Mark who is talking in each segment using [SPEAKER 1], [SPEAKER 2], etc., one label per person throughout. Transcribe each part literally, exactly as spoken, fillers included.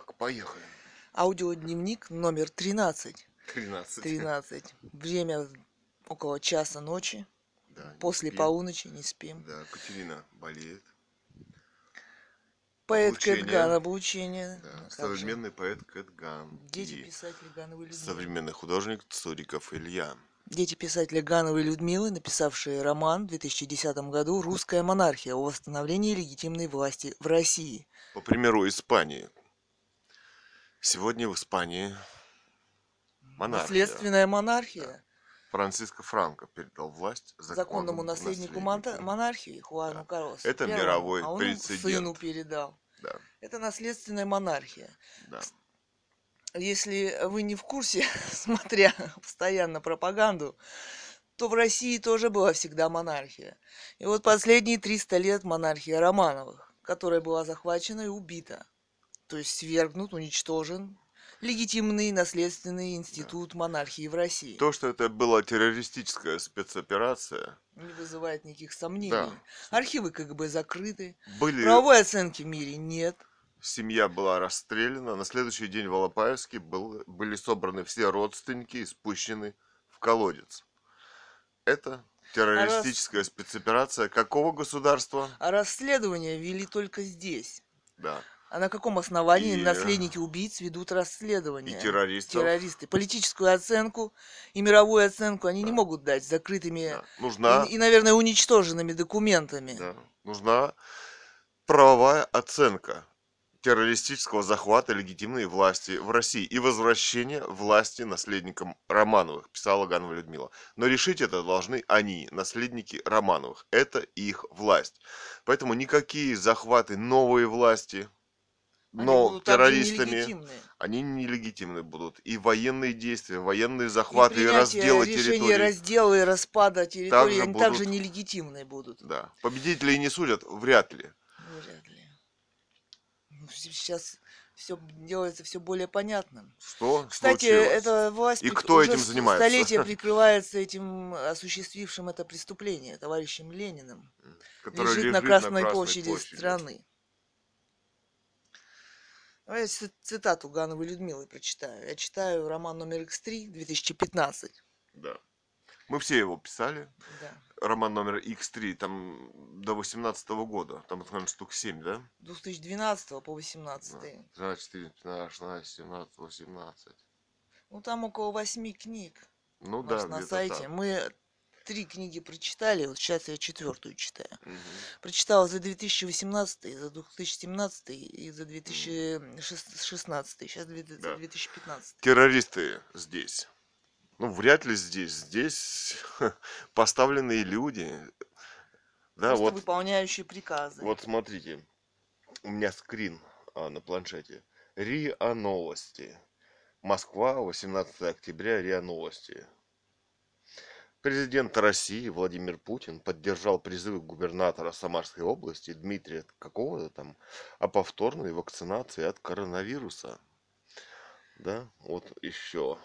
[SPEAKER 1] Так, поехали.
[SPEAKER 2] Аудиодневник номер тринадцать.
[SPEAKER 1] тринадцать.
[SPEAKER 2] тринадцать. Время около часа ночи.
[SPEAKER 1] Да, не
[SPEAKER 2] После
[SPEAKER 1] спим.
[SPEAKER 2] полуночи не спим.
[SPEAKER 1] Да, Катерина болеет.
[SPEAKER 2] Поэт
[SPEAKER 1] Облучение.
[SPEAKER 2] Кэтган, облучение.
[SPEAKER 1] Да,
[SPEAKER 2] Ну, как же.
[SPEAKER 1] современный поэт Кэтган.
[SPEAKER 2] Дети
[SPEAKER 1] И
[SPEAKER 2] писателя Гановой Людмилы.
[SPEAKER 1] современный художник Цуриков Илья.
[SPEAKER 2] Дети писателя Гановой Людмилы, написавшие роман в две тысячи десятом году «Русская монархия. О восстановлении легитимной власти в России».
[SPEAKER 1] По примеру Испании. Сегодня в Испании монархия.
[SPEAKER 2] Наследственная монархия.
[SPEAKER 1] Да. Франциско Франко передал власть
[SPEAKER 2] законному
[SPEAKER 1] законному
[SPEAKER 2] наследнику
[SPEAKER 1] наследнику.
[SPEAKER 2] монархии Хуану
[SPEAKER 1] Да.
[SPEAKER 2] Карлосу
[SPEAKER 1] Это
[SPEAKER 2] Первому,
[SPEAKER 1] мировой
[SPEAKER 2] а он
[SPEAKER 1] прецедент.
[SPEAKER 2] сыну передал.
[SPEAKER 1] Да.
[SPEAKER 2] Это наследственная монархия.
[SPEAKER 1] Да.
[SPEAKER 2] Если вы не в курсе, смотря постоянно пропаганду, то в России тоже была всегда монархия. И вот последние триста лет монархия Романовых, которая была захвачена и убита. То есть свергнут, уничтожен легитимный наследственный институт да. монархии в России.
[SPEAKER 1] То, что это была террористическая спецоперация,
[SPEAKER 2] не вызывает никаких сомнений.
[SPEAKER 1] Да.
[SPEAKER 2] Архивы КГБ закрыты,
[SPEAKER 1] Были...
[SPEAKER 2] правовой оценки в мире нет.
[SPEAKER 1] Семья была расстреляна. На следующий день в Алапаевске был, были собраны все родственники и спущены в колодец. Это террористическая а рас... спецоперация какого государства?
[SPEAKER 2] А расследование вели только здесь.
[SPEAKER 1] Да.
[SPEAKER 2] А на каком основании
[SPEAKER 1] и...
[SPEAKER 2] наследники убийц ведут расследование?
[SPEAKER 1] И террористов.
[SPEAKER 2] Террористы. Политическую оценку и мировую оценку они да. не могут дать закрытыми
[SPEAKER 1] да. Нужна...
[SPEAKER 2] и, и, наверное, уничтоженными документами.
[SPEAKER 1] Да. Нужна правовая оценка террористического захвата легитимной власти в России и возвращение власти наследникам Романовых, писала Ганова Людмила. Но решить это должны они, наследники Романовых. Это их власть. Поэтому никакие захваты новой власти,
[SPEAKER 2] они
[SPEAKER 1] но
[SPEAKER 2] будут
[SPEAKER 1] террористами, они нелегитимны будут. И военные действия, военные захваты, и,
[SPEAKER 2] и
[SPEAKER 1] разделы
[SPEAKER 2] решения
[SPEAKER 1] территорий.
[SPEAKER 2] раздела и распада территории,
[SPEAKER 1] также
[SPEAKER 2] они
[SPEAKER 1] будут,
[SPEAKER 2] также нелегитимные будут.
[SPEAKER 1] Да. Победителей не судят? Вряд ли.
[SPEAKER 2] Вряд ли. Сейчас все делается все более понятным.
[SPEAKER 1] Что
[SPEAKER 2] Кстати,
[SPEAKER 1] случилось?
[SPEAKER 2] эта власть
[SPEAKER 1] и кто
[SPEAKER 2] уже
[SPEAKER 1] этим занимается?
[SPEAKER 2] столетия прикрывается этим осуществившим это преступление товарищем Лениным.
[SPEAKER 1] Который
[SPEAKER 2] лежит,
[SPEAKER 1] лежит
[SPEAKER 2] на Красной,
[SPEAKER 1] на Красной
[SPEAKER 2] площади,
[SPEAKER 1] площади
[SPEAKER 2] страны. Я цитату Гановой Людмилы прочитаю. Я читаю роман номер икс три, две тысячи пятнадцать.
[SPEAKER 1] Да. Мы все его писали.
[SPEAKER 2] Да.
[SPEAKER 1] Роман номер икс три, там до восемнадцатого года. Там, наверное, штук семь, да?
[SPEAKER 2] с две тысячи двенадцатого по восемнадцатый.
[SPEAKER 1] двенадцать, четырнадцать, пятнадцать, шестнадцать, семнадцать, восемнадцать.
[SPEAKER 2] Ну, там около восьми книг.
[SPEAKER 1] Ну
[SPEAKER 2] да,
[SPEAKER 1] на
[SPEAKER 2] сайте.
[SPEAKER 1] Так.
[SPEAKER 2] Мы три книги прочитали, вот сейчас я четвертую читаю.
[SPEAKER 1] Угу.
[SPEAKER 2] Прочитала за две тысячи восемнадцатый, за две тысячи семнадцатый и за две тысячи шестнадцатый. Сейчас за две тысячи пятнадцатый.
[SPEAKER 1] Террористы здесь. Ну, вряд ли здесь. Здесь поставленные люди. Да,
[SPEAKER 2] просто
[SPEAKER 1] вот,
[SPEAKER 2] выполняющие приказы.
[SPEAKER 1] Вот смотрите, у меня скрин а, на планшете. РИА Новости. Москва, восемнадцатого октября, РИА Новости. Президент России Владимир Путин поддержал призывы губернатора Самарской области Дмитрия какого-то там о повторной вакцинации от коронавируса. Да, вот еще.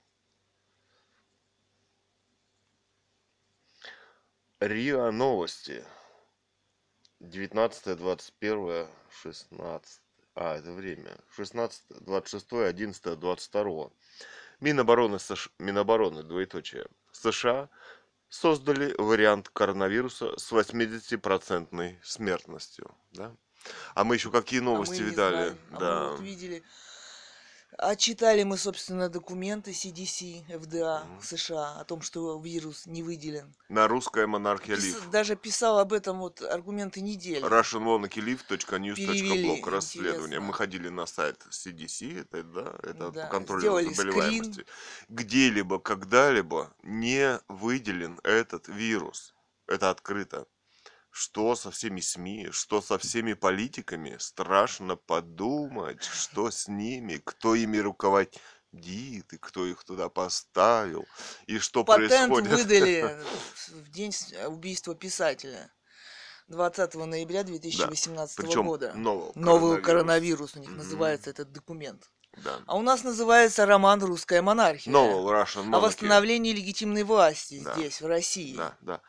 [SPEAKER 1] РИА Новости. девятнадцатое, двадцать первое, шестнадцатое. А, это время. шестнадцатое, двадцать шестое, одиннадцатое, двадцать второе. Минобороны, США, Минобороны, двоеточие. США создали вариант коронавируса с восьмидесятипроцентной смертностью. Да? А мы еще какие новости
[SPEAKER 2] а мы
[SPEAKER 1] видали?
[SPEAKER 2] А
[SPEAKER 1] да.
[SPEAKER 2] мы вот видели. А читали мы, собственно, документы си ди си, эф дэ а
[SPEAKER 1] Мгм.
[SPEAKER 2] США о том, что вирус не выделен.
[SPEAKER 1] На русская монархия
[SPEAKER 2] Пис-
[SPEAKER 1] лив.
[SPEAKER 2] Даже писал об этом вот аргументы недели.
[SPEAKER 1] russian monarchy live точка news точка
[SPEAKER 2] Перевели,
[SPEAKER 1] blog. Расследование.
[SPEAKER 2] интересно.
[SPEAKER 1] Мы ходили на сайт си ди си, это, да, это
[SPEAKER 2] Да,
[SPEAKER 1] по контролю
[SPEAKER 2] сделали
[SPEAKER 1] заболеваемости.
[SPEAKER 2] скрин.
[SPEAKER 1] Где-либо, когда-либо не выделен этот вирус. Это открыто. Что со всеми СМИ, что со всеми политиками, страшно подумать, что с ними, кто ими руководит, и кто их туда поставил, и что
[SPEAKER 2] Патент
[SPEAKER 1] происходит.
[SPEAKER 2] выдали в день убийства писателя. двадцатого ноября две тысячи восемнадцатого
[SPEAKER 1] Причем
[SPEAKER 2] года.
[SPEAKER 1] новый
[SPEAKER 2] Новый
[SPEAKER 1] коронавирус.
[SPEAKER 2] коронавирус у них
[SPEAKER 1] Мгм.
[SPEAKER 2] называется этот документ.
[SPEAKER 1] Да.
[SPEAKER 2] А у нас называется роман «Русская монархия».
[SPEAKER 1] Новый Russian
[SPEAKER 2] О
[SPEAKER 1] Monarchy.
[SPEAKER 2] восстановлении легитимной власти
[SPEAKER 1] Да.
[SPEAKER 2] здесь, в России.
[SPEAKER 1] Да, да.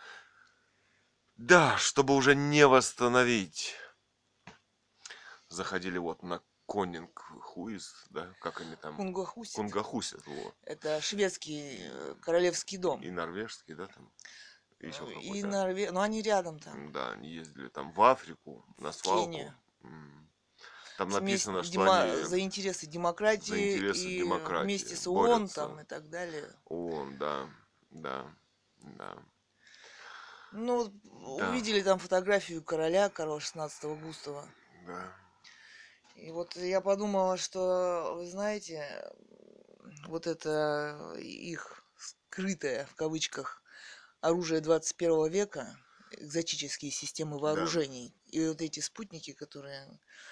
[SPEAKER 1] Да, чтобы уже не восстановить. Заходили вот на Конинг Хуиз, да, как они там,
[SPEAKER 2] Кунгахусит.
[SPEAKER 1] Кунгахусит, вот.
[SPEAKER 2] Это шведский э, королевский дом.
[SPEAKER 1] И норвежский, да, там, еще
[SPEAKER 2] Э, И
[SPEAKER 1] какой-то.
[SPEAKER 2] Норве... Ну, они рядом там.
[SPEAKER 1] Да, они ездили там в Африку, на
[SPEAKER 2] В
[SPEAKER 1] свалку.
[SPEAKER 2] Кению.
[SPEAKER 1] М. Там
[SPEAKER 2] Вместе
[SPEAKER 1] написано, что
[SPEAKER 2] дема-
[SPEAKER 1] они
[SPEAKER 2] за интересы
[SPEAKER 1] за
[SPEAKER 2] демократии
[SPEAKER 1] интересы
[SPEAKER 2] и
[SPEAKER 1] демократии
[SPEAKER 2] вместе с ООН
[SPEAKER 1] борются.
[SPEAKER 2] там и так далее.
[SPEAKER 1] ООН, да, да, да,
[SPEAKER 2] Ну,
[SPEAKER 1] да,
[SPEAKER 2] увидели там фотографию короля, Карла шестнадцатого Густава.
[SPEAKER 1] да,
[SPEAKER 2] И вот я подумала, что, вы знаете, вот это их скрытое, в кавычках, оружие двадцать первого века, экзотические системы
[SPEAKER 1] да.
[SPEAKER 2] вооружений, и вот эти спутники, которые...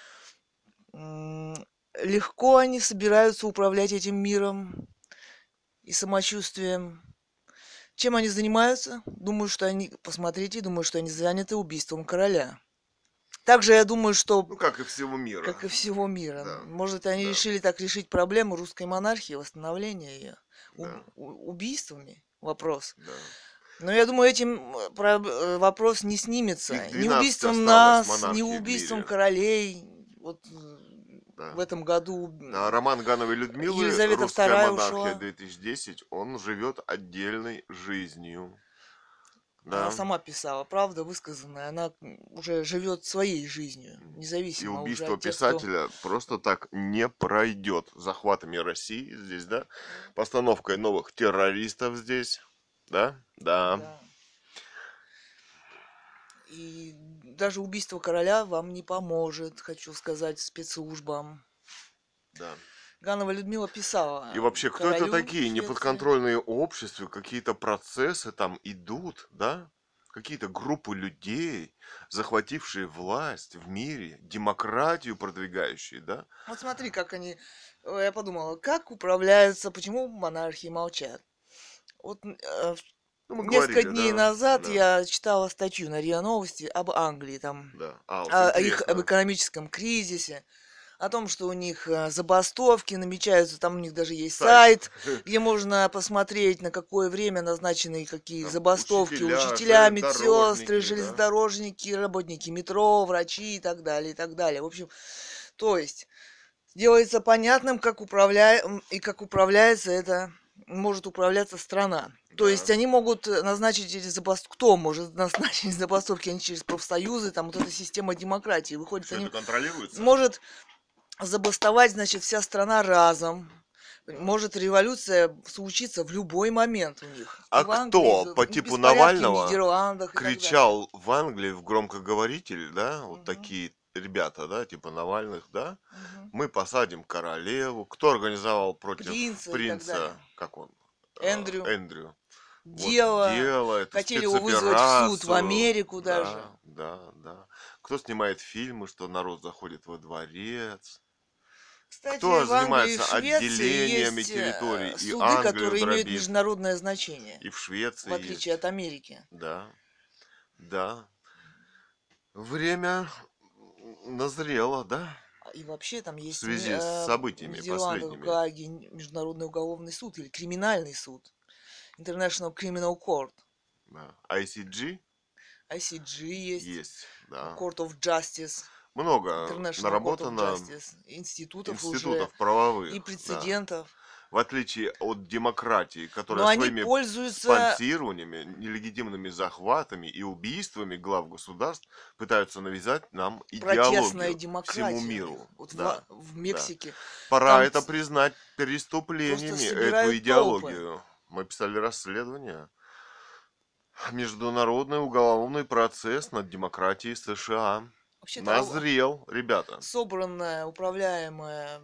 [SPEAKER 2] м, Легко они собираются управлять этим миром и самочувствием. Чем они занимаются? Думаю, что они... Посмотрите, думаю, что они заняты убийством короля. Также я думаю, что,
[SPEAKER 1] Ну, как и всего мира.
[SPEAKER 2] как и всего мира,
[SPEAKER 1] Да,
[SPEAKER 2] может, они
[SPEAKER 1] да,
[SPEAKER 2] решили так решить проблему русской монархии, восстановления ее
[SPEAKER 1] да,
[SPEAKER 2] убийствами вопрос.
[SPEAKER 1] да.
[SPEAKER 2] Но я думаю, этим э, про- э, вопрос не снимется.
[SPEAKER 1] Их
[SPEAKER 2] Ни
[SPEAKER 1] двенадцать
[SPEAKER 2] убийством
[SPEAKER 1] осталось
[SPEAKER 2] нас, ни
[SPEAKER 1] монархий в
[SPEAKER 2] убийством
[SPEAKER 1] мире.
[SPEAKER 2] королей. Вот э,
[SPEAKER 1] Да.
[SPEAKER 2] в этом году
[SPEAKER 1] А
[SPEAKER 2] м,
[SPEAKER 1] роман Гановой Людмилы
[SPEAKER 2] Елизавета
[SPEAKER 1] «Русская
[SPEAKER 2] вторая
[SPEAKER 1] монархия
[SPEAKER 2] ушла.
[SPEAKER 1] две тысячи десять», он живет отдельной жизнью.
[SPEAKER 2] Она
[SPEAKER 1] Да.
[SPEAKER 2] сама писала, правда высказанная. Она м, уже живет своей жизнью,
[SPEAKER 1] И
[SPEAKER 2] независимо уже
[SPEAKER 1] убийство
[SPEAKER 2] от тех, кто...
[SPEAKER 1] писателя просто так не пройдет. Захватами России здесь, да? Постановкой новых террористов здесь. Да? Да.
[SPEAKER 2] Да. И даже убийство короля вам не поможет, хочу сказать, спецслужбам.
[SPEAKER 1] Да.
[SPEAKER 2] Ганова Людмила
[SPEAKER 1] И
[SPEAKER 2] писала
[SPEAKER 1] вообще, кто это
[SPEAKER 2] королю
[SPEAKER 1] такие?
[SPEAKER 2] Швеции.
[SPEAKER 1] Неподконтрольные обществу, какие-то процессы там идут, да? Какие-то группы людей, захватившие власть в мире, демократию продвигающие, да?
[SPEAKER 2] Вот смотри, как они... э, Я подумала, как управляются, почему монархии молчат. Вот э,
[SPEAKER 1] Ну, мы
[SPEAKER 2] несколько
[SPEAKER 1] говорили,
[SPEAKER 2] дней
[SPEAKER 1] да?
[SPEAKER 2] назад
[SPEAKER 1] Да,
[SPEAKER 2] я читала статью на РИА Новости об Англии, там,
[SPEAKER 1] да. А, вот
[SPEAKER 2] о, о их об
[SPEAKER 1] интересно.
[SPEAKER 2] экономическом кризисе, о том, что у них э, забастовки намечаются, там у них даже есть
[SPEAKER 1] Сайт.
[SPEAKER 2] сайт, где можно посмотреть, на какое время назначены какие
[SPEAKER 1] Там
[SPEAKER 2] забастовки,
[SPEAKER 1] учителя,
[SPEAKER 2] учителя, медсестры,
[SPEAKER 1] железнодорожники, да?
[SPEAKER 2] железнодорожники, работники метро, врачи и так далее, и так далее. В общем, то есть делается понятным, как управля... и как управляется это, может управляться страна. То
[SPEAKER 1] Да.
[SPEAKER 2] есть они могут э, назначить эти забастовки. Кто может назначить забастовки? Они через профсоюзы, там вот эта система демократии. Выходит,
[SPEAKER 1] Все
[SPEAKER 2] они
[SPEAKER 1] это контролируется?
[SPEAKER 2] может забастовать, значит, вся страна разом.
[SPEAKER 1] Да.
[SPEAKER 2] Может революция случиться в любой момент у них. И
[SPEAKER 1] А
[SPEAKER 2] в Англии,
[SPEAKER 1] кто по
[SPEAKER 2] и
[SPEAKER 1] типу
[SPEAKER 2] беспорядки в
[SPEAKER 1] Навального
[SPEAKER 2] Нидерландах и так далее.
[SPEAKER 1] кричал в Англии в громкоговоритель, да, вот
[SPEAKER 2] Мгм,
[SPEAKER 1] такие ребята, да, типа Навальных, да,
[SPEAKER 2] мгм.
[SPEAKER 1] мы посадим королеву. Кто организовал против
[SPEAKER 2] Принца и так далее.
[SPEAKER 1] принца, как он, э,
[SPEAKER 2] Эндрю.
[SPEAKER 1] Эндрю? Вот
[SPEAKER 2] Дело.
[SPEAKER 1] дело, эту
[SPEAKER 2] Хотели его вызвать в суд в
[SPEAKER 1] спецоперацию,
[SPEAKER 2] Америку даже.
[SPEAKER 1] да, да, да. Кто снимает фильмы, что народ заходит во дворец? Кто
[SPEAKER 2] Кстати, в Англии и в
[SPEAKER 1] занимается
[SPEAKER 2] Швеции
[SPEAKER 1] отделениями
[SPEAKER 2] есть
[SPEAKER 1] территорий
[SPEAKER 2] э,
[SPEAKER 1] и
[SPEAKER 2] суды,
[SPEAKER 1] Англию
[SPEAKER 2] которые имеют
[SPEAKER 1] дробит?
[SPEAKER 2] международное значение,
[SPEAKER 1] И в
[SPEAKER 2] в
[SPEAKER 1] Швеции
[SPEAKER 2] отличие
[SPEAKER 1] есть.
[SPEAKER 2] от Америки.
[SPEAKER 1] Да, да. Время назрело, да?
[SPEAKER 2] И вообще там
[SPEAKER 1] В
[SPEAKER 2] есть в, Ни-
[SPEAKER 1] связи с
[SPEAKER 2] э, в
[SPEAKER 1] событиями
[SPEAKER 2] Нидерландах, в
[SPEAKER 1] последними.
[SPEAKER 2] Гааге н- Международный уголовный суд или криминальный суд. International Criminal Court.
[SPEAKER 1] Да. ай си джи
[SPEAKER 2] ай си джи есть.
[SPEAKER 1] есть, да.
[SPEAKER 2] Court of Justice.
[SPEAKER 1] Много
[SPEAKER 2] International Court of
[SPEAKER 1] наработано
[SPEAKER 2] Justice. Институтов уже
[SPEAKER 1] институтов
[SPEAKER 2] и
[SPEAKER 1] правовых, да.
[SPEAKER 2] прецедентов.
[SPEAKER 1] В отличие от демократии,
[SPEAKER 2] Но
[SPEAKER 1] которая
[SPEAKER 2] они
[SPEAKER 1] своими
[SPEAKER 2] пользуются...
[SPEAKER 1] спонсированиями, нелегитимными захватами и убийствами глав государств пытаются навязать нам
[SPEAKER 2] Протестная
[SPEAKER 1] идеологию всему
[SPEAKER 2] демократия у них.
[SPEAKER 1] миру.
[SPEAKER 2] Вот
[SPEAKER 1] Да,
[SPEAKER 2] в, в
[SPEAKER 1] да.
[SPEAKER 2] Мексике
[SPEAKER 1] Пора
[SPEAKER 2] там
[SPEAKER 1] это
[SPEAKER 2] ц-
[SPEAKER 1] признать
[SPEAKER 2] просто
[SPEAKER 1] преступлениями, эту
[SPEAKER 2] собирают толпы.
[SPEAKER 1] идеологию. Мы писали расследование. Международный уголовный процесс над демократией США.
[SPEAKER 2] Вообще-то а,
[SPEAKER 1] Назрел, ребята.
[SPEAKER 2] собранная, управляемая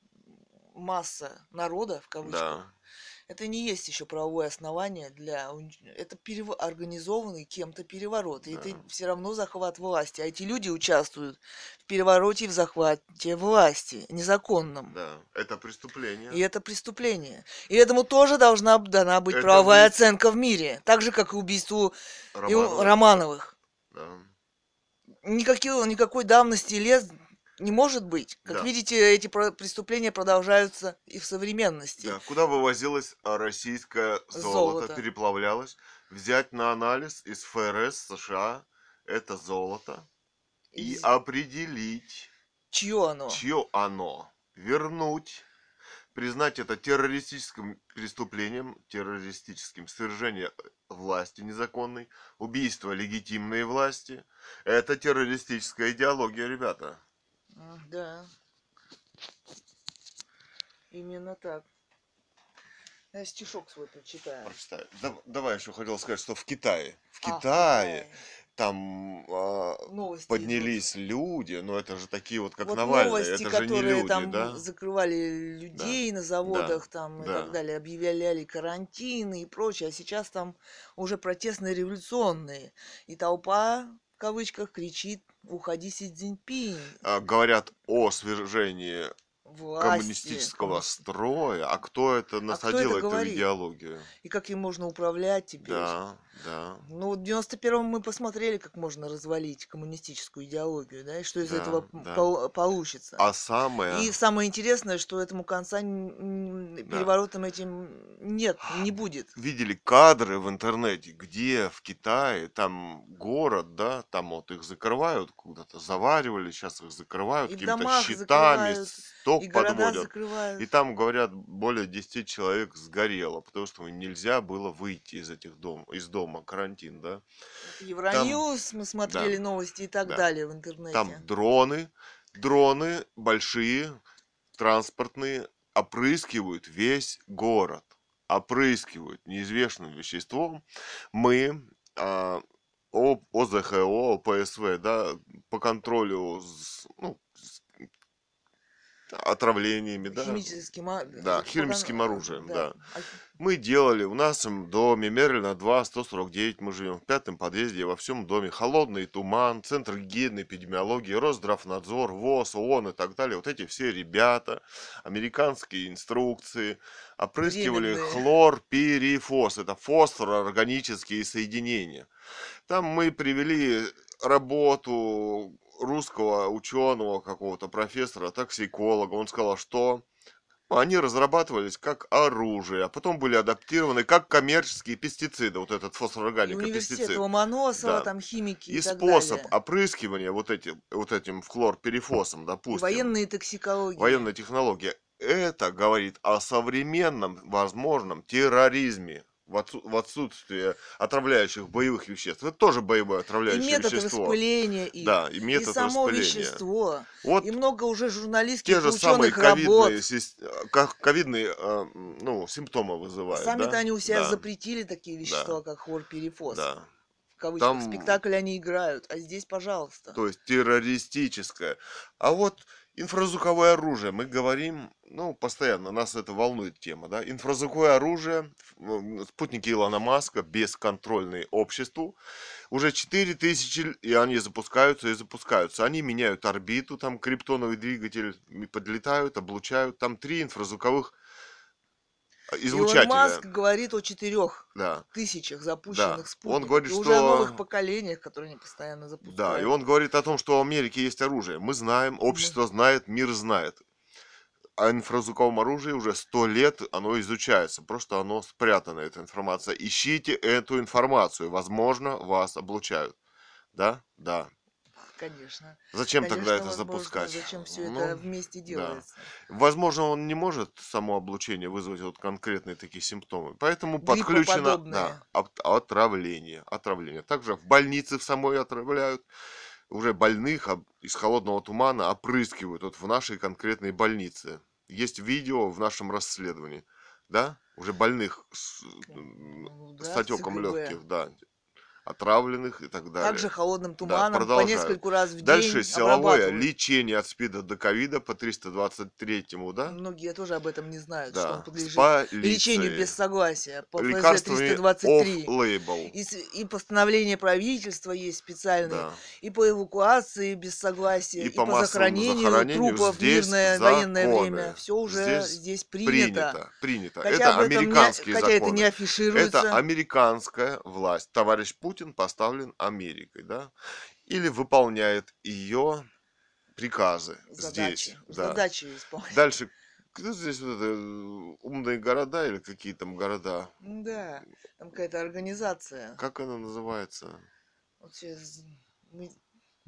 [SPEAKER 2] масса народа, в
[SPEAKER 1] Да,
[SPEAKER 2] кавычках, это не есть еще правовое основание для... унич- Это перево- организованный кем-то переворот. И
[SPEAKER 1] да,
[SPEAKER 2] это все равно захват власти. А эти люди участвуют в перевороте и в захвате власти незаконном.
[SPEAKER 1] да. Это преступление.
[SPEAKER 2] И это преступление. И этому тоже должна б- дана быть
[SPEAKER 1] Это
[SPEAKER 2] правовая
[SPEAKER 1] ведь
[SPEAKER 2] оценка в мире. Так же, как и убийству и у-
[SPEAKER 1] Романовых.
[SPEAKER 2] Романовых.
[SPEAKER 1] Да,
[SPEAKER 2] Никаких, никакой давности лет не может быть. Как
[SPEAKER 1] да.
[SPEAKER 2] видите, эти про- преступления продолжаются и в современности.
[SPEAKER 1] Да, куда вывозилось а, российское золото,
[SPEAKER 2] Золото.
[SPEAKER 1] переплавлялось, взять на анализ из ФРС США это золото
[SPEAKER 2] И
[SPEAKER 1] и
[SPEAKER 2] вз-
[SPEAKER 1] определить,
[SPEAKER 2] Чье оно?
[SPEAKER 1] Чье оно? Вернуть, признать это террористическим преступлением, террористическим свержение власти незаконной, убийство легитимной власти. Это террористическая идеология, ребята.
[SPEAKER 2] М, Да, именно так. Я стишок свой прочитаю.
[SPEAKER 1] Прочитаю. Да- давай еще хотел сказать, что в Китае, в
[SPEAKER 2] А, в
[SPEAKER 1] Китае
[SPEAKER 2] Китае.
[SPEAKER 1] там а,
[SPEAKER 2] Новости идут.
[SPEAKER 1] поднялись люди, но это же такие вот, как
[SPEAKER 2] Вот
[SPEAKER 1] Навальный,
[SPEAKER 2] новости,
[SPEAKER 1] это же не
[SPEAKER 2] которые
[SPEAKER 1] люди,
[SPEAKER 2] там
[SPEAKER 1] да?
[SPEAKER 2] закрывали
[SPEAKER 1] Да,
[SPEAKER 2] людей на
[SPEAKER 1] да,
[SPEAKER 2] заводах там и так
[SPEAKER 1] да.
[SPEAKER 2] далее, объявляли карантины и прочее, а сейчас там уже протестные революционные. И толпа, в кавычках, кричит: «Уходи, Си Цзиньпинь!»
[SPEAKER 1] А, говорят о свержении
[SPEAKER 2] Власти.
[SPEAKER 1] коммунистического
[SPEAKER 2] коммунист-
[SPEAKER 1] строя. А кто это
[SPEAKER 2] А кто это
[SPEAKER 1] насадил эту
[SPEAKER 2] говорит?
[SPEAKER 1] идеологию?
[SPEAKER 2] И как им можно управлять теперь?
[SPEAKER 1] Да, да,
[SPEAKER 2] Ну, вот в девяносто первом мы посмотрели, как можно развалить коммунистическую идеологию, да, и что из этого
[SPEAKER 1] да,
[SPEAKER 2] п-
[SPEAKER 1] да.
[SPEAKER 2] пол- получится.
[SPEAKER 1] А самое,
[SPEAKER 2] И самое интересное, что этому конца н- н-
[SPEAKER 1] да,
[SPEAKER 2] переворотом этим нет, не будет.
[SPEAKER 1] видели кадры в интернете, где в Китае, там город, да, там вот их закрывают, куда-то заваривали, сейчас их закрывают
[SPEAKER 2] И в
[SPEAKER 1] какими-то
[SPEAKER 2] домах
[SPEAKER 1] щитами,
[SPEAKER 2] закрывают, и
[SPEAKER 1] сток
[SPEAKER 2] города
[SPEAKER 1] подводят. И
[SPEAKER 2] закрывают.
[SPEAKER 1] там, говорят, более десяти человек сгорело, потому что нельзя было выйти из этих дом, из дома, карантин, да.
[SPEAKER 2] Это
[SPEAKER 1] Там,
[SPEAKER 2] Евроньюз, мы
[SPEAKER 1] да,
[SPEAKER 2] смотрели новости и так
[SPEAKER 1] да,
[SPEAKER 2] далее в
[SPEAKER 1] там
[SPEAKER 2] интернете.
[SPEAKER 1] дроны, дроны большие, транспортные, опрыскивают весь город. Опрыскивают неизвестным веществом. Мы а, О- ОЗХО, ПСВ, да, по контролю с, ну, с отравлениями, да,
[SPEAKER 2] Химическим, а-
[SPEAKER 1] да,
[SPEAKER 2] э, пока-
[SPEAKER 1] химическим
[SPEAKER 2] э,
[SPEAKER 1] оружием,
[SPEAKER 2] да,
[SPEAKER 1] да.
[SPEAKER 2] а-
[SPEAKER 1] Мы делали в нашем доме Мерлина два, сто сорок девять, мы живем в пятом подъезде, во всем доме холодный туман, Центр гигиены, эпидемиологии, Росздравнадзор, ВОЗ, ООН и так далее. Вот эти все ребята, американские инструкции, опрыскивали
[SPEAKER 2] временные.
[SPEAKER 1] хлор, пирифос, это фосфороорганические соединения. Там мы привели работу русского ученого, какого-то профессора, токсиколога. Он сказал, что они разрабатывались как оружие, а потом были адаптированы как коммерческие пестициды, вот этот
[SPEAKER 2] И
[SPEAKER 1] фосфорорганика
[SPEAKER 2] университет
[SPEAKER 1] пестицид.
[SPEAKER 2] Ломоносова,
[SPEAKER 1] Да.
[SPEAKER 2] там химики и
[SPEAKER 1] И
[SPEAKER 2] так
[SPEAKER 1] способ
[SPEAKER 2] далее.
[SPEAKER 1] опрыскивания вот этим, вот этим хлорперифосом,
[SPEAKER 2] И
[SPEAKER 1] допустим,
[SPEAKER 2] военные токсикологии.
[SPEAKER 1] военная технология, это говорит о современном возможном терроризме в отсу- в отсутствие отравляющих боевых веществ. Это тоже боевое
[SPEAKER 2] И
[SPEAKER 1] отравляющее
[SPEAKER 2] метод
[SPEAKER 1] вещество.
[SPEAKER 2] распыления их,
[SPEAKER 1] Да, и
[SPEAKER 2] и
[SPEAKER 1] метод
[SPEAKER 2] само
[SPEAKER 1] распыления.
[SPEAKER 2] вещество, и
[SPEAKER 1] Вот
[SPEAKER 2] много уже
[SPEAKER 1] те
[SPEAKER 2] журналистских и
[SPEAKER 1] же самые
[SPEAKER 2] ученых
[SPEAKER 1] ковидные,
[SPEAKER 2] работ.
[SPEAKER 1] сис- э, ка- ковидные э, ну, симптомы
[SPEAKER 2] И
[SPEAKER 1] вызывают,
[SPEAKER 2] сами-то
[SPEAKER 1] да?
[SPEAKER 2] они у себя
[SPEAKER 1] Да,
[SPEAKER 2] запретили такие
[SPEAKER 1] да,
[SPEAKER 2] вещества, как хлорперифос.
[SPEAKER 1] да.
[SPEAKER 2] В кавычках.
[SPEAKER 1] Там,
[SPEAKER 2] Спектакль они играют, а здесь, пожалуйста.
[SPEAKER 1] то есть, террористическое. А вот инфразвуковое оружие, мы говорим, ну, постоянно, нас это волнует тема, да? Инфразвуковое оружие, м, спутники Илона Маска, бесконтрольные обществу, уже четыре тысячи, и они запускаются и запускаются. Они меняют орбиту, там криптоновый двигатель, м, подлетают, облучают. Там три инфразвуковых а,
[SPEAKER 2] Илон
[SPEAKER 1] излучателя.
[SPEAKER 2] Маск говорит о четырех
[SPEAKER 1] Да,
[SPEAKER 2] тысячах
[SPEAKER 1] да.
[SPEAKER 2] запущенных
[SPEAKER 1] Он
[SPEAKER 2] спутников
[SPEAKER 1] говорит,
[SPEAKER 2] и уже о новых
[SPEAKER 1] что...
[SPEAKER 2] поколениях, которые они постоянно
[SPEAKER 1] Да, и
[SPEAKER 2] запускают.
[SPEAKER 1] он говорит о том, что у Америки есть оружие. Мы знаем,
[SPEAKER 2] Мы-
[SPEAKER 1] общество знает, мир знает. О инфразвуковом оружии уже сто лет оно изучается. Просто оно спрятано, эта информация. Ищите эту информацию. Возможно, вас облучают. Да? Да.
[SPEAKER 2] Конечно.
[SPEAKER 1] Зачем тогда
[SPEAKER 2] Конечно,
[SPEAKER 1] это
[SPEAKER 2] возможно,
[SPEAKER 1] запускать?
[SPEAKER 2] зачем все это
[SPEAKER 1] Ну,
[SPEAKER 2] вместе
[SPEAKER 1] да.
[SPEAKER 2] делается.
[SPEAKER 1] Возможно, он не может само облучение вызвать вот конкретные такие симптомы. Поэтому подключено, да,
[SPEAKER 2] Гриппоподобные.
[SPEAKER 1] от- отравление. Отравление. Также в больнице в самой отравляют. Уже больных об- из холодного тумана опрыскивают вот в нашей конкретной больнице. Есть видео в нашем расследовании. Да? Уже больных с, м,
[SPEAKER 2] Ну
[SPEAKER 1] с
[SPEAKER 2] да, в
[SPEAKER 1] отеком
[SPEAKER 2] Цэ Гэ Бэ.
[SPEAKER 1] легких, да, отравленных и так
[SPEAKER 2] Также
[SPEAKER 1] далее.
[SPEAKER 2] холодным
[SPEAKER 1] Да,
[SPEAKER 2] туманом по
[SPEAKER 1] продолжают.
[SPEAKER 2] нескольку раз в
[SPEAKER 1] Дальше
[SPEAKER 2] день
[SPEAKER 1] силовое
[SPEAKER 2] обрабатывают.
[SPEAKER 1] лечение от СПИДа до ковида по триста двадцать третьему, да?
[SPEAKER 2] Многие тоже об этом не знают, что он
[SPEAKER 1] Да, с
[SPEAKER 2] подлежит лечению
[SPEAKER 1] полицией,
[SPEAKER 2] без согласия по Эф Зэ
[SPEAKER 1] лекарствами
[SPEAKER 2] триста двадцать три.
[SPEAKER 1] off-label,
[SPEAKER 2] И, с- и постановление правительства есть специальные,
[SPEAKER 1] да.
[SPEAKER 2] и по эвакуации без согласия,
[SPEAKER 1] И
[SPEAKER 2] и
[SPEAKER 1] по
[SPEAKER 2] по
[SPEAKER 1] массовому
[SPEAKER 2] захоронению
[SPEAKER 1] захоронению
[SPEAKER 2] трупов в
[SPEAKER 1] здесь
[SPEAKER 2] мирное военное время.
[SPEAKER 1] законы.
[SPEAKER 2] Все уже
[SPEAKER 1] Здесь
[SPEAKER 2] здесь принято.
[SPEAKER 1] принято, принято.
[SPEAKER 2] Хотя
[SPEAKER 1] Это
[SPEAKER 2] об этом не,
[SPEAKER 1] американские
[SPEAKER 2] хотя это не
[SPEAKER 1] законы. Это
[SPEAKER 2] афишируется.
[SPEAKER 1] американская власть. Товарищ Путин поставлен Америкой, да? Или выполняет ее приказы здесь,
[SPEAKER 2] Задачи.
[SPEAKER 1] да.
[SPEAKER 2] Задачи исполняют.
[SPEAKER 1] Дальше, кто здесь вот это, э, умные города или какие там города?
[SPEAKER 2] Да, там какая-то организация.
[SPEAKER 1] Как она называется?
[SPEAKER 2] Вот сейчас мы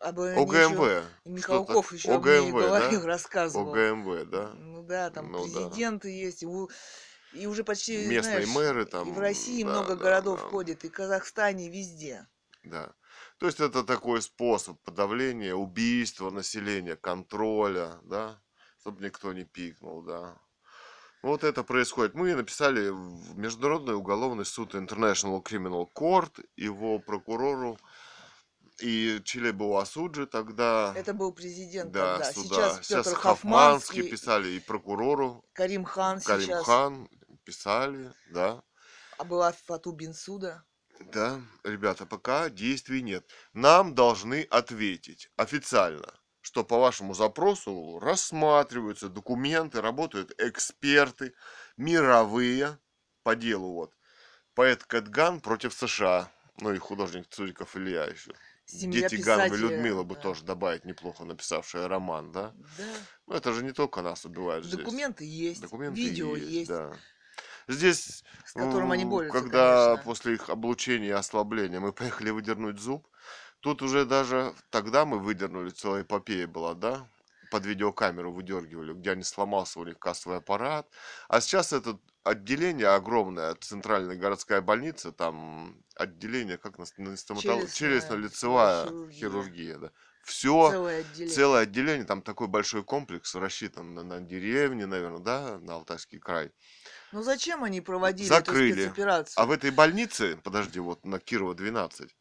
[SPEAKER 2] Об они еще
[SPEAKER 1] ОГМВ. Что-то
[SPEAKER 2] Михалков еще об ней
[SPEAKER 1] ОГМВ,
[SPEAKER 2] говорил,
[SPEAKER 1] да?
[SPEAKER 2] рассказывал.
[SPEAKER 1] ОГМВ, да?
[SPEAKER 2] Ну да, там
[SPEAKER 1] Ну да.
[SPEAKER 2] президенты есть, и, у- и уже почти,
[SPEAKER 1] Местные
[SPEAKER 2] знаешь,
[SPEAKER 1] мэры
[SPEAKER 2] и в
[SPEAKER 1] там,
[SPEAKER 2] России
[SPEAKER 1] да,
[SPEAKER 2] много
[SPEAKER 1] да,
[SPEAKER 2] городов
[SPEAKER 1] да,
[SPEAKER 2] входит, и в Казахстане, везде.
[SPEAKER 1] да. То есть это такой способ подавления, убийства населения, контроля, да, чтобы никто не пикнул, да. Вот это происходит. Мы написали в Международный уголовный суд International Criminal Court, его прокурору, и Чили был осуджен тогда,
[SPEAKER 2] Это был президент
[SPEAKER 1] да,
[SPEAKER 2] тогда. Сейчас
[SPEAKER 1] суда. Сейчас
[SPEAKER 2] Петр
[SPEAKER 1] Хафманский
[SPEAKER 2] Хафманский,
[SPEAKER 1] писали и прокурору,
[SPEAKER 2] Карим Хан
[SPEAKER 1] Карим
[SPEAKER 2] сейчас,
[SPEAKER 1] Хан писали, да.
[SPEAKER 2] а была Фату Бенсуда.
[SPEAKER 1] Да, ребята, пока действий нет. Нам должны ответить официально, что по вашему запросу рассматриваются документы, работают эксперты мировые по делу. Вот. Поэт Кэтган против США. Ну и художник Цуриков Илья еще.
[SPEAKER 2] Семья
[SPEAKER 1] Дети Ганвы
[SPEAKER 2] писателя,
[SPEAKER 1] Людмила бы
[SPEAKER 2] да.
[SPEAKER 1] тоже добавить неплохо написавшая роман, да?
[SPEAKER 2] Да.
[SPEAKER 1] Ну это же не только нас убивают здесь.
[SPEAKER 2] Документы есть,
[SPEAKER 1] Документы
[SPEAKER 2] видео
[SPEAKER 1] есть,
[SPEAKER 2] есть,
[SPEAKER 1] да. Здесь,
[SPEAKER 2] с которым они
[SPEAKER 1] э,
[SPEAKER 2] борются,
[SPEAKER 1] когда
[SPEAKER 2] конечно.
[SPEAKER 1] после их облучения и ослабления мы поехали выдернуть зуб, тут уже даже тогда мы выдернули, целая эпопея была, да? Под видеокамеру выдергивали, где они сломался у них кассовый аппарат. А сейчас это отделение огромное, центральная городская больница, там отделение, как на, на стоматол...
[SPEAKER 2] Челюстная, лицевая
[SPEAKER 1] челюстно-лицевая
[SPEAKER 2] хирургия.
[SPEAKER 1] хирургия, да. Все,
[SPEAKER 2] Целое отделение.
[SPEAKER 1] целое отделение, там такой большой комплекс рассчитан на, на деревни, наверное, да, на Алтайский край.
[SPEAKER 2] Ну зачем они проводили эту
[SPEAKER 1] Закрыли. А в
[SPEAKER 2] спецоперацию?
[SPEAKER 1] этой больнице, подожди, вот на Кирова двенадцать,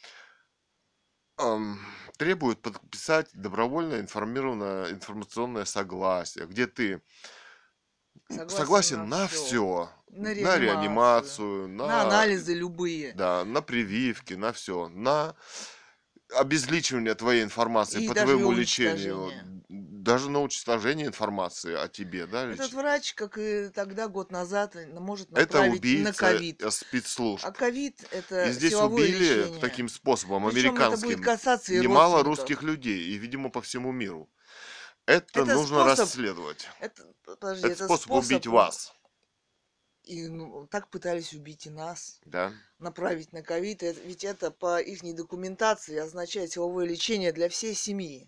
[SPEAKER 1] ам, требуют подписать добровольное информированное информационное согласие, где ты
[SPEAKER 2] Согласен
[SPEAKER 1] согласен
[SPEAKER 2] на
[SPEAKER 1] на
[SPEAKER 2] все.
[SPEAKER 1] все,
[SPEAKER 2] На
[SPEAKER 1] на
[SPEAKER 2] реанимацию,
[SPEAKER 1] реанимацию,
[SPEAKER 2] на
[SPEAKER 1] на,
[SPEAKER 2] анализы любые.
[SPEAKER 1] да, на прививки, на все, на обезличивание твоей информации
[SPEAKER 2] И
[SPEAKER 1] по
[SPEAKER 2] даже ее
[SPEAKER 1] твоему лечению,
[SPEAKER 2] уничтожение.
[SPEAKER 1] даже на уничтожение информации о тебе, да,
[SPEAKER 2] Этот
[SPEAKER 1] леч-
[SPEAKER 2] врач, как и тогда, год назад, н- может
[SPEAKER 1] это
[SPEAKER 2] направить на
[SPEAKER 1] убийца
[SPEAKER 2] ковид.
[SPEAKER 1] э, спецслужб.
[SPEAKER 2] А ковид–
[SPEAKER 1] И
[SPEAKER 2] это
[SPEAKER 1] здесь
[SPEAKER 2] силовое
[SPEAKER 1] убили
[SPEAKER 2] лечение.
[SPEAKER 1] таким способом
[SPEAKER 2] Причем это будет
[SPEAKER 1] американским
[SPEAKER 2] касаться и
[SPEAKER 1] немало русских
[SPEAKER 2] родственников.
[SPEAKER 1] людей, и, видимо, по всему миру. Это
[SPEAKER 2] Это
[SPEAKER 1] нужно
[SPEAKER 2] способ,
[SPEAKER 1] расследовать.
[SPEAKER 2] это, подожди,
[SPEAKER 1] Это
[SPEAKER 2] это
[SPEAKER 1] способ убить
[SPEAKER 2] способ, м,
[SPEAKER 1] вас,
[SPEAKER 2] и ну, так пытались убить и нас,
[SPEAKER 1] да?
[SPEAKER 2] направить на ковид. Это- Ведь это по их документации означает силовое лечение для всей семьи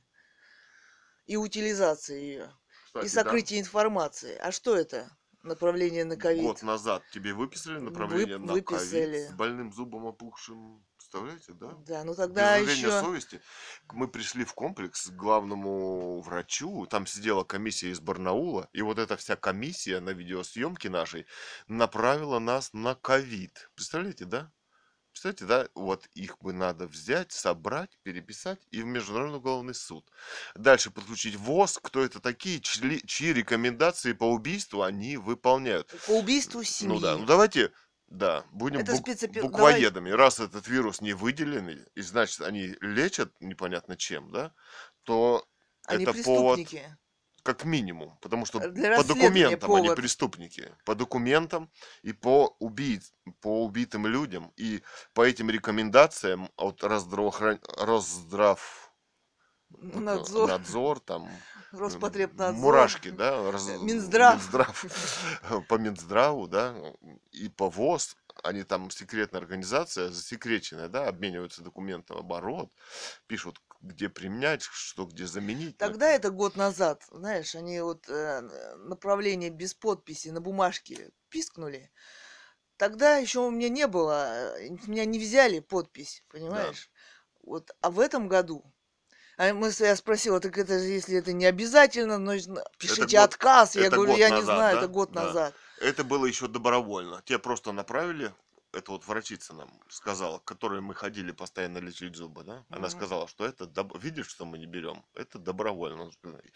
[SPEAKER 2] и утилизация ее, и
[SPEAKER 1] Кстати, да.
[SPEAKER 2] сокрытие информации. А что это? Направление на
[SPEAKER 1] Год
[SPEAKER 2] ковид.
[SPEAKER 1] назад тебе выписали
[SPEAKER 2] Вы,
[SPEAKER 1] направление на ковид с
[SPEAKER 2] выписали.
[SPEAKER 1] больным зубом опухшим. Представляете, да?
[SPEAKER 2] Да, ну
[SPEAKER 1] Без
[SPEAKER 2] тогда
[SPEAKER 1] зазрения
[SPEAKER 2] еще
[SPEAKER 1] совести. Мы пришли в комплекс к главному врачу. Там сидела комиссия из Барнаула. И вот эта вся комиссия на видеосъемке нашей направила нас на ковид. Представляете, да? Представляете, да, вот их бы надо взять, собрать, переписать и в Международный уголовный суд. Дальше подключить ВОЗ, кто это такие, чьи, чьи рекомендации по убийству они выполняют.
[SPEAKER 2] по убийству
[SPEAKER 1] Ну да, ну
[SPEAKER 2] семьи.
[SPEAKER 1] давайте, да, будем
[SPEAKER 2] Это
[SPEAKER 1] бук-
[SPEAKER 2] спецопи... Давай,
[SPEAKER 1] буквоедами. Раз этот вирус не выделенный, и значит они лечат непонятно чем, да, то
[SPEAKER 2] они
[SPEAKER 1] это повод
[SPEAKER 2] преступники.
[SPEAKER 1] как минимум, потому что
[SPEAKER 2] Для
[SPEAKER 1] по
[SPEAKER 2] расследования
[SPEAKER 1] документам они
[SPEAKER 2] повод.
[SPEAKER 1] преступники, по документам и по убийц, по убитым людям и по этим рекомендациям от Росздравоохран... Росздрав это
[SPEAKER 2] Надзор,
[SPEAKER 1] надзор, там м,
[SPEAKER 2] Роспотребнадзор,
[SPEAKER 1] мурашки, да, раз...
[SPEAKER 2] э, Минздрав.
[SPEAKER 1] Минздрав, по Минздраву, да, и по ВОЗ, они там секретная организация, засекреченная, да, обмениваются документом оборот, пишут, где применять, что где заменить. но
[SPEAKER 2] Тогда это год назад, знаешь, они вот э, направление без подписи на бумажке пискнули. Тогда еще у меня не было, э, меня не взяли подпись,
[SPEAKER 1] Да,
[SPEAKER 2] понимаешь? Вот, а в этом году, а мы, с- я спросила, так это же, если это не обязательно, нужно,
[SPEAKER 1] это
[SPEAKER 2] пишите
[SPEAKER 1] год,
[SPEAKER 2] отказ. Я
[SPEAKER 1] это
[SPEAKER 2] говорю,
[SPEAKER 1] год
[SPEAKER 2] я не
[SPEAKER 1] назад,
[SPEAKER 2] знаю, это
[SPEAKER 1] да,
[SPEAKER 2] год
[SPEAKER 1] да.
[SPEAKER 2] назад.
[SPEAKER 1] Это было еще добровольно. Те просто направили, это вот врачица нам сказала, к которой мы ходили постоянно лечить зубы, да, она
[SPEAKER 2] Мгм.
[SPEAKER 1] сказала, что это, доб- видишь, что мы не берем, это добровольно.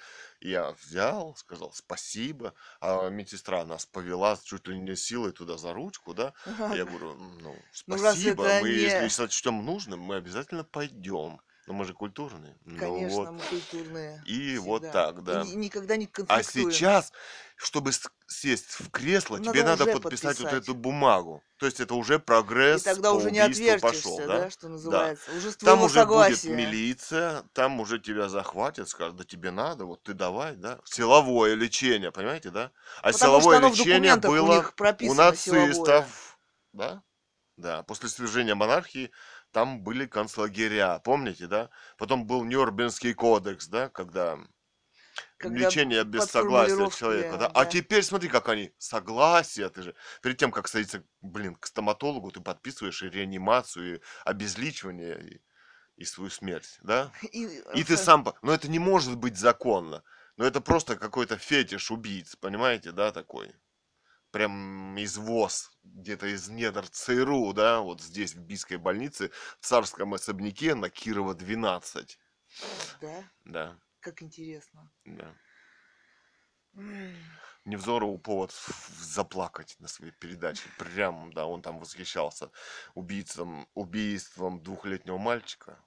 [SPEAKER 1] Я взял, сказал спасибо, а медсестра нас повела чуть ли не силой туда за ручку, да, я говорю, ну,
[SPEAKER 2] Ну, раз
[SPEAKER 1] спасибо,
[SPEAKER 2] это
[SPEAKER 1] мы, если
[SPEAKER 2] не...
[SPEAKER 1] сочтем нужным, мы обязательно пойдем. Но мы же культурные. Ну
[SPEAKER 2] Конечно,
[SPEAKER 1] вот.
[SPEAKER 2] мы культурные
[SPEAKER 1] И вот
[SPEAKER 2] всегда.
[SPEAKER 1] так,
[SPEAKER 2] И
[SPEAKER 1] да.
[SPEAKER 2] ни- никогда не
[SPEAKER 1] А
[SPEAKER 2] конфликтуем.
[SPEAKER 1] сейчас, чтобы с- сесть в кресло, тебе
[SPEAKER 2] Надо
[SPEAKER 1] надо
[SPEAKER 2] уже
[SPEAKER 1] подписать вот эту
[SPEAKER 2] подписать.
[SPEAKER 1] бумагу. То есть это уже
[SPEAKER 2] И
[SPEAKER 1] прогресс
[SPEAKER 2] тогда
[SPEAKER 1] по
[SPEAKER 2] уже не
[SPEAKER 1] убийству пошел,
[SPEAKER 2] отвертишься,
[SPEAKER 1] да?
[SPEAKER 2] да, что
[SPEAKER 1] Да.
[SPEAKER 2] называется. Уже с
[SPEAKER 1] Там
[SPEAKER 2] твоего
[SPEAKER 1] уже будет
[SPEAKER 2] согласия.
[SPEAKER 1] милиция, там уже тебя захватят, скажут, да тебе надо, вот ты давай, да? Силовое лечение, понимаете, да? А
[SPEAKER 2] Потому что
[SPEAKER 1] силовое
[SPEAKER 2] оно в
[SPEAKER 1] лечение
[SPEAKER 2] документах у
[SPEAKER 1] было
[SPEAKER 2] них
[SPEAKER 1] у
[SPEAKER 2] прописано силовое.
[SPEAKER 1] нацистов, да? Да, после свержения монархии там были концлагеря, помните, да? Потом был Нюрнбергский кодекс, да, когда
[SPEAKER 2] Когда
[SPEAKER 1] лечение без
[SPEAKER 2] под
[SPEAKER 1] согласия человека, да?
[SPEAKER 2] формулировки,
[SPEAKER 1] А
[SPEAKER 2] да.
[SPEAKER 1] теперь смотри, как они, согласие, ты же, перед тем, как садиться, блин, к стоматологу, ты подписываешь и реанимацию, и обезличивание, и, и свою смерть, да?
[SPEAKER 2] И
[SPEAKER 1] И
[SPEAKER 2] э,
[SPEAKER 1] ты
[SPEAKER 2] ф-
[SPEAKER 1] сам, по- но это не может быть законно, но это просто какой-то фетиш убийц, понимаете, да, такой? Прям извоз где-то из недр ЦРУ, да, вот здесь, в Бийской больнице, в царском особняке на Кирова двенадцать.
[SPEAKER 2] да,
[SPEAKER 1] Да,
[SPEAKER 2] как интересно.
[SPEAKER 1] да.
[SPEAKER 2] М.
[SPEAKER 1] Невзорову повод ф- заплакать на своей передаче. Прям, да, он там восхищался убийцам, убийством двухлетнего мальчика,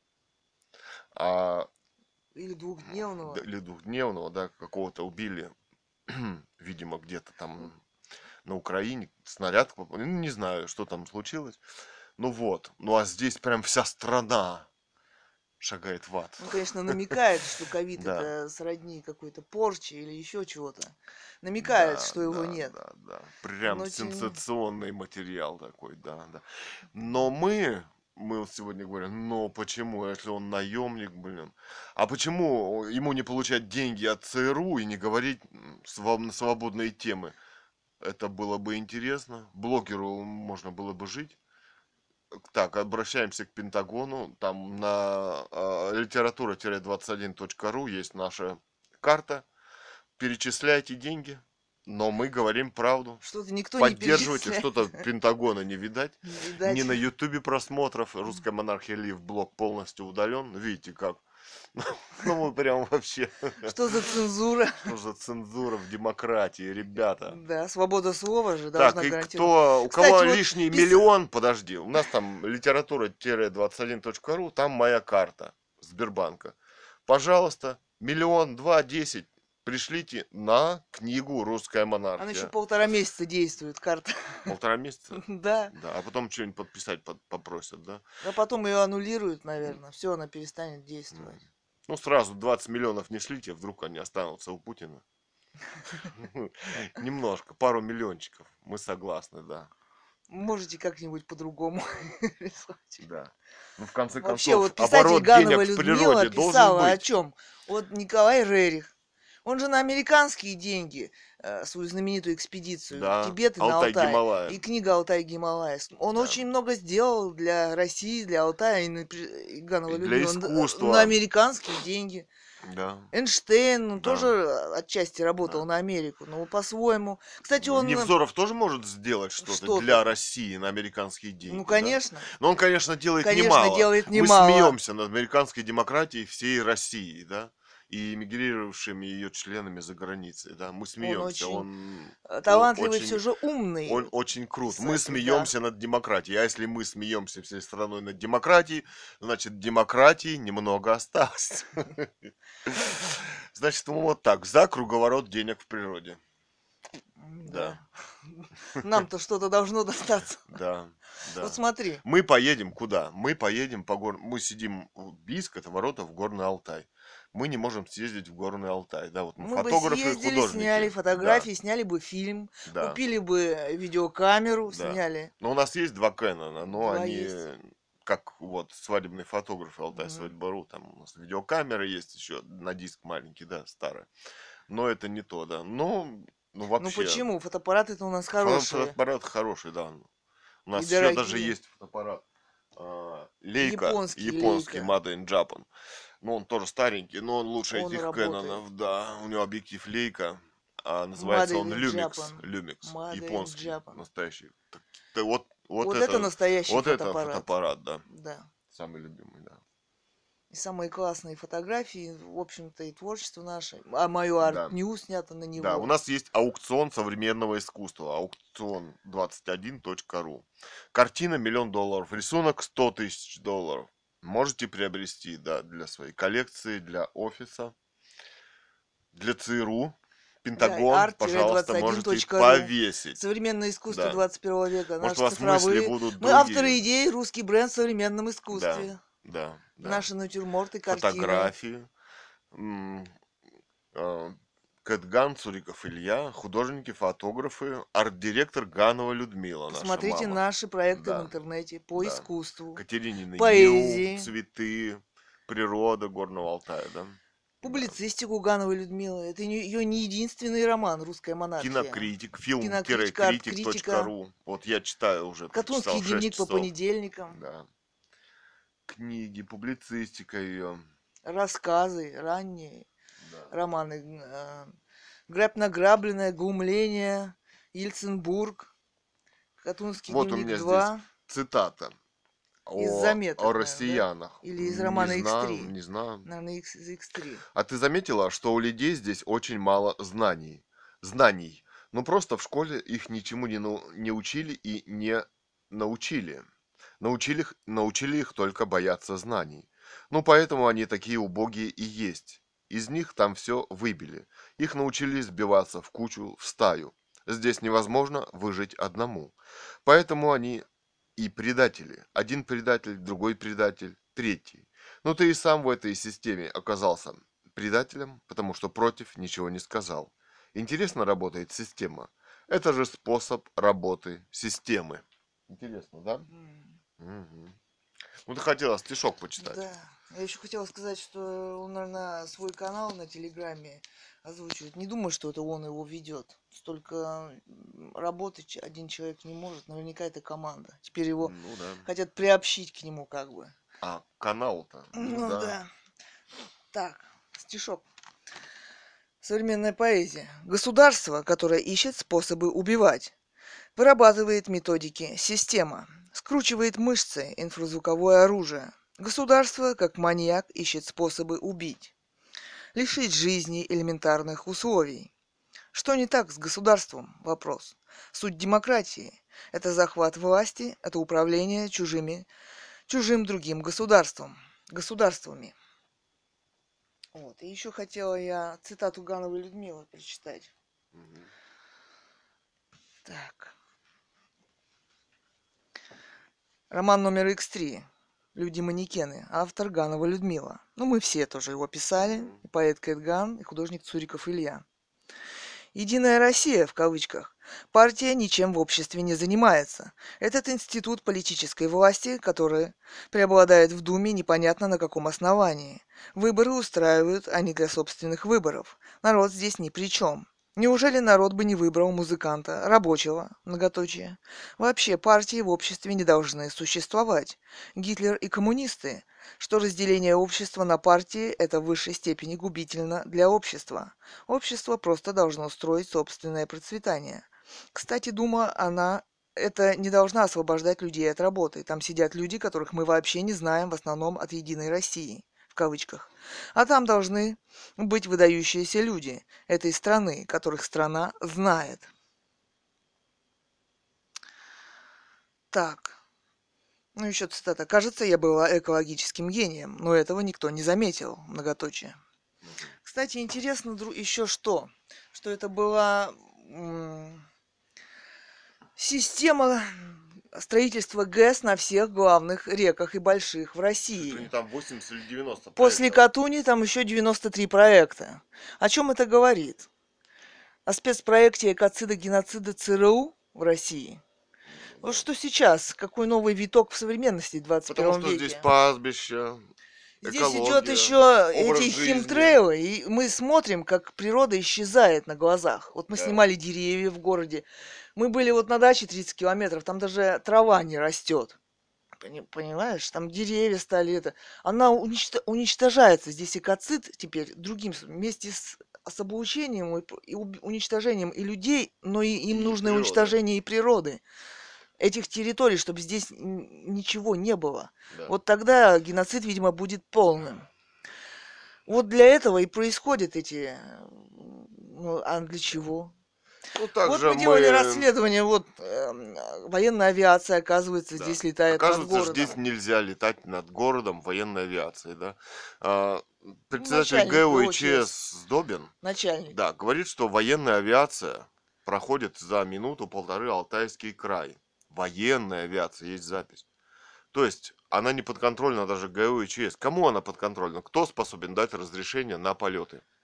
[SPEAKER 1] а
[SPEAKER 2] Или
[SPEAKER 1] д-
[SPEAKER 2] двухдневного.
[SPEAKER 1] или двухдневного, да, какого-то убили, видимо, где-то там на Украине, снаряд, попал. Ну, не знаю, что там случилось. Ну вот, ну а здесь прям вся страна шагает в ад.
[SPEAKER 2] Он, конечно, намекает, что ковид
[SPEAKER 1] Да,
[SPEAKER 2] это сродни какой-то порче или еще чего-то. Намекает,
[SPEAKER 1] да,
[SPEAKER 2] что его
[SPEAKER 1] да,
[SPEAKER 2] нет.
[SPEAKER 1] да, да. Прям
[SPEAKER 2] Но тем...
[SPEAKER 1] сенсационный материал такой, да, да. Но мы, мы вот сегодня говорим, но почему, если он наемник, блин, а почему ему не получать деньги от ЦРУ и не говорить м, своб- на свободные темы? Это было бы интересно. Блогеру можно было бы жить. Так, обращаемся к Пентагону. Там на э, литература двадцать один точка ру есть наша карта. Перечисляйте деньги, но мы говорим правду.
[SPEAKER 2] Что-то никто не
[SPEAKER 1] Поддерживайте,
[SPEAKER 2] перечисляет.
[SPEAKER 1] что-то Пентагона не видать.
[SPEAKER 2] Не
[SPEAKER 1] Ни
[SPEAKER 2] видать.
[SPEAKER 1] на Ютубе просмотров. Русская монархия Лив блог полностью удален. Видите как? Ну мы прям вообще...
[SPEAKER 2] Что за цензура?
[SPEAKER 1] Что за цензура в демократии, ребята?
[SPEAKER 2] Да, свобода слова же
[SPEAKER 1] Так,
[SPEAKER 2] должна
[SPEAKER 1] и
[SPEAKER 2] гарантировать.
[SPEAKER 1] кто, у кого
[SPEAKER 2] Кстати, вот
[SPEAKER 1] лишний
[SPEAKER 2] пис...
[SPEAKER 1] миллион, подожди, у нас там литература двадцать один точка ру, там моя карта Сбербанка. Пожалуйста, миллион, два, десять пришлите на книгу «Русская
[SPEAKER 2] она еще
[SPEAKER 1] монархия».
[SPEAKER 2] полтора месяца действует, карта.
[SPEAKER 1] Полтора месяца?
[SPEAKER 2] Да.
[SPEAKER 1] Да, а потом что-нибудь подписать под- попросят, да?
[SPEAKER 2] А потом ее аннулируют,
[SPEAKER 1] М,
[SPEAKER 2] наверное. Все, она перестанет
[SPEAKER 1] м.
[SPEAKER 2] действовать.
[SPEAKER 1] Ну, сразу двадцать миллионов не шлите, вдруг они останутся у Путина. Немножко, пару миллиончиков, мы согласны, да.
[SPEAKER 2] Можете как-нибудь по-другому рисовать.
[SPEAKER 1] Да. Ну, в конце
[SPEAKER 2] Вообще,
[SPEAKER 1] концов,
[SPEAKER 2] вот писатель
[SPEAKER 1] оборот
[SPEAKER 2] Ганова
[SPEAKER 1] денег в
[SPEAKER 2] Людмила
[SPEAKER 1] природе должен
[SPEAKER 2] писала о
[SPEAKER 1] быть.
[SPEAKER 2] чем? Вот Николай Рерих. Он же на американские деньги э, свою знаменитую экспедицию в
[SPEAKER 1] Да,
[SPEAKER 2] Тибет и на Алтай.
[SPEAKER 1] Алтай-Гималая.
[SPEAKER 2] И книга «Алтай-Гималай». Он
[SPEAKER 1] Да.
[SPEAKER 2] очень много сделал для России, для Алтая и, напри- и Ганова
[SPEAKER 1] И для
[SPEAKER 2] Людмила н- э, на
[SPEAKER 1] искусства.
[SPEAKER 2] американские деньги.
[SPEAKER 1] Да,
[SPEAKER 2] Эйнштейн, он тоже
[SPEAKER 1] да,
[SPEAKER 2] э, отчасти работал
[SPEAKER 1] да.
[SPEAKER 2] на Америку, но по-своему. Кстати,
[SPEAKER 1] Ну,
[SPEAKER 2] он э,
[SPEAKER 1] Невзоров тоже может сделать что-то для
[SPEAKER 2] что-то,
[SPEAKER 1] России на американские
[SPEAKER 2] ну,
[SPEAKER 1] деньги, да?
[SPEAKER 2] конечно,
[SPEAKER 1] Но он, конечно, делает
[SPEAKER 2] конечно,
[SPEAKER 1] немало.
[SPEAKER 2] делает
[SPEAKER 1] Мы
[SPEAKER 2] немало.
[SPEAKER 1] смеемся над американской демократией всей России, да? И эмигрировавшими ее членами за границей, да? Мы
[SPEAKER 2] Он
[SPEAKER 1] смеемся.
[SPEAKER 2] очень
[SPEAKER 1] Он
[SPEAKER 2] э,
[SPEAKER 1] о-
[SPEAKER 2] талантливый, все
[SPEAKER 1] очень,
[SPEAKER 2] же
[SPEAKER 1] он
[SPEAKER 2] умный
[SPEAKER 1] очень крут. Мы
[SPEAKER 2] писатель, да.
[SPEAKER 1] смеемся над демократией. А если мы смеемся всей страной над демократией, значит, демократии немного осталось. Значит, ну вот так, за круговорот денег в природе.
[SPEAKER 2] М,
[SPEAKER 1] Да,
[SPEAKER 2] да. Нам-то что-то должно достаться.
[SPEAKER 1] да,
[SPEAKER 2] Вот
[SPEAKER 1] да.
[SPEAKER 2] смотри,
[SPEAKER 1] Мы поедем куда? Мы поедем по гор... Мы сидим в Бийск, это ворота в Горный Алтай. Мы не можем съездить в Горный Алтай. Да, вот мы
[SPEAKER 2] мы бы
[SPEAKER 1] фотографы и
[SPEAKER 2] съездили, сняли
[SPEAKER 1] художники. Да,
[SPEAKER 2] фотографии, сняли бы фильм,
[SPEAKER 1] да,
[SPEAKER 2] купили бы видеокамеру,
[SPEAKER 1] да.
[SPEAKER 2] сняли.
[SPEAKER 1] Но у нас есть два Кэнона, но
[SPEAKER 2] Два
[SPEAKER 1] они
[SPEAKER 2] есть.
[SPEAKER 1] как вот свадебные фотографы Алтай
[SPEAKER 2] Мгм.
[SPEAKER 1] Свадьба.ру, там у нас видеокамера есть еще на диск маленький, да, старая. Но это не то, да. Но, ну
[SPEAKER 2] Ну
[SPEAKER 1] вообще,
[SPEAKER 2] почему? Фотоаппараты-то у нас
[SPEAKER 1] фо-
[SPEAKER 2] хорошие
[SPEAKER 1] фотоаппарат хороший, да. У
[SPEAKER 2] и
[SPEAKER 1] нас еще даже
[SPEAKER 2] дорогие.
[SPEAKER 1] есть фотоаппарат а, Leica,
[SPEAKER 2] Японский
[SPEAKER 1] японский,
[SPEAKER 2] лейка.
[SPEAKER 1] Made in Japan. Ну, он тоже старенький, но он лучше
[SPEAKER 2] Он
[SPEAKER 1] этих
[SPEAKER 2] работает.
[SPEAKER 1] Кэнонов, да. У него объектив Leica, а называется
[SPEAKER 2] Made
[SPEAKER 1] он
[SPEAKER 2] in
[SPEAKER 1] Lumix,
[SPEAKER 2] Japan.
[SPEAKER 1] Lumix,
[SPEAKER 2] Made in
[SPEAKER 1] японский,
[SPEAKER 2] Japan.
[SPEAKER 1] настоящий. Так, да вот, вот
[SPEAKER 2] Вот это
[SPEAKER 1] это,
[SPEAKER 2] настоящий
[SPEAKER 1] вот это
[SPEAKER 2] фотоаппарат.
[SPEAKER 1] фотоаппарат, да.
[SPEAKER 2] Да.
[SPEAKER 1] Самый любимый, да.
[SPEAKER 2] И самые классные фотографии, в общем-то, и творчество наше. А мое
[SPEAKER 1] Да.
[SPEAKER 2] арт-ньюс снято на
[SPEAKER 1] Да, у
[SPEAKER 2] него.
[SPEAKER 1] нас есть аукцион современного искусства, аукцион двадцать один точка ру. Картина миллион долларов, рисунок сто тысяч долларов. Можете приобрести, да, для своей коллекции, для офиса, для ЦРУ.
[SPEAKER 2] Да,
[SPEAKER 1] Пентагон,
[SPEAKER 2] арт
[SPEAKER 1] пожалуйста,
[SPEAKER 2] двадцать один
[SPEAKER 1] можете
[SPEAKER 2] точка ру.
[SPEAKER 1] повесить.
[SPEAKER 2] Современное искусство
[SPEAKER 1] Да.
[SPEAKER 2] двадцать первого века.
[SPEAKER 1] Может, у
[SPEAKER 2] Наши
[SPEAKER 1] вас мысли
[SPEAKER 2] цифровые.
[SPEAKER 1] будут
[SPEAKER 2] Мы
[SPEAKER 1] другие.
[SPEAKER 2] авторы идей, русский бренд в современном
[SPEAKER 1] Да,
[SPEAKER 2] искусстве.
[SPEAKER 1] да, да.
[SPEAKER 2] Наши натюрморты, картины.
[SPEAKER 1] Фотографии, м, а, Кэтган, Цуриков Илья, художники, фотографы, арт-директор Ганова Людмила, наша
[SPEAKER 2] Посмотрите
[SPEAKER 1] мама.
[SPEAKER 2] наши проекты в
[SPEAKER 1] Да,
[SPEAKER 2] интернете по
[SPEAKER 1] да.
[SPEAKER 2] искусству,
[SPEAKER 1] Катеринины Нил,
[SPEAKER 2] поэзии,
[SPEAKER 1] цветы, природа Горного Алтая, да? Да.
[SPEAKER 2] публицистику Гановой Людмилы. Это не- ее не единственный роман «Русская монархия».
[SPEAKER 1] Кинокритик,
[SPEAKER 2] Кинокритика,
[SPEAKER 1] фильм-критик точка
[SPEAKER 2] арт-критика,
[SPEAKER 1] ру. Вот я читаю уже,
[SPEAKER 2] Катунский
[SPEAKER 1] прочитал шесть
[SPEAKER 2] дневник по
[SPEAKER 1] часов.
[SPEAKER 2] понедельникам,
[SPEAKER 1] Да. Книги, публицистика ее.
[SPEAKER 2] рассказы, ранние
[SPEAKER 1] Да.
[SPEAKER 2] романы. э, «Грабь награбленное», «Глумление», «Ельцинбург», «Катунский
[SPEAKER 1] Вот у
[SPEAKER 2] дневник
[SPEAKER 1] меня здесь
[SPEAKER 2] два»,
[SPEAKER 1] цитата
[SPEAKER 2] из
[SPEAKER 1] о, о
[SPEAKER 2] заметок, наверное, да?
[SPEAKER 1] россиянах.
[SPEAKER 2] Или из
[SPEAKER 1] Не
[SPEAKER 2] романа икс
[SPEAKER 1] знаю,
[SPEAKER 2] три.
[SPEAKER 1] не знаю.
[SPEAKER 2] Наверное, X, из икс три.
[SPEAKER 1] А ты заметила, что у людей здесь очень мало знаний? Знаний. Ну просто в школе их ничему не, нау- не учили и не научили. Научили, их- научили их только бояться знаний. Ну поэтому они такие убогие и есть. Из них там все выбили. Их научили сбиваться в кучу, в стаю. Здесь невозможно выжить одному. Поэтому они и предатели. Один предатель, другой предатель, третий. Ну ты и сам в этой системе оказался предателем, потому что против ничего не сказал. Интересно работает система. Это же способ работы системы. Интересно, да?
[SPEAKER 2] М,
[SPEAKER 1] Мгм. Ну ты хотела стишок почитать.
[SPEAKER 2] Да. Я еще хотела сказать, что он, наверное, свой канал на Телеграме озвучивает. Не думаю, что это он его ведет. Столько м, работать ч- один человек не может. Наверняка это команда. Теперь его
[SPEAKER 1] Ну да.
[SPEAKER 2] хотят приобщить к нему как бы.
[SPEAKER 1] А канал-то? Ну
[SPEAKER 2] Ну
[SPEAKER 1] да.
[SPEAKER 2] да. Так, стишок. Современная поэзия. Государство, которое ищет способы убивать. Вырабатывает методики система. Скручивает мышцы, инфразвуковое оружие. Государство, как маньяк, ищет способы убить. Лишить жизни элементарных условий. Что не так с государством? Вопрос. Суть демократии– это захват власти, это управление чужими, чужим другим государством, государствами. Вот. И еще хотела я цитату Гановой Людмилы прочитать.
[SPEAKER 1] Мгм.
[SPEAKER 2] Так. Роман номер икс три. Люди-манекены. Автор Ганова Людмила. Ну, мы все тоже его писали.
[SPEAKER 1] Мгм.
[SPEAKER 2] И поэт Кэтган, и художник Цуриков Илья. Единая Россия, в кавычках, партия ничем в обществе не занимается. Этот институт политической власти, который преобладает в Думе непонятно на каком основании. Выборы устраивают, а не для собственных выборов. Народ здесь ни при чем. Неужели народ бы не выбрал музыканта, рабочего, многоточие? Вообще партии в обществе не должны существовать. Гитлер и коммунисты, что разделение общества на партии– это в высшей степени губительно для общества. Общество просто должно строить собственное процветание. Кстати, Дума, она это не должна освобождать людей от работы. Там сидят люди, которых мы вообще не знаем, в основном от «Единой России», в кавычках. А там должны быть выдающиеся люди этой страны, которых страна знает. Так, ну еще цитата. «Кажется, я была экологическим гением, но этого никто не заметил». Многоточие.
[SPEAKER 1] Мгм.
[SPEAKER 2] Кстати, интересно еще что? Что это была м, система строительства ГЭС на всех главных реках и больших в
[SPEAKER 1] Что-то не
[SPEAKER 2] России.
[SPEAKER 1] там восемьдесят или девяносто
[SPEAKER 2] После
[SPEAKER 1] проектов.
[SPEAKER 2] Катуни там еще девяносто три проекта. О чем это говорит? О спецпроекте экоцида геноцида ЦРУ в России.
[SPEAKER 1] Ну
[SPEAKER 2] Вот
[SPEAKER 1] да.
[SPEAKER 2] что сейчас, какой новый виток в современности в двадцать
[SPEAKER 1] Потому
[SPEAKER 2] первом
[SPEAKER 1] что здесь
[SPEAKER 2] веке.
[SPEAKER 1] пастбище,
[SPEAKER 2] Здесь идет
[SPEAKER 1] экология,
[SPEAKER 2] еще
[SPEAKER 1] образ
[SPEAKER 2] эти
[SPEAKER 1] жизни.
[SPEAKER 2] химтрейлы, и мы смотрим, как природа исчезает на глазах. Вот мы
[SPEAKER 1] Да.
[SPEAKER 2] снимали деревья в городе. Мы были вот на даче тридцать километров, там даже трава не растет. Пони- Понимаешь, там деревья стали это. Она уничто- уничтожается. Здесь экоцид теперь другим с- вместе с, с облучением и, п- и уб- уничтожением и людей, но и им
[SPEAKER 1] И
[SPEAKER 2] нужно
[SPEAKER 1] природа.
[SPEAKER 2] уничтожение и природы этих территорий, чтобы здесь н- ничего не было.
[SPEAKER 1] Да.
[SPEAKER 2] Вот тогда геноцид, видимо, будет полным. Вот для этого и происходят эти... э, Ну, а для чего?
[SPEAKER 1] Ну,
[SPEAKER 2] Вот
[SPEAKER 1] также
[SPEAKER 2] мы делали
[SPEAKER 1] мы...
[SPEAKER 2] расследование, вот эм, военная авиация, оказывается,
[SPEAKER 1] Да.
[SPEAKER 2] здесь летает над
[SPEAKER 1] Оказывается, здесь
[SPEAKER 2] городом.
[SPEAKER 1] нельзя летать над городом военной авиацией, да. А,
[SPEAKER 2] Ну,
[SPEAKER 1] председатель
[SPEAKER 2] начальник
[SPEAKER 1] ГЭО и
[SPEAKER 2] ГОЧС,
[SPEAKER 1] ЧС Сдобин,
[SPEAKER 2] начальник.
[SPEAKER 1] да, говорит, что военная авиация проходит за минуту-полторы Алтайский край. Военная авиация, есть запись. То есть она не подконтрольна даже ГЭО и ЧС. Кому она подконтрольна? Кто способен дать разрешение на полеты?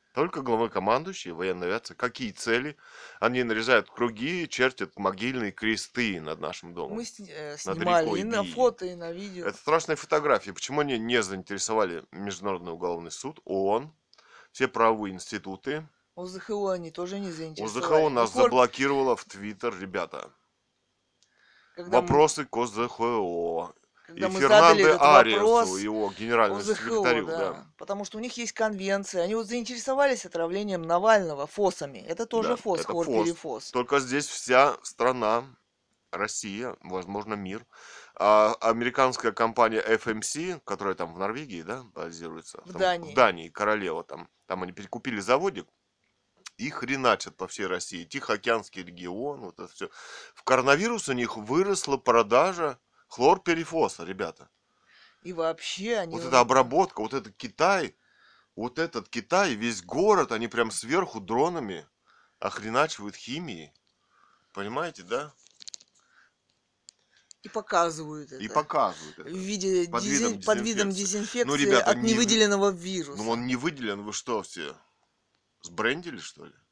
[SPEAKER 1] Только главнокомандующий военной авиации. Какие цели? Они нарезают круги, чертят могильные кресты над нашим
[SPEAKER 2] Мы
[SPEAKER 1] домом,
[SPEAKER 2] сни- э,
[SPEAKER 1] над
[SPEAKER 2] снимали и
[SPEAKER 1] рекой
[SPEAKER 2] на
[SPEAKER 1] Бии.
[SPEAKER 2] фото, и на видео.
[SPEAKER 1] Это страшные фотографии. Почему они не заинтересовали Международный уголовный суд, ООН, все правовые институты?
[SPEAKER 2] О З Х О они тоже не
[SPEAKER 1] ОЗХО
[SPEAKER 2] заинтересовали.
[SPEAKER 1] нас
[SPEAKER 2] Бухор,
[SPEAKER 1] заблокировало в Твиттер, ребята.
[SPEAKER 2] когда мы,
[SPEAKER 1] Вопросы к ОЗХО.
[SPEAKER 2] когда
[SPEAKER 1] И
[SPEAKER 2] мы задали
[SPEAKER 1] Фернандо
[SPEAKER 2] этот
[SPEAKER 1] Ариасу,
[SPEAKER 2] вопрос,
[SPEAKER 1] его генеральному
[SPEAKER 2] О З Х О,
[SPEAKER 1] секретарю, да.
[SPEAKER 2] да, потому что у них есть конвенция. Они вот заинтересовались отравлением Навального ФОСами. Это тоже
[SPEAKER 1] Да,
[SPEAKER 2] ФОС,
[SPEAKER 1] это ФОС.
[SPEAKER 2] хлорпирифос.
[SPEAKER 1] Только здесь вся страна, Россия, возможно, мир. А американская компания эф эм си, которая там в Норвегии, да, базируется,
[SPEAKER 2] В
[SPEAKER 1] там, в
[SPEAKER 2] Дании.
[SPEAKER 1] Дании, королева там, там они перекупили заводик и хреначат по всей России. Тихоокеанский регион, вот это все. В коронавирус у них выросла продажа хлорперифоса, ребята.
[SPEAKER 2] И вообще они...
[SPEAKER 1] Вот эта обработка, вот этот Китай, вот этот Китай, весь город, они прям сверху дронами охреначивают химией. Понимаете, да?
[SPEAKER 2] И показывают
[SPEAKER 1] И
[SPEAKER 2] это
[SPEAKER 1] показывают
[SPEAKER 2] в
[SPEAKER 1] это
[SPEAKER 2] виде
[SPEAKER 1] под видом
[SPEAKER 2] дезин- под видом
[SPEAKER 1] дезинфекции. Ну,
[SPEAKER 2] дезинфекции
[SPEAKER 1] ребята,
[SPEAKER 2] от
[SPEAKER 1] не, в-
[SPEAKER 2] невыделенного
[SPEAKER 1] ну
[SPEAKER 2] вируса.
[SPEAKER 1] он не выделен, вы что все, сбрендили, что ли?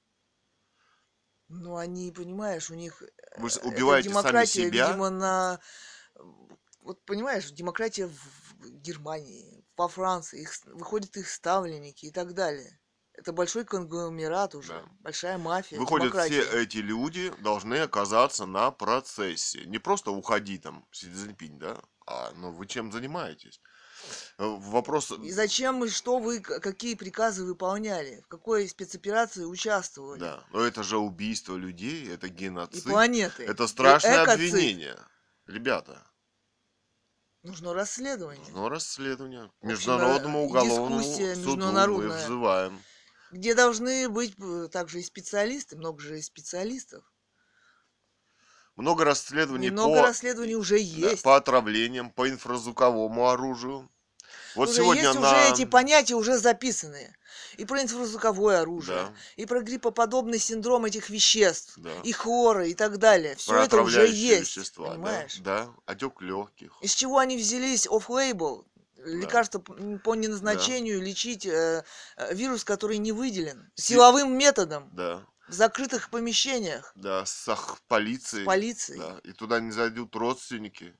[SPEAKER 2] Ну, они, понимаешь, у них э,
[SPEAKER 1] Вы же
[SPEAKER 2] эта
[SPEAKER 1] убиваете сами
[SPEAKER 2] демократия,
[SPEAKER 1] себя.
[SPEAKER 2] видимо, на... Вот понимаешь, демократия в Германии, во Франции, их, с- выходят их ставленники и так далее. Это большой конгломерат уже,
[SPEAKER 1] Да.
[SPEAKER 2] большая мафия,
[SPEAKER 1] Выходят, все
[SPEAKER 2] демократия.
[SPEAKER 1] эти люди должны оказаться на процессе. Не просто уходи там, Си Цзиньпинь, да? А, ну вы чем занимаетесь? Э, Вопрос,
[SPEAKER 2] И зачем и что вы, к- какие приказы выполняли, в какой спецоперации участвовали.
[SPEAKER 1] да, но это же убийство людей, это
[SPEAKER 2] И
[SPEAKER 1] геноцид,
[SPEAKER 2] планеты.
[SPEAKER 1] это
[SPEAKER 2] Э-
[SPEAKER 1] страшное
[SPEAKER 2] Экоцид.
[SPEAKER 1] обвинение. Ребята,
[SPEAKER 2] Нужно расследование.
[SPEAKER 1] нужно расследование. К
[SPEAKER 2] Общена...
[SPEAKER 1] Международному
[SPEAKER 2] и
[SPEAKER 1] уголовному
[SPEAKER 2] дискуссия
[SPEAKER 1] суду мы
[SPEAKER 2] международная,
[SPEAKER 1] взываем.
[SPEAKER 2] где должны быть э, также и специалисты, много же и специалистов.
[SPEAKER 1] Много расследований
[SPEAKER 2] Немного
[SPEAKER 1] по,
[SPEAKER 2] расследований уже
[SPEAKER 1] да, по
[SPEAKER 2] есть.
[SPEAKER 1] отравлениям, по инфразвуковому оружию. Вот
[SPEAKER 2] Слушай,
[SPEAKER 1] сегодня
[SPEAKER 2] есть уже
[SPEAKER 1] на...
[SPEAKER 2] эти понятия уже записанные. И про инфразвуковое оружие,
[SPEAKER 1] Да,
[SPEAKER 2] и про гриппоподобный синдром этих веществ,
[SPEAKER 1] да.
[SPEAKER 2] и хлоры, и так далее. Все
[SPEAKER 1] Про
[SPEAKER 2] это уже
[SPEAKER 1] отравляющие
[SPEAKER 2] есть,
[SPEAKER 1] вещества, да,
[SPEAKER 2] понимаешь?
[SPEAKER 1] да. Отек легких,
[SPEAKER 2] Из чего они взялись off-label?
[SPEAKER 1] да,
[SPEAKER 2] Лекарства п- по
[SPEAKER 1] да,
[SPEAKER 2] неназначению лечить э, э, вирус, который не выделен.
[SPEAKER 1] Си-
[SPEAKER 2] Силовым методом.
[SPEAKER 1] да,
[SPEAKER 2] В закрытых помещениях.
[SPEAKER 1] да, с ах-
[SPEAKER 2] С
[SPEAKER 1] полицией,
[SPEAKER 2] полицией.
[SPEAKER 1] да. И туда не зайдут родственники.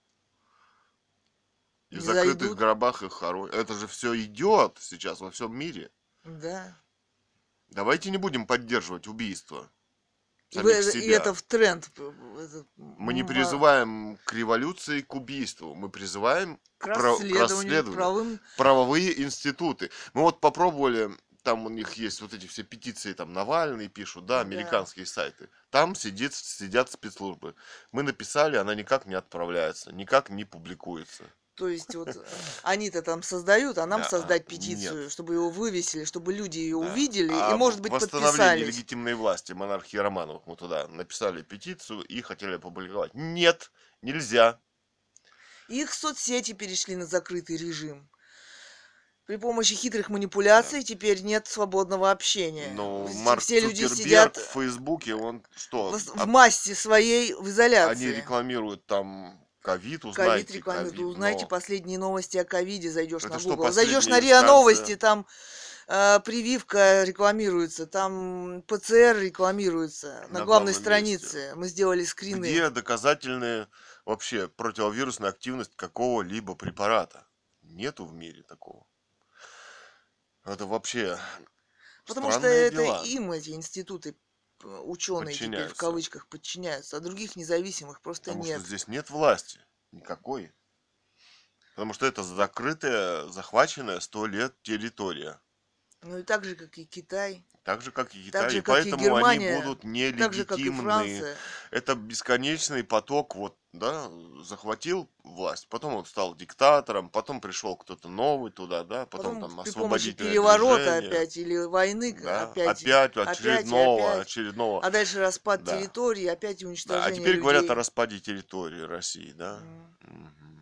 [SPEAKER 1] И в
[SPEAKER 2] Не
[SPEAKER 1] закрытых
[SPEAKER 2] зайдут.
[SPEAKER 1] гробах их хоронят. Это же все идет сейчас во всем мире.
[SPEAKER 2] Да.
[SPEAKER 1] Давайте не будем поддерживать убийство
[SPEAKER 2] И, вы-
[SPEAKER 1] самих
[SPEAKER 2] и это
[SPEAKER 1] себя.
[SPEAKER 2] в тренд. п- этот,
[SPEAKER 1] Мы не
[SPEAKER 2] м, а,
[SPEAKER 1] призываем к революции, к убийству. Мы призываем
[SPEAKER 2] К
[SPEAKER 1] к, про- к
[SPEAKER 2] расследованию, к
[SPEAKER 1] расследованию.
[SPEAKER 2] правым.
[SPEAKER 1] Правовые институты. Мы вот попробовали, там у них есть вот эти все петиции, там Навальный пишут, да,
[SPEAKER 2] Да.
[SPEAKER 1] американские сайты. Там сидит, сидят спецслужбы. Мы написали, она никак не отправляется, никак не публикуется.
[SPEAKER 2] То есть вот э, они-то там создают, а нам
[SPEAKER 1] Да, а,
[SPEAKER 2] создать
[SPEAKER 1] нет,
[SPEAKER 2] петицию, чтобы его вывесили, чтобы люди ее
[SPEAKER 1] да.
[SPEAKER 2] увидели и,
[SPEAKER 1] А
[SPEAKER 2] может
[SPEAKER 1] в
[SPEAKER 2] быть,
[SPEAKER 1] восстановлении
[SPEAKER 2] подписались.
[SPEAKER 1] легитимной власти монархии Романовых мы туда написали петицию и хотели опубликовать. Нет, нельзя.
[SPEAKER 2] Их соцсети перешли на закрытый режим. При помощи хитрых
[SPEAKER 1] Да.
[SPEAKER 2] манипуляций теперь нет свободного общения.
[SPEAKER 1] Ну,
[SPEAKER 2] Вс-
[SPEAKER 1] Марк
[SPEAKER 2] Все люди
[SPEAKER 1] Цукерберг
[SPEAKER 2] сидят
[SPEAKER 1] в Фейсбуке, он
[SPEAKER 2] в,
[SPEAKER 1] что?
[SPEAKER 2] ос- в
[SPEAKER 1] об-
[SPEAKER 2] массе своей в
[SPEAKER 1] Они
[SPEAKER 2] изоляции.
[SPEAKER 1] рекламируют там ковид,
[SPEAKER 2] Ковид
[SPEAKER 1] узнайте
[SPEAKER 2] рекламируют.
[SPEAKER 1] ковид,
[SPEAKER 2] Узнайте
[SPEAKER 1] но
[SPEAKER 2] последние новости о ковиде. Зайдешь
[SPEAKER 1] это
[SPEAKER 2] на
[SPEAKER 1] что,
[SPEAKER 2] Google. Зайдешь
[SPEAKER 1] последняя
[SPEAKER 2] на РИА Новости,
[SPEAKER 1] инстанция?
[SPEAKER 2] там э, прививка рекламируется, там П Ц Р рекламируется на
[SPEAKER 1] На
[SPEAKER 2] главной
[SPEAKER 1] главном месте.
[SPEAKER 2] странице. Мы сделали скрины.
[SPEAKER 1] Где доказательная вообще противовирусная активность какого-либо препарата? Нету в мире такого. Это вообще
[SPEAKER 2] Потому что
[SPEAKER 1] странные
[SPEAKER 2] это
[SPEAKER 1] дела.
[SPEAKER 2] им эти институты, п- ученые теперь в
[SPEAKER 1] Подчиняются.
[SPEAKER 2] кавычках подчиняются, а других независимых просто
[SPEAKER 1] Потому что
[SPEAKER 2] нет.
[SPEAKER 1] здесь нет власти никакой. Потому что это закрытая, захваченная сто лет территория.
[SPEAKER 2] Ну и так же, как и Китай,
[SPEAKER 1] Так же, как и
[SPEAKER 2] так
[SPEAKER 1] Китай. И
[SPEAKER 2] же, как и
[SPEAKER 1] поэтому они
[SPEAKER 2] Германия,
[SPEAKER 1] будут
[SPEAKER 2] так же, как и
[SPEAKER 1] нелегитимны.
[SPEAKER 2] Франция.
[SPEAKER 1] Это бесконечный поток, вот, да, захватил власть, потом он стал диктатором, потом пришел кто-то новый туда, да, потом
[SPEAKER 2] Потом
[SPEAKER 1] там
[SPEAKER 2] при помощи
[SPEAKER 1] освободительное
[SPEAKER 2] переворота
[SPEAKER 1] движение,
[SPEAKER 2] опять или войны к-
[SPEAKER 1] да,
[SPEAKER 2] опять,
[SPEAKER 1] опять
[SPEAKER 2] опять и
[SPEAKER 1] очередного,
[SPEAKER 2] опять.
[SPEAKER 1] очередного,
[SPEAKER 2] А дальше распад
[SPEAKER 1] да,
[SPEAKER 2] территории, опять
[SPEAKER 1] да. А
[SPEAKER 2] уничтожение
[SPEAKER 1] теперь говорят о
[SPEAKER 2] людей.
[SPEAKER 1] распаде территории России, да.
[SPEAKER 2] М.
[SPEAKER 1] Мгм.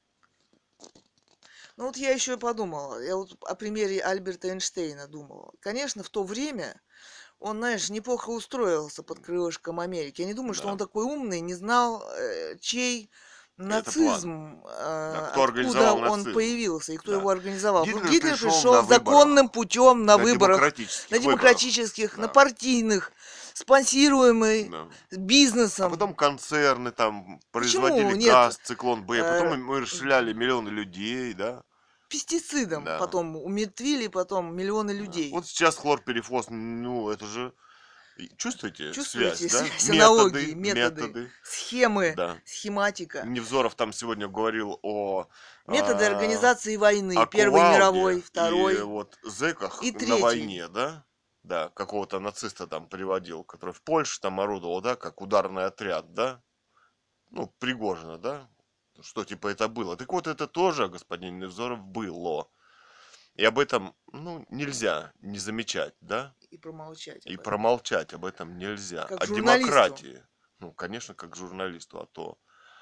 [SPEAKER 2] Ну вот я еще и подумала, я вот о примере Альберта Эйнштейна думала. Конечно, в то время он, знаешь, неплохо устроился под крылышком Америки. Я не думаю, что он
[SPEAKER 1] Да.
[SPEAKER 2] такой умный, не знал, э, чей
[SPEAKER 1] Это план.
[SPEAKER 2] Нацизм,
[SPEAKER 1] Да,
[SPEAKER 2] а,
[SPEAKER 1] кто
[SPEAKER 2] откуда
[SPEAKER 1] организовал
[SPEAKER 2] он
[SPEAKER 1] нацизм.
[SPEAKER 2] появился и кто
[SPEAKER 1] Да.
[SPEAKER 2] его организовал?
[SPEAKER 1] Гитлер
[SPEAKER 2] Гитлер
[SPEAKER 1] пришел
[SPEAKER 2] пришел
[SPEAKER 1] на
[SPEAKER 2] законным
[SPEAKER 1] выборах,
[SPEAKER 2] путем на
[SPEAKER 1] на
[SPEAKER 2] выборах, на
[SPEAKER 1] демократических выборах.
[SPEAKER 2] демократических, на
[SPEAKER 1] Да.
[SPEAKER 2] партийных, спонсируемый
[SPEAKER 1] Да. А
[SPEAKER 2] бизнесом.
[SPEAKER 1] потом концерны там
[SPEAKER 2] Почему
[SPEAKER 1] производили
[SPEAKER 2] нет
[SPEAKER 1] газ, циклон Б, потом
[SPEAKER 2] э,
[SPEAKER 1] мы расстреляли миллионы людей, да.
[SPEAKER 2] пестицидом,
[SPEAKER 1] Да.
[SPEAKER 2] потом умертвили, потом миллионы
[SPEAKER 1] Да.
[SPEAKER 2] людей.
[SPEAKER 1] Вот сейчас хлорперифос, ну это же, и чувствуете связь,
[SPEAKER 2] Чувствуете
[SPEAKER 1] да?
[SPEAKER 2] связь, аналогии,
[SPEAKER 1] Методы,
[SPEAKER 2] методы,
[SPEAKER 1] методы,
[SPEAKER 2] схемы,
[SPEAKER 1] да.
[SPEAKER 2] схематика,
[SPEAKER 1] Невзоров там сегодня говорил о
[SPEAKER 2] методы
[SPEAKER 1] а,
[SPEAKER 2] организации войны,
[SPEAKER 1] о
[SPEAKER 2] Первой
[SPEAKER 1] кувалде
[SPEAKER 2] мировой,
[SPEAKER 1] и
[SPEAKER 2] Второй
[SPEAKER 1] вот зэках
[SPEAKER 2] и
[SPEAKER 1] на
[SPEAKER 2] Третьей.
[SPEAKER 1] войне, да? Да, какого-то нациста там приводил, который в Польше там орудовал, да, как ударный отряд, да? Ну, Пригожина, да? Что типа это было. Так вот, это тоже, господин Невзоров, было. И об этом, ну, нельзя не замечать, да?
[SPEAKER 2] И промолчать
[SPEAKER 1] И
[SPEAKER 2] об этом.
[SPEAKER 1] промолчать об этом нельзя.
[SPEAKER 2] Как
[SPEAKER 1] О
[SPEAKER 2] журналисту.
[SPEAKER 1] демократии. Ну, конечно, как журналисту, а то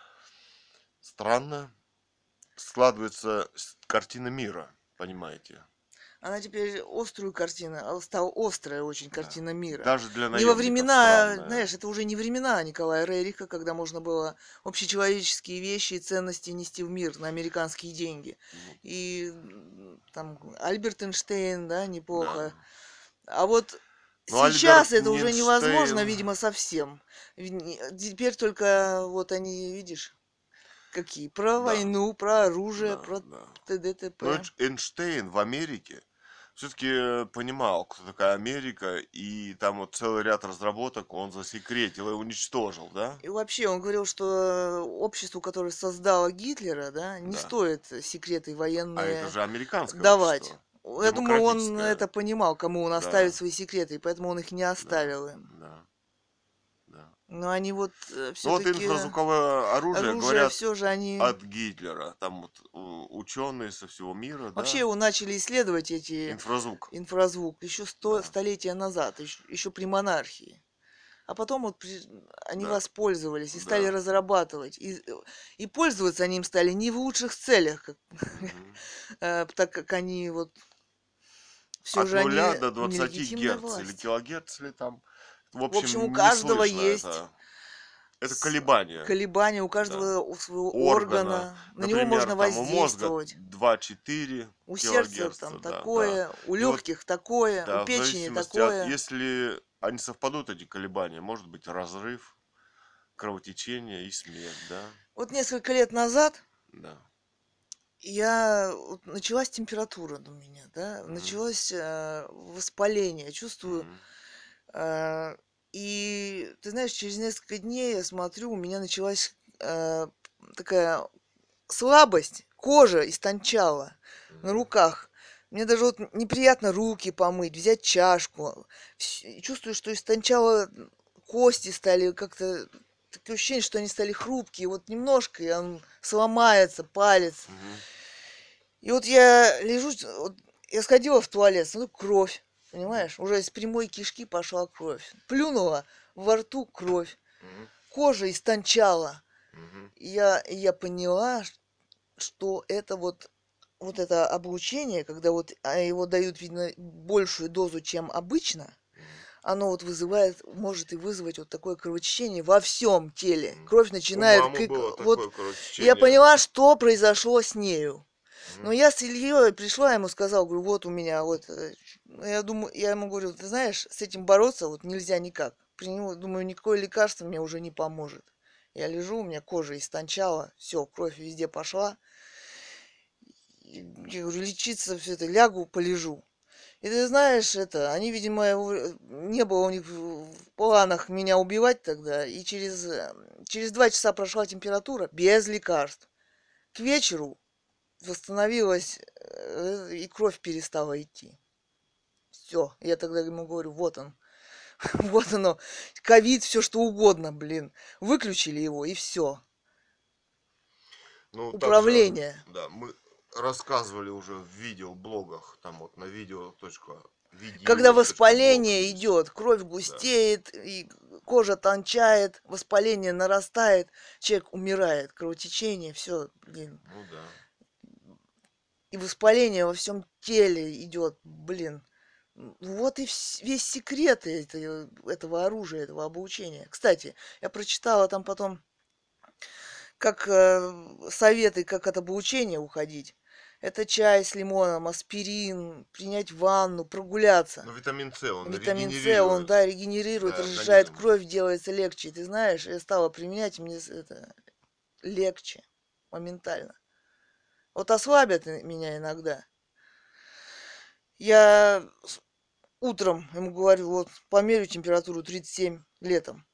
[SPEAKER 1] странно складывается с- картина мира, понимаете?
[SPEAKER 2] Она теперь острую картину, а стала острая очень
[SPEAKER 1] Да.
[SPEAKER 2] картина мира.
[SPEAKER 1] Даже для
[SPEAKER 2] Не во
[SPEAKER 1] наемников
[SPEAKER 2] времена,
[SPEAKER 1] странная.
[SPEAKER 2] знаешь, это уже не времена Николая Рериха, когда можно было общечеловеческие вещи и ценности нести в мир на американские деньги.
[SPEAKER 1] Ну,
[SPEAKER 2] И м, там Альберт Эйнштейн, да,
[SPEAKER 1] да.
[SPEAKER 2] неплохо. А вот
[SPEAKER 1] Ну, Альберт
[SPEAKER 2] сейчас это уже невозможно,
[SPEAKER 1] Эйнштейн,
[SPEAKER 2] видимо, совсем. В- не- Теперь только вот они, видишь, какие? Про
[SPEAKER 1] да,
[SPEAKER 2] войну, про оружие,
[SPEAKER 1] да,
[SPEAKER 2] про
[SPEAKER 1] да.
[SPEAKER 2] т.д.
[SPEAKER 1] Но
[SPEAKER 2] т.п.
[SPEAKER 1] Эйнш- Эйнштейн в Америке все-таки понимал, кто такая Америка, и там вот целый ряд разработок он засекретил и уничтожил, да?
[SPEAKER 2] И вообще он говорил, что обществу, которое создало Гитлера, да, не
[SPEAKER 1] Да.
[SPEAKER 2] стоит секреты
[SPEAKER 1] А это
[SPEAKER 2] военные
[SPEAKER 1] же американское
[SPEAKER 2] давать.
[SPEAKER 1] общество,
[SPEAKER 2] Я думаю, он
[SPEAKER 1] демократическое.
[SPEAKER 2] это понимал, кому он оставит
[SPEAKER 1] Да,
[SPEAKER 2] свои секреты, и поэтому он их не
[SPEAKER 1] да,
[SPEAKER 2] оставил им.
[SPEAKER 1] да, да.
[SPEAKER 2] Но они вот
[SPEAKER 1] Ну вот
[SPEAKER 2] все-таки
[SPEAKER 1] инфразвуковое оружие,
[SPEAKER 2] оружие,
[SPEAKER 1] говорят,
[SPEAKER 2] все же они...
[SPEAKER 1] от Гитлера. Там вот ученые со всего мира,
[SPEAKER 2] Вообще
[SPEAKER 1] да?
[SPEAKER 2] его начали исследовать эти
[SPEAKER 1] Инфразвук,
[SPEAKER 2] инфразвук еще сто
[SPEAKER 1] да,
[SPEAKER 2] столетия назад, еще, еще при монархии. А потом вот при- они
[SPEAKER 1] да,
[SPEAKER 2] воспользовались и стали
[SPEAKER 1] да.
[SPEAKER 2] разрабатывать. И, и пользоваться они им стали не в лучших целях, как,
[SPEAKER 1] Мгм.
[SPEAKER 2] э, так как они вот все
[SPEAKER 1] От
[SPEAKER 2] же
[SPEAKER 1] нуля
[SPEAKER 2] они
[SPEAKER 1] до двадцати
[SPEAKER 2] нелегитимная
[SPEAKER 1] герц или
[SPEAKER 2] власть.
[SPEAKER 1] килогерц или там. В
[SPEAKER 2] В общем, у
[SPEAKER 1] общем, не
[SPEAKER 2] каждого
[SPEAKER 1] слышно
[SPEAKER 2] есть
[SPEAKER 1] это. Это
[SPEAKER 2] с-
[SPEAKER 1] колебания,
[SPEAKER 2] колебания, у
[SPEAKER 1] да.
[SPEAKER 2] каждого у своего
[SPEAKER 1] Органа.
[SPEAKER 2] органа, на него
[SPEAKER 1] Например,
[SPEAKER 2] можно
[SPEAKER 1] там у мозга
[SPEAKER 2] воздействовать.
[SPEAKER 1] два-четыре
[SPEAKER 2] У сердца
[SPEAKER 1] килогерца,
[SPEAKER 2] там
[SPEAKER 1] да, да.
[SPEAKER 2] такое, у
[SPEAKER 1] И вот,
[SPEAKER 2] легких такое, у
[SPEAKER 1] да, в
[SPEAKER 2] печени
[SPEAKER 1] зависимости от,
[SPEAKER 2] такое.
[SPEAKER 1] если они совпадут, эти колебания, может быть разрыв, кровотечение и смерть, да,
[SPEAKER 2] Вот несколько лет назад
[SPEAKER 1] да.
[SPEAKER 2] я вот началась температура у меня, да,
[SPEAKER 1] Мгм.
[SPEAKER 2] началось э, воспаление, чувствую.
[SPEAKER 1] Мгм.
[SPEAKER 2] э, и ты знаешь, через несколько дней я смотрю, у меня началась э, такая слабость, кожа истончала на
[SPEAKER 1] Мгм.
[SPEAKER 2] руках. Мне даже вот неприятно руки помыть, взять чашку. Вс- и чувствую, что истончало, кости стали как-то такое ощущение, что они стали хрупкие. Вот немножко, и он сломается, палец.
[SPEAKER 1] Мгм.
[SPEAKER 2] И вот я лежу, вот я сходила в туалет, смотрю, кровь,
[SPEAKER 1] Мгм.
[SPEAKER 2] понимаешь? Уже из прямой кишки пошла кровь. Плюнула, во рту кровь.
[SPEAKER 1] Мгм.
[SPEAKER 2] Кожа истончала.
[SPEAKER 1] Мгм.
[SPEAKER 2] И я, и я поняла, ш- что это вот, вот это облучение, когда вот а, его дают, видно, большую дозу, чем обычно,
[SPEAKER 1] Мгм.
[SPEAKER 2] оно вот вызывает, может и вызвать вот такое кровотечение во всем теле.
[SPEAKER 1] Мгм.
[SPEAKER 2] Кровь
[SPEAKER 1] У
[SPEAKER 2] начинает...
[SPEAKER 1] мамы
[SPEAKER 2] кик-
[SPEAKER 1] было
[SPEAKER 2] Вот
[SPEAKER 1] такое
[SPEAKER 2] я
[SPEAKER 1] кровотечение.
[SPEAKER 2] поняла, что произошло с нею. Но
[SPEAKER 1] Мгм.
[SPEAKER 2] я с Ильей пришла, ему сказала, говорю, вот у меня вот... э, ну, Я думаю, я ему говорю, ты знаешь, с этим бороться вот нельзя никак. При нему, думаю, никакое лекарство мне уже не поможет. Я лежу, у меня кожа истончала, все, кровь везде пошла. И я говорю, лечиться все это, лягу, полежу. И ты знаешь, это, они, видимо, его- не было у них в в планах меня убивать тогда. И через, э, через два часа прошла температура без лекарств. К вечеру восстановилась, э, и кровь перестала идти. Все. Я тогда ему говорю, вот он, вот оно, ковид, все что угодно, блин. Выключили его, и все.
[SPEAKER 1] Ну, также,
[SPEAKER 2] Управление.
[SPEAKER 1] да, мы рассказывали уже в видеоблогах, там вот на видео точка
[SPEAKER 2] Когда
[SPEAKER 1] видео точка блог
[SPEAKER 2] воспаление
[SPEAKER 1] есть.
[SPEAKER 2] идет, кровь
[SPEAKER 1] Да.
[SPEAKER 2] густеет, и кожа тончает, воспаление нарастает, человек умирает, кровотечение, все, блин.
[SPEAKER 1] Ну да.
[SPEAKER 2] И воспаление во всем теле идет, блин. Вот и вс- весь секрет этой- этого оружия, этого обучения. Кстати, я прочитала там потом как э, советы, как от обучения уходить. Это чай с лимоном, аспирин, принять ванну, прогуляться.
[SPEAKER 1] Но витамин С, он
[SPEAKER 2] Витамин С, он,
[SPEAKER 1] регенерирует,
[SPEAKER 2] да, регенерирует,
[SPEAKER 1] да,
[SPEAKER 2] разжижает
[SPEAKER 1] организм.
[SPEAKER 2] кровь, делается легче. Ты знаешь, я стала применять, мне с- это легче моментально. Вот ослабят и- меня иногда. Я с- утром ему говорю, вот померю температуру тридцать семь летом.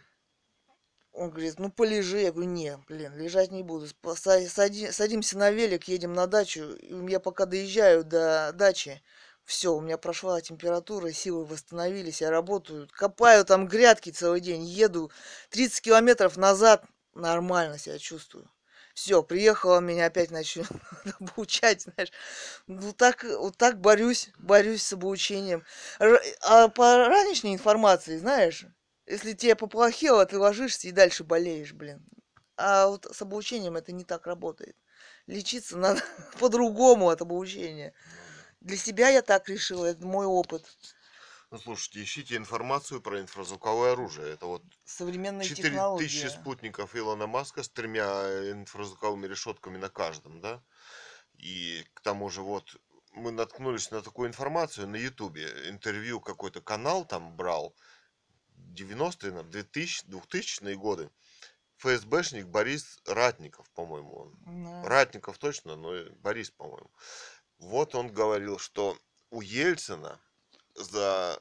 [SPEAKER 2] Он говорит, ну полежи. Я говорю, не, блин, лежать не буду. Спа- са- сади- Садимся на велик, едем на дачу. И я пока доезжаю до дачи, все, у меня прошла температура, силы восстановились, я работаю, копаю там грядки целый день, еду тридцать километров назад, нормально себя чувствую. Все, приехала, меня опять начали обучать, знаешь. Вот так, вот так борюсь, борюсь с обучением. Р- А по ранешней информации, знаешь, если тебе поплохело, ты ложишься и дальше болеешь, блин. А вот с обучением это не так работает. Лечиться надо по-другому от обучения.
[SPEAKER 1] Ну да.
[SPEAKER 2] Для себя я так решила, это мой опыт.
[SPEAKER 1] Ну слушайте, ищите информацию про инфразвуковое оружие. Это вот
[SPEAKER 2] Современные
[SPEAKER 1] четыре тысячи
[SPEAKER 2] технологии.
[SPEAKER 1] спутников Илона Маска с тремя инфразвуковыми решетками на каждом, да? И к тому же вот мы наткнулись на такую информацию на Ютубе. Интервью какой-то канал там брал. девяностые, наверное, двухтысячные, двухтысячные годы. ФСБшник Борис Ратников, по-моему, он.
[SPEAKER 2] Да.
[SPEAKER 1] Ратников точно, но и Борис, по-моему. Вот он говорил, что у Ельцина за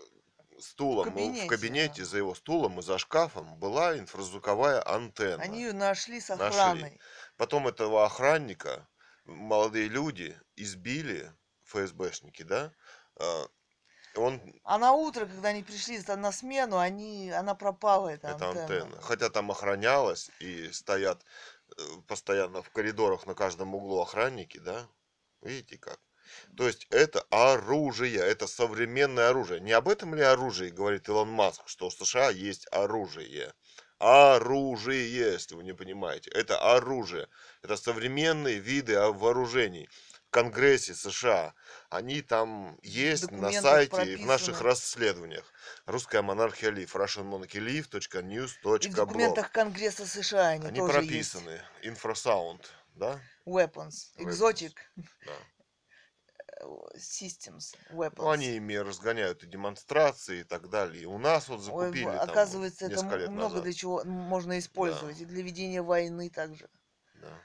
[SPEAKER 2] В
[SPEAKER 1] стулом, ну, в
[SPEAKER 2] кабинете, да.
[SPEAKER 1] кабинете, за его стулом и за шкафом была инфразвуковая антенна.
[SPEAKER 2] Они ее нашли с
[SPEAKER 1] Нашли.
[SPEAKER 2] охраной.
[SPEAKER 1] Потом этого охранника молодые люди избили, ФСБшники, да? А, Он,
[SPEAKER 2] А на утро, когда они пришли за- на смену, они, она пропала, эта
[SPEAKER 1] эта
[SPEAKER 2] антенна.
[SPEAKER 1] антенна, хотя там охранялась и стоят э, постоянно в коридорах на каждом углу охранники, да? Видите как? То есть это оружие, это современное оружие. Не об этом ли оружии говорит Илон Маск, что у США есть оружие? Оружие, если вы не понимаете. Это оружие. Это современные виды о- вооружений. В Конгрессе США. Они там
[SPEAKER 2] В
[SPEAKER 1] есть на
[SPEAKER 2] документах
[SPEAKER 1] сайте и в наших
[SPEAKER 2] прописано.
[SPEAKER 1] расследованиях. Русская монархия лив. russian monarchy live точка news
[SPEAKER 2] И в
[SPEAKER 1] точка blog.
[SPEAKER 2] документах Конгресса США они
[SPEAKER 1] Они
[SPEAKER 2] тоже есть.
[SPEAKER 1] прописаны. Инфрасаунд. Да?
[SPEAKER 2] Weapons.
[SPEAKER 1] Weapons.
[SPEAKER 2] Exotic
[SPEAKER 1] Да.
[SPEAKER 2] Systems.
[SPEAKER 1] Ну,
[SPEAKER 2] Weapons.
[SPEAKER 1] они ими разгоняют и демонстрации и так далее. И у нас вот
[SPEAKER 2] Ой, в-
[SPEAKER 1] закупили там
[SPEAKER 2] оказывается, это
[SPEAKER 1] несколько
[SPEAKER 2] м-
[SPEAKER 1] лет
[SPEAKER 2] много
[SPEAKER 1] назад.
[SPEAKER 2] для чего можно
[SPEAKER 1] Да,
[SPEAKER 2] использовать. И для ведения войны также.
[SPEAKER 1] да.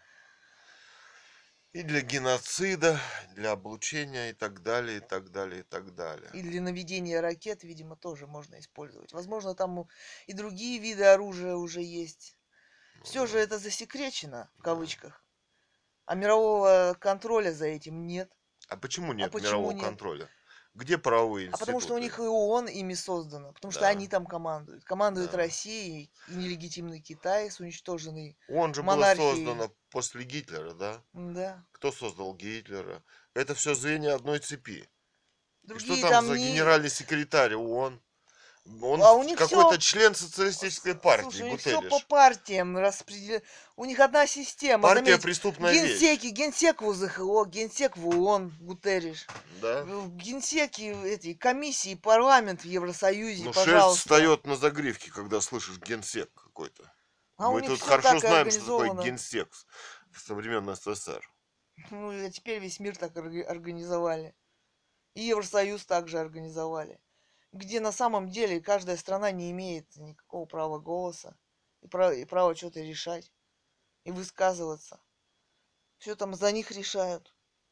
[SPEAKER 1] И для геноцида, для облучения и так далее, и так далее, и так далее.
[SPEAKER 2] И для наведения ракет, видимо, тоже можно использовать. Возможно, там и другие виды оружия уже есть.
[SPEAKER 1] Ну
[SPEAKER 2] Все же
[SPEAKER 1] да,
[SPEAKER 2] это засекречено, в
[SPEAKER 1] да.
[SPEAKER 2] кавычках. А мирового контроля за этим нет.
[SPEAKER 1] А почему
[SPEAKER 2] А
[SPEAKER 1] нет
[SPEAKER 2] почему
[SPEAKER 1] мирового
[SPEAKER 2] нет?
[SPEAKER 1] контроля? Где правовые
[SPEAKER 2] А потому что у
[SPEAKER 1] институты?
[SPEAKER 2] них и ООН ими создано. Потому что
[SPEAKER 1] Да,
[SPEAKER 2] они там командуют. Командует
[SPEAKER 1] да.
[SPEAKER 2] Россия и нелегитимный Китай с уничтоженной
[SPEAKER 1] Он же было
[SPEAKER 2] монархией.
[SPEAKER 1] создано после Гитлера, да?
[SPEAKER 2] Да.
[SPEAKER 1] Кто создал Гитлера? Это все звенья одной цепи. И что
[SPEAKER 2] Другие
[SPEAKER 1] там
[SPEAKER 2] там
[SPEAKER 1] за
[SPEAKER 2] не...
[SPEAKER 1] генеральный секретарь ООН? Он
[SPEAKER 2] А у них
[SPEAKER 1] какой-то
[SPEAKER 2] все...
[SPEAKER 1] член социалистической партии,
[SPEAKER 2] Слушай, у них все по
[SPEAKER 1] Гутерриш.
[SPEAKER 2] партиям распределено. У них одна система.
[SPEAKER 1] Партия
[SPEAKER 2] Заметь,
[SPEAKER 1] преступная вещь.
[SPEAKER 2] генсеки, генсек в УЗХО, генсек в ООН, Гутерриш.
[SPEAKER 1] Да?
[SPEAKER 2] Генсеки, эти комиссии, парламент в Евросоюзе,
[SPEAKER 1] Ну, шерсть
[SPEAKER 2] пожалуйста.
[SPEAKER 1] встает на загривке, когда слышишь генсек какой-то.
[SPEAKER 2] А у
[SPEAKER 1] Мы
[SPEAKER 2] них
[SPEAKER 1] тут
[SPEAKER 2] все
[SPEAKER 1] хорошо
[SPEAKER 2] так и
[SPEAKER 1] знаем, что такое
[SPEAKER 2] организовано.
[SPEAKER 1] генсек в современном СССР.
[SPEAKER 2] Ну, и теперь весь мир так орг- организовали. И Евросоюз также организовали. Где на самом деле каждая страна не имеет никакого права голоса и, права, и права что-то решать и высказываться. Все там за них решают.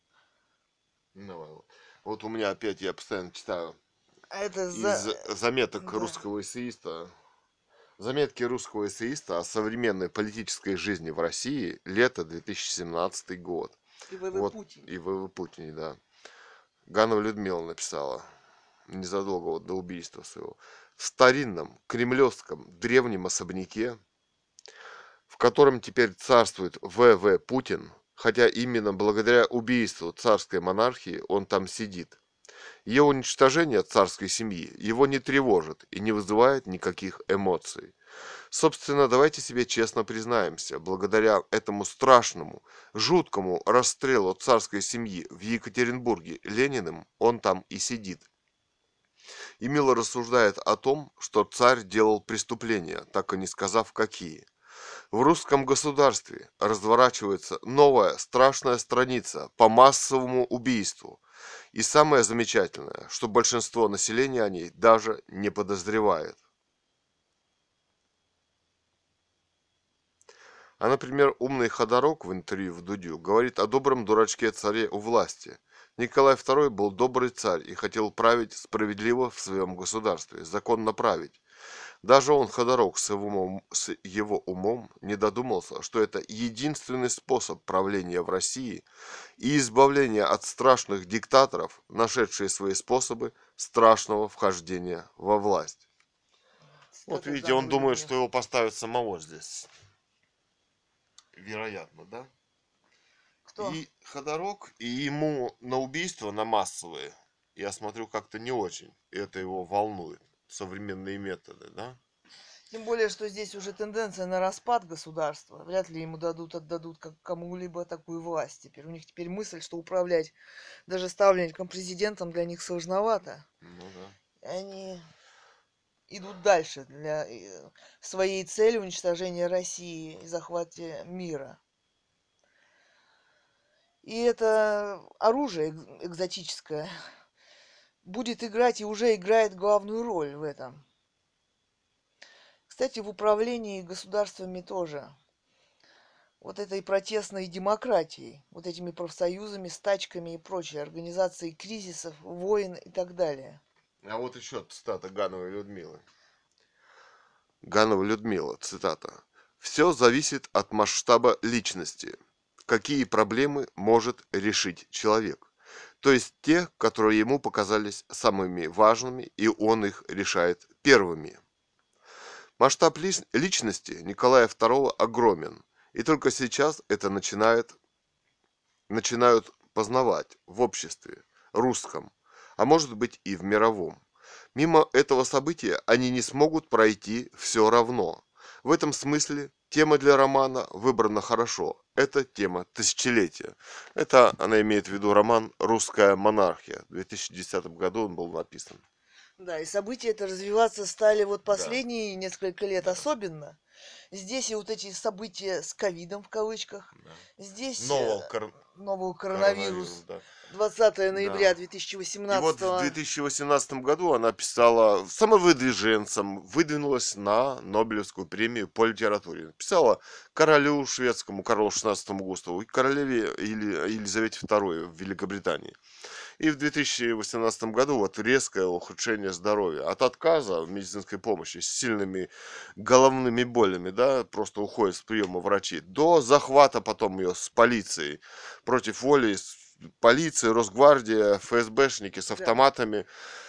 [SPEAKER 1] Ну, вот у меня опять, я постоянно читаю
[SPEAKER 2] А это
[SPEAKER 1] из
[SPEAKER 2] за...
[SPEAKER 1] заметок
[SPEAKER 2] Да.
[SPEAKER 1] русского эссеиста, заметки русского эссеиста о современной политической жизни в России, лето две тысячи семнадцатый год.
[SPEAKER 2] И ВВ
[SPEAKER 1] Вот,
[SPEAKER 2] Путин.
[SPEAKER 1] и В В Путине, да. Ганова Людмила написала, незадолго вот до убийства своего. В старинном кремлевском древнем особняке, в котором теперь царствует В В Путин, хотя именно благодаря убийству царской монархии он там сидит. Ее уничтожение царской семьи его не тревожит и не вызывает никаких эмоций. Собственно, давайте себе честно признаемся, благодаря этому страшному, жуткому расстрелу царской семьи в Екатеринбурге Лениным он там и сидит. И мило рассуждает о том, что царь делал преступления, так и не сказав какие. В русском государстве разворачивается новая страшная страница по массовому убийству. И самое замечательное, что большинство населения о ней даже не подозревает. А, например, умный Ходорок в интервью в Дудю говорит о добром дурачке царе у власти. Николай второй был добрый царь и хотел править справедливо в своем государстве, законно править. Даже он, Ходорок, с его, умом, с его умом не додумался, что это единственный способ правления в России и избавления от страшных диктаторов, нашедшие свои способы страшного вхождения во власть. Вот видите, он думает, что его поставят самого здесь. Вероятно, да?
[SPEAKER 2] Кто?
[SPEAKER 1] И Ходорок, и ему на убийство, на массовые, я смотрю, как-то не очень. Это его волнует. Современные методы, да?
[SPEAKER 2] Тем более, что здесь уже тенденция на распад государства. Вряд ли ему дадут, отдадут как кому-либо такую власть. Теперь у них теперь мысль, что управлять даже ставленником президентом для них сложновато.
[SPEAKER 1] Ну да.
[SPEAKER 2] Они идут дальше для своей цели уничтожения России и захвата мира. И это оружие экзотическое будет играть и уже играет главную роль в этом. Кстати, в управлении государствами тоже. Вот этой протестной демократией, вот этими профсоюзами, стачками и прочей, организацией кризисов, войн и так далее.
[SPEAKER 1] А вот еще цитата Гановой Людмилы. Ганова Людмила, цитата. «Все зависит от масштаба личности. Какие проблемы может решить человек. То есть те, которые ему показались самыми важными, и он их решает первыми». Масштаб личности Николая второго огромен, и только сейчас это начинает, начинают познавать в обществе, русском, а может быть и в мировом. Мимо этого события они не смогут пройти все равно. В этом смысле тема для романа выбрана хорошо. Это тема тысячелетия. Это она имеет в виду роман «Русская монархия». В две тысячи десятом году он был написан.
[SPEAKER 2] Да, и события это развиваться стали вот
[SPEAKER 1] Да.
[SPEAKER 2] последние несколько лет особенно. Здесь и вот эти события с ковидом в кавычках.
[SPEAKER 1] Да.
[SPEAKER 2] Здесь
[SPEAKER 1] Нового
[SPEAKER 2] э,
[SPEAKER 1] кор-
[SPEAKER 2] новый
[SPEAKER 1] коронавирус,
[SPEAKER 2] коронавирус.
[SPEAKER 1] да.
[SPEAKER 2] двадцатое ноября
[SPEAKER 1] Да.
[SPEAKER 2] две тысячи
[SPEAKER 1] И вот в
[SPEAKER 2] восемнадцатого.
[SPEAKER 1] две тысячи восемнадцатом году она писала самовыдвиженцем, выдвинулась на Нобелевскую премию по литературе. Писала королю шведскому Карлу шестнадцатому Густаву и королеве Елизавете второй в Великобритании. И в две тысячи восемнадцатом году вот резкое ухудшение здоровья. От отказа в медицинской помощи с сильными головными болями, да, просто уходит с приема врачей, до захвата потом ее с полицией против воли полиции, Росгвардия, ФСБшники с автоматами.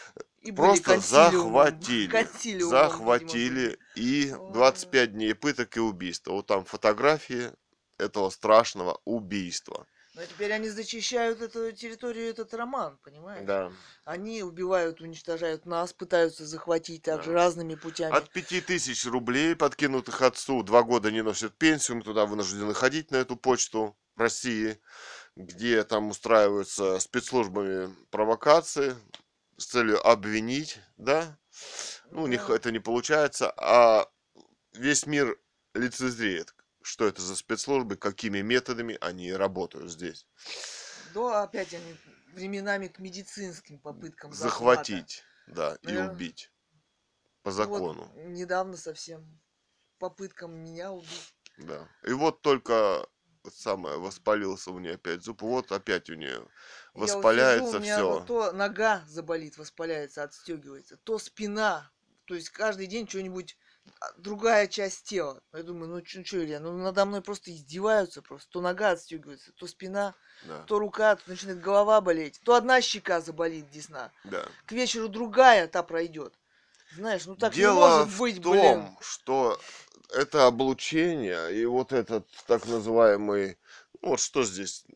[SPEAKER 2] И были
[SPEAKER 1] Просто
[SPEAKER 2] консилиумом.
[SPEAKER 1] захватили.
[SPEAKER 2] Консилиумом, видимо,
[SPEAKER 1] Захватили.
[SPEAKER 2] были.
[SPEAKER 1] И
[SPEAKER 2] Ой.
[SPEAKER 1] двадцать пять дней пыток и убийства. Вот там фотографии этого страшного убийства.
[SPEAKER 2] Но теперь они зачищают эту территорию, этот роман, понимаешь?
[SPEAKER 1] Да.
[SPEAKER 2] Они убивают, уничтожают нас, пытаются захватить также
[SPEAKER 1] Да.
[SPEAKER 2] разными путями.
[SPEAKER 1] От пяти тысяч рублей, подкинутых отцу, два года не носят пенсию, мы туда вынуждены ходить на эту почту в России, где там устраиваются спецслужбами провокации с целью обвинить, да? Ну, у них
[SPEAKER 2] Да.
[SPEAKER 1] это не получается, а весь мир лицезреет, что это за спецслужбы, какими методами они работают здесь.
[SPEAKER 2] Да, опять они временами к медицинским попыткам
[SPEAKER 1] Захватить,
[SPEAKER 2] захвата.
[SPEAKER 1] да, и
[SPEAKER 2] Наверное,
[SPEAKER 1] убить по
[SPEAKER 2] ну вот
[SPEAKER 1] закону.
[SPEAKER 2] недавно совсем попыткам меня убить.
[SPEAKER 1] Да. И вот только самое воспалился у нее опять зуб, вот опять у нее
[SPEAKER 2] Я вот сижу, у
[SPEAKER 1] воспаляется
[SPEAKER 2] меня
[SPEAKER 1] все.
[SPEAKER 2] то нога заболит, воспаляется, отстегивается, то спина. То есть каждый день что-нибудь, а, другая часть тела. Я думаю, ну что, Илья, ну надо мной просто издеваются просто. То нога отстегивается, то спина,
[SPEAKER 1] Да.
[SPEAKER 2] то рука, то начинает голова болеть, то одна щека заболит, десна.
[SPEAKER 1] Да.
[SPEAKER 2] К вечеру другая, та пройдет. Знаешь, ну так
[SPEAKER 1] Дело
[SPEAKER 2] не может
[SPEAKER 1] в
[SPEAKER 2] быть,
[SPEAKER 1] том,
[SPEAKER 2] блин.
[SPEAKER 1] что это облучение и вот этот так называемый, ну, вот что здесь,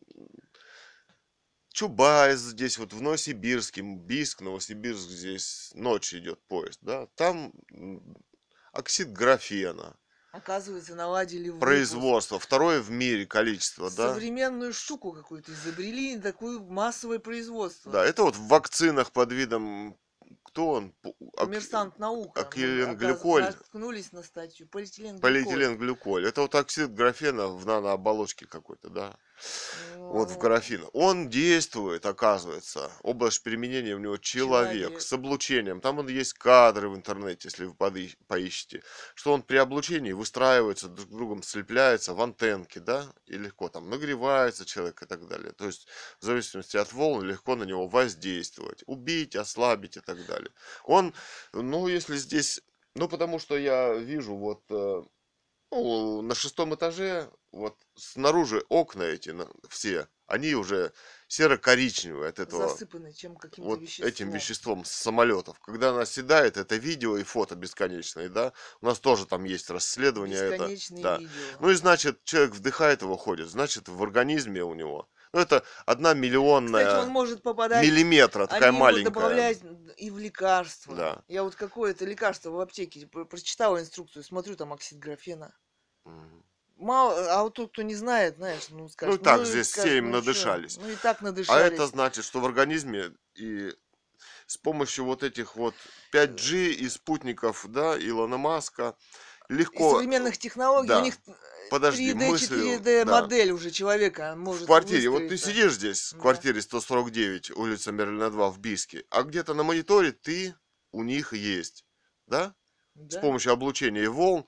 [SPEAKER 1] Чубайс здесь, вот в Новосибирске, Бийск, Новосибирск, здесь ночью идет поезд, да, там оксид графена,
[SPEAKER 2] Оказывается, наладили выпуск.
[SPEAKER 1] производство, второе в мире количество, да.
[SPEAKER 2] Современную штуку какую-то изобрели, такое массовое производство.
[SPEAKER 1] Да, это вот в вакцинах под видом, кто акетон, пу- ак-
[SPEAKER 2] Коммерсант наука. Мы оказ-
[SPEAKER 1] акриленглюколь,
[SPEAKER 2] наткнулись на статью. Полиэтиленгликоль.
[SPEAKER 1] полиэтиленглюколь. Это вот оксид графена в нанооболочке какой-то, да.
[SPEAKER 2] Ну,
[SPEAKER 1] Вот в
[SPEAKER 2] оно
[SPEAKER 1] графин. Он действует, оказывается. Область применения у него человек с
[SPEAKER 2] человек.
[SPEAKER 1] облучением. Там он есть кадры в интернете, если вы подыщ- поищете, что он при облучении выстраивается, друг с другом слепляется в антенке, да, и легко там нагревается человек и так далее. То есть в зависимости от волн легко на него воздействовать, убить, ослабить и так далее. Он, ну, если здесь, ну, потому что я вижу вот э, ну, на шестом этаже, вот снаружи окна эти на- все, они уже серо-коричневые от этого,
[SPEAKER 2] Засыпанный чем каким-то
[SPEAKER 1] вот этим
[SPEAKER 2] веществом.
[SPEAKER 1] веществом с самолетов. Когда она седает, это видео и фото бесконечные, да, у нас тоже там есть расследование это,
[SPEAKER 2] Бесконечные
[SPEAKER 1] да.
[SPEAKER 2] видео.
[SPEAKER 1] Ну и значит, человек вдыхает его, ходит, значит, в организме у него, ну это одна
[SPEAKER 2] Кстати, он
[SPEAKER 1] миллионная
[SPEAKER 2] может попадать,
[SPEAKER 1] миллиметра, такая
[SPEAKER 2] они его
[SPEAKER 1] маленькая,
[SPEAKER 2] добавляют и в лекарства.
[SPEAKER 1] да.
[SPEAKER 2] Я вот какое-то лекарство в аптеке про- прочитала инструкцию, смотрю, там оксид графена.
[SPEAKER 1] Мгм.
[SPEAKER 2] Мало, а вот тот, кто не знает, знаешь, ну
[SPEAKER 1] Ну и
[SPEAKER 2] скажет,
[SPEAKER 1] так
[SPEAKER 2] ну и
[SPEAKER 1] здесь все
[SPEAKER 2] скажет,
[SPEAKER 1] им
[SPEAKER 2] ну что,
[SPEAKER 1] надышались.
[SPEAKER 2] ну и так
[SPEAKER 1] А это
[SPEAKER 2] надышались.
[SPEAKER 1] значит, что в организме и с помощью вот этих вот пять джи и спутников, да, Илона Маска,
[SPEAKER 2] И
[SPEAKER 1] легко, э,
[SPEAKER 2] современных технологий, у них
[SPEAKER 1] да, подожди,
[SPEAKER 2] три дэ,
[SPEAKER 1] мыслью,
[SPEAKER 2] четыре дэ
[SPEAKER 1] да,
[SPEAKER 2] модель уже человека
[SPEAKER 1] в
[SPEAKER 2] может
[SPEAKER 1] квартире, вот ты
[SPEAKER 2] выстроиться.
[SPEAKER 1] сидишь здесь, в
[SPEAKER 2] Да.
[SPEAKER 1] квартире сто сорок девять, улица Мерлина два в Бийске, а где-то на мониторе ты у них есть, да, с
[SPEAKER 2] Да.
[SPEAKER 1] помощью облучения и волн,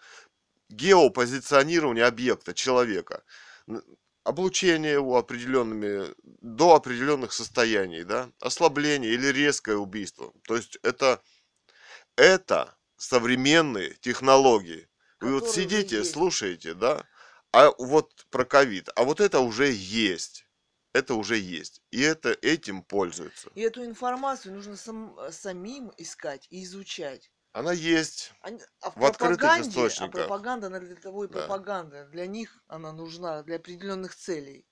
[SPEAKER 1] геопозиционирования объекта, человека, н- облучение его определенными, до определенных состояний, да, ослабление или резкое убийство. То есть это, это современные технологии. Вы вот
[SPEAKER 2] Который уже
[SPEAKER 1] сидите,
[SPEAKER 2] есть.
[SPEAKER 1] слушаете, да, а вот про ковид, а вот это уже есть. Это уже есть. И это этим пользуются.
[SPEAKER 2] И эту информацию нужно сам- самим искать и изучать.
[SPEAKER 1] Она есть
[SPEAKER 2] Они- а в
[SPEAKER 1] в открытых
[SPEAKER 2] пропаганде, а
[SPEAKER 1] источниках.
[SPEAKER 2] пропаганда, она для того и
[SPEAKER 1] Да.
[SPEAKER 2] пропаганда. Для них она нужна, для определенных целей.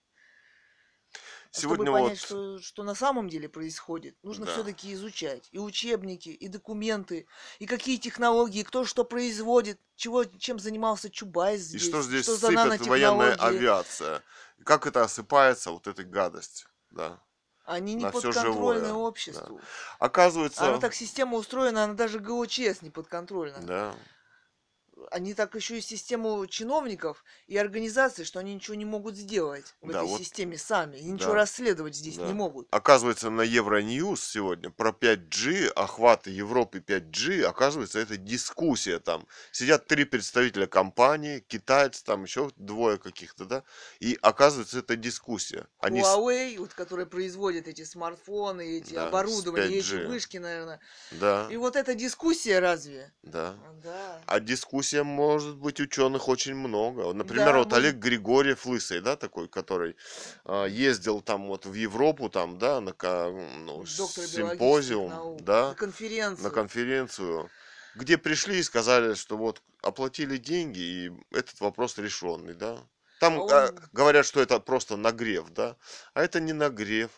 [SPEAKER 2] А чтобы
[SPEAKER 1] Сегодня
[SPEAKER 2] понять,
[SPEAKER 1] вот,
[SPEAKER 2] что, что на самом деле происходит, нужно
[SPEAKER 1] да.
[SPEAKER 2] все-таки изучать и учебники, и документы, и какие технологии, кто что производит, чего, чем занимался Чубайс
[SPEAKER 1] И что
[SPEAKER 2] здесь,
[SPEAKER 1] здесь
[SPEAKER 2] что за
[SPEAKER 1] сыпет военная
[SPEAKER 2] нанотехнологии.
[SPEAKER 1] авиация? Как это осыпается, вот этой гадость, да,
[SPEAKER 2] Они не
[SPEAKER 1] на все
[SPEAKER 2] подконтрольны
[SPEAKER 1] живое, да.
[SPEAKER 2] обществу. Она
[SPEAKER 1] Оказывается,
[SPEAKER 2] так система устроена, она даже гэ о че эс не подконтрольна.
[SPEAKER 1] да,
[SPEAKER 2] Они так еще и систему чиновников и организаций, что они ничего не могут сделать в
[SPEAKER 1] да,
[SPEAKER 2] этой
[SPEAKER 1] вот,
[SPEAKER 2] системе сами. И ничего
[SPEAKER 1] да,
[SPEAKER 2] расследовать здесь не
[SPEAKER 1] да.
[SPEAKER 2] могут.
[SPEAKER 1] Оказывается, на Евроньюз сегодня про пять джи, охваты Европы пять джи, оказывается, это дискуссия там. Сидят три представителя компании, китайцы, там еще двое каких-то, да, и оказывается, это дискуссия. Они, с-
[SPEAKER 2] Huawei, вот, который производит эти смартфоны, эти
[SPEAKER 1] да, с
[SPEAKER 2] оборудования, эти
[SPEAKER 1] пять джи,
[SPEAKER 2] вышки, наверное.
[SPEAKER 1] да,
[SPEAKER 2] И вот эта дискуссия разве?
[SPEAKER 1] да.
[SPEAKER 2] Да.
[SPEAKER 1] А дискуссия может быть ученых очень много. Вот, например,
[SPEAKER 2] Да,
[SPEAKER 1] вот
[SPEAKER 2] может,
[SPEAKER 1] Олег Григорьев Лысый, да, такой, который а, ездил там вот в Европу, там, да, на ка- ну,
[SPEAKER 2] доктор биологических
[SPEAKER 1] симпозиум,
[SPEAKER 2] наук, на
[SPEAKER 1] да, на
[SPEAKER 2] конференцию.
[SPEAKER 1] конференцию, где пришли и сказали, что вот оплатили деньги, и этот вопрос решенный, да.
[SPEAKER 2] А
[SPEAKER 1] Там а,
[SPEAKER 2] он,
[SPEAKER 1] говорят, что это просто нагрев, да, а это не нагрев,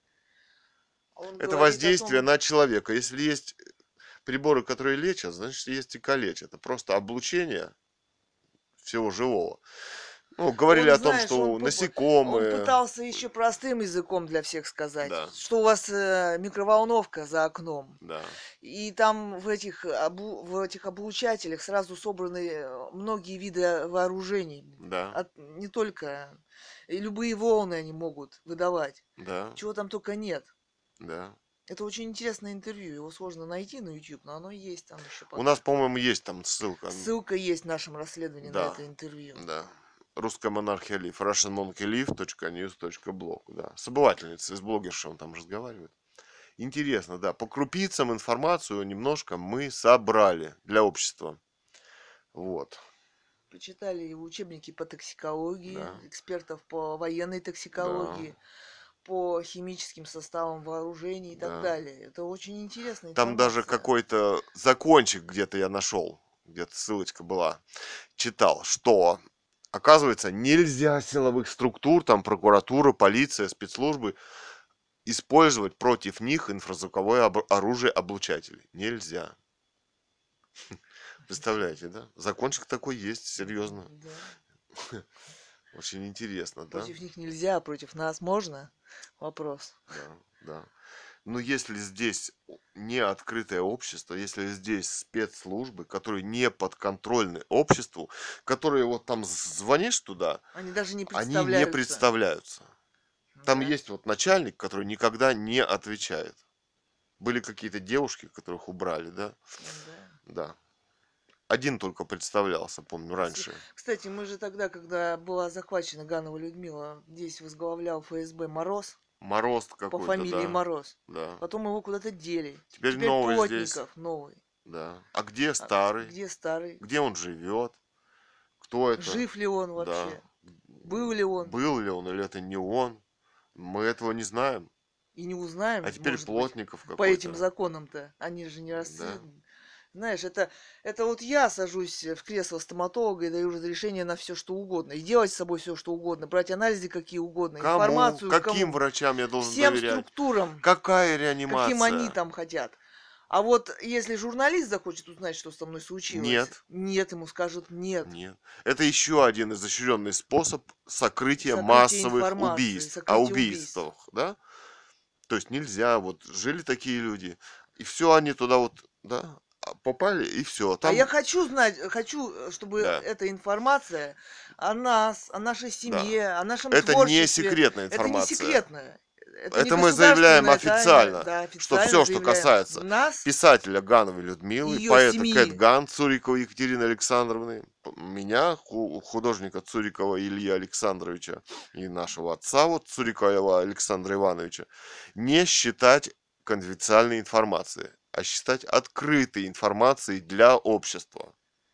[SPEAKER 2] а он
[SPEAKER 1] это
[SPEAKER 2] говорит о
[SPEAKER 1] воздействие
[SPEAKER 2] том,
[SPEAKER 1] на человека. Если есть приборы, которые лечат, значит, есть и калечат. Это просто облучение всего живого. Ну, говорили
[SPEAKER 2] он,
[SPEAKER 1] о том,
[SPEAKER 2] знаешь, он,
[SPEAKER 1] что
[SPEAKER 2] поп- он
[SPEAKER 1] насекомые,
[SPEAKER 2] пытался еще простым языком для всех сказать,
[SPEAKER 1] да,
[SPEAKER 2] что у вас э, микроволновка за окном.
[SPEAKER 1] да,
[SPEAKER 2] И там в этих, обу- в этих облучателях сразу собраны э, многие виды вооружений.
[SPEAKER 1] да,
[SPEAKER 2] От, не только... И любые волны они могут выдавать.
[SPEAKER 1] да,
[SPEAKER 2] Чего там только нет.
[SPEAKER 1] да.
[SPEAKER 2] Это очень интересное интервью. Его сложно найти на YouTube, но оно есть там еще
[SPEAKER 1] У нас,
[SPEAKER 2] пока.
[SPEAKER 1] по-моему, есть там ссылка.
[SPEAKER 2] Ссылка есть в нашем расследовании на
[SPEAKER 1] Да,
[SPEAKER 2] это интервью.
[SPEAKER 1] да. Русская монархия лив. russian monkey live точка news точка blog. Да. С обывательницей, с блогершей он там разговаривает. Интересно, да. По крупицам информацию немножко мы собрали для общества. Вот.
[SPEAKER 2] Почитали и учебники по токсикологии,
[SPEAKER 1] Да,
[SPEAKER 2] экспертов по военной
[SPEAKER 1] да,
[SPEAKER 2] токсикологии, по химическим составам вооружений и так
[SPEAKER 1] да.
[SPEAKER 2] далее. Это очень интересная
[SPEAKER 1] Там даже
[SPEAKER 2] информация.
[SPEAKER 1] какой-то закончик где-то я нашел. Где-то ссылочка была. Читал, что, оказывается, нельзя силовых структур, там прокуратура, полиция, спецслужбы, использовать против них инфразвуковое об- оружие облучателей. Нельзя. Представляете, да? Закончик такой есть, серьезно.
[SPEAKER 2] Да.
[SPEAKER 1] Очень интересно, да?
[SPEAKER 2] Против них нельзя, а против нас можно? Вопрос.
[SPEAKER 1] Да, да. Но если здесь не открытое общество, если здесь спецслужбы, которые не подконтрольны обществу, которые вот там звонишь туда,
[SPEAKER 2] Они даже не
[SPEAKER 1] они не
[SPEAKER 2] представляются.
[SPEAKER 1] представляются. Там
[SPEAKER 2] Да.
[SPEAKER 1] есть вот начальник, который никогда не отвечает. Были какие-то девушки, которых убрали, да?
[SPEAKER 2] Да.
[SPEAKER 1] Да. Один только представлялся, помню,
[SPEAKER 2] С-
[SPEAKER 1] раньше.
[SPEAKER 2] Кстати, мы же тогда, когда была захвачена Ганова Людмила, здесь возглавлял эф эс бэ Мороз
[SPEAKER 1] Мороз
[SPEAKER 2] по
[SPEAKER 1] какой-то,
[SPEAKER 2] фамилии
[SPEAKER 1] да.
[SPEAKER 2] Мороз.
[SPEAKER 1] Да.
[SPEAKER 2] Потом его куда-то дели.
[SPEAKER 1] Теперь
[SPEAKER 2] Теперь
[SPEAKER 1] новый здесь.
[SPEAKER 2] Плотников новый.
[SPEAKER 1] Да. А где
[SPEAKER 2] А
[SPEAKER 1] старый?
[SPEAKER 2] где старый?
[SPEAKER 1] Где он живет? Кто это?
[SPEAKER 2] Жив ли он
[SPEAKER 1] Да.
[SPEAKER 2] вообще? Был ли он?
[SPEAKER 1] Был ли он или это не он? Мы этого не знаем.
[SPEAKER 2] И не
[SPEAKER 1] А
[SPEAKER 2] узнаем,
[SPEAKER 1] теперь
[SPEAKER 2] может быть,
[SPEAKER 1] Плотников
[SPEAKER 2] по этим
[SPEAKER 1] какой-то.
[SPEAKER 2] законам-то. Они же не
[SPEAKER 1] Да.
[SPEAKER 2] расследуют. Знаешь, это, это вот я сажусь в кресло стоматолога и даю разрешение на все, что угодно. И делать с собой все, что угодно. Брать анализы какие угодно.
[SPEAKER 1] Кому?
[SPEAKER 2] Информацию
[SPEAKER 1] Каким
[SPEAKER 2] кому.
[SPEAKER 1] врачам я должен
[SPEAKER 2] Всем
[SPEAKER 1] доверять?
[SPEAKER 2] структурам,
[SPEAKER 1] Какая
[SPEAKER 2] каким они
[SPEAKER 1] реанимация?
[SPEAKER 2] там хотят. А вот если журналист захочет узнать, что со мной случилось,
[SPEAKER 1] Нет.
[SPEAKER 2] нет, ему скажут нет.
[SPEAKER 1] Нет. Это еще один изощренный способ сокрытия
[SPEAKER 2] Сокрытие
[SPEAKER 1] массовых
[SPEAKER 2] информации,
[SPEAKER 1] убийств. О
[SPEAKER 2] сокрытие убийств.
[SPEAKER 1] убийствах, да? То есть нельзя, вот жили такие люди, и все они туда вот, да, а попали, и все.
[SPEAKER 2] А я
[SPEAKER 1] Там,
[SPEAKER 2] хочу знать, хочу, э, чтобы
[SPEAKER 1] да,
[SPEAKER 2] эта информация о нас, о нашей
[SPEAKER 1] да.
[SPEAKER 2] семье, о нашем
[SPEAKER 1] Это не
[SPEAKER 2] творчестве,
[SPEAKER 1] секретная
[SPEAKER 2] это не
[SPEAKER 1] информация.
[SPEAKER 2] секретно. Это не
[SPEAKER 1] Это мы заявляем
[SPEAKER 2] государственная тайна,
[SPEAKER 1] официально,
[SPEAKER 2] да,
[SPEAKER 1] что
[SPEAKER 2] официально
[SPEAKER 1] все, что
[SPEAKER 2] заявляем.
[SPEAKER 1] касается
[SPEAKER 2] Нас
[SPEAKER 1] писателя Гановой Людмилы,
[SPEAKER 2] ее
[SPEAKER 1] поэта Кэт
[SPEAKER 2] семьи.
[SPEAKER 1] Ган Цуриковой Екатерины Александровны, п- меня, ху- художника Цурикова Ильи Александровича и нашего отца, вот Цурикова Александра Ивановича, не считать конфиденциальной информацией, а считать открытой информацией для общества.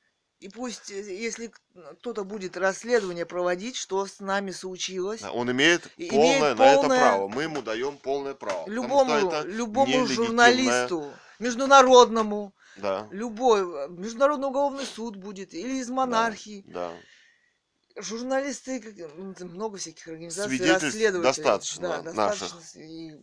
[SPEAKER 2] И пусть, э, если к- кто-то будет расследование проводить, что с нами случилось,
[SPEAKER 1] Да, он имеет
[SPEAKER 2] и имеет
[SPEAKER 1] полное на это
[SPEAKER 2] полное
[SPEAKER 1] право. Мы ему даем полное право, потому что
[SPEAKER 2] любому,
[SPEAKER 1] это
[SPEAKER 2] любому
[SPEAKER 1] нелегитимное.
[SPEAKER 2] журналисту, международному,
[SPEAKER 1] Да,
[SPEAKER 2] любой, э, международный уголовный суд будет, или из
[SPEAKER 1] да,
[SPEAKER 2] монархии.
[SPEAKER 1] да.
[SPEAKER 2] Журналисты, как, м, там много всяких организаций,
[SPEAKER 1] Свидетельств
[SPEAKER 2] расследователей, да,
[SPEAKER 1] достаточно
[SPEAKER 2] достаточно,
[SPEAKER 1] наших,
[SPEAKER 2] с- и,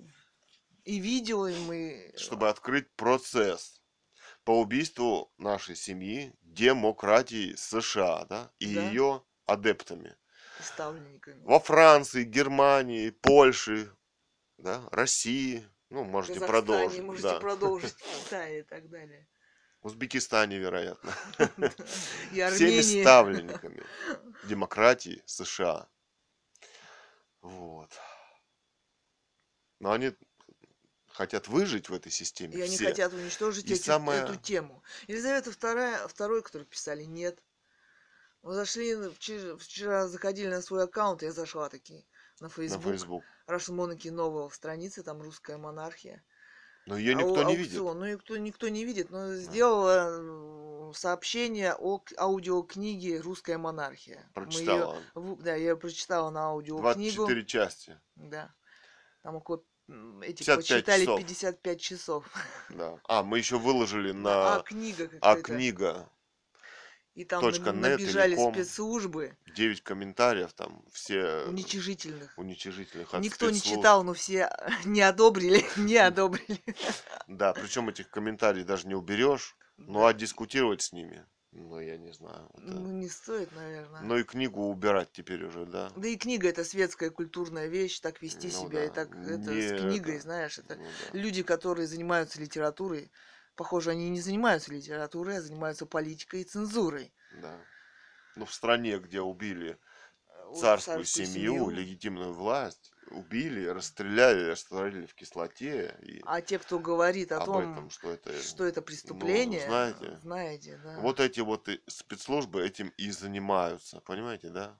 [SPEAKER 2] и видео, и мы
[SPEAKER 1] чтобы открыть процесс по убийству нашей семьи, демократии США, да, и
[SPEAKER 2] да,
[SPEAKER 1] ее адептами.
[SPEAKER 2] и ставленниками.
[SPEAKER 1] Во Франции, Германии, Польше, да, России, ну,
[SPEAKER 2] В
[SPEAKER 1] можете
[SPEAKER 2] Казахстане
[SPEAKER 1] продолжить,
[SPEAKER 2] можете
[SPEAKER 1] да,
[SPEAKER 2] продолжить, в Китае и так далее.
[SPEAKER 1] в Узбекистане, вероятно,
[SPEAKER 2] Да. И
[SPEAKER 1] всеми
[SPEAKER 2] Армении.
[SPEAKER 1] ставленниками демократии США. Вот. Но они хотят выжить в этой системе
[SPEAKER 2] И они
[SPEAKER 1] все.
[SPEAKER 2] хотят уничтожить
[SPEAKER 1] И
[SPEAKER 2] эти, эту
[SPEAKER 1] самое,
[SPEAKER 2] тему. Елизавета вторая, второй, который писали, нет. Мы зашли, вчера, вчера заходили на свой аккаунт, я зашла таки на
[SPEAKER 1] на
[SPEAKER 2] Facebook.
[SPEAKER 1] Facebook,
[SPEAKER 2] Russian Monarchy Novel страница, там русская монархия.
[SPEAKER 1] но ее
[SPEAKER 2] Ау-
[SPEAKER 1] никто не видит.
[SPEAKER 2] аукцион. Ну, никто, никто не видит, но
[SPEAKER 1] Да.
[SPEAKER 2] сделала э, сообщение о к- аудиокниге «Русская монархия». Мы ее,
[SPEAKER 1] Прочитала
[SPEAKER 2] да, я ее прочитала на
[SPEAKER 1] двадцать
[SPEAKER 2] аудиокнигу.
[SPEAKER 1] четыре части,
[SPEAKER 2] Да, там около, м, эти
[SPEAKER 1] пятьдесят пять
[SPEAKER 2] почитали
[SPEAKER 1] часов.
[SPEAKER 2] пятьдесят пять часов.
[SPEAKER 1] Да. А, мы еще выложили
[SPEAKER 2] На А
[SPEAKER 1] на
[SPEAKER 2] книга
[SPEAKER 1] а
[SPEAKER 2] какая-то.
[SPEAKER 1] книга
[SPEAKER 2] И там на-
[SPEAKER 1] точка нет или
[SPEAKER 2] набежали
[SPEAKER 1] ком
[SPEAKER 2] спецслужбы
[SPEAKER 1] девять комментариев, там все
[SPEAKER 2] уничижительных.
[SPEAKER 1] уничижительных от
[SPEAKER 2] Никто не
[SPEAKER 1] спецслужб.
[SPEAKER 2] читал, но все не одобрили, не одобрили.
[SPEAKER 1] Да, причем этих комментариев даже не уберешь. Ну а
[SPEAKER 2] Да.
[SPEAKER 1] дискутировать с ними, ну я не знаю. Это...
[SPEAKER 2] Ну, не стоит, наверное.
[SPEAKER 1] Ну и книгу убирать теперь уже, да.
[SPEAKER 2] Да и книга это светская культурная вещь, так вести
[SPEAKER 1] Ну
[SPEAKER 2] себя и
[SPEAKER 1] да,
[SPEAKER 2] так это
[SPEAKER 1] не
[SPEAKER 2] с книгой,
[SPEAKER 1] это,
[SPEAKER 2] знаешь, это
[SPEAKER 1] ну да.
[SPEAKER 2] люди, которые занимаются литературой, похоже, они не занимаются литературой, а занимаются политикой и цензурой.
[SPEAKER 1] Да. Ну, в стране, где убили
[SPEAKER 2] Э, у-
[SPEAKER 1] царскую
[SPEAKER 2] Царскую
[SPEAKER 1] семью,
[SPEAKER 2] семью.
[SPEAKER 1] легитимную власть, убили, расстреляли, растворили в кислоте. И
[SPEAKER 2] А те, кто говорит о
[SPEAKER 1] об этом,
[SPEAKER 2] том,
[SPEAKER 1] что это,
[SPEAKER 2] что это
[SPEAKER 1] ну,
[SPEAKER 2] преступление,
[SPEAKER 1] знаете,
[SPEAKER 2] знаете, да,
[SPEAKER 1] вот эти вот и спецслужбы этим и занимаются, понимаете, да?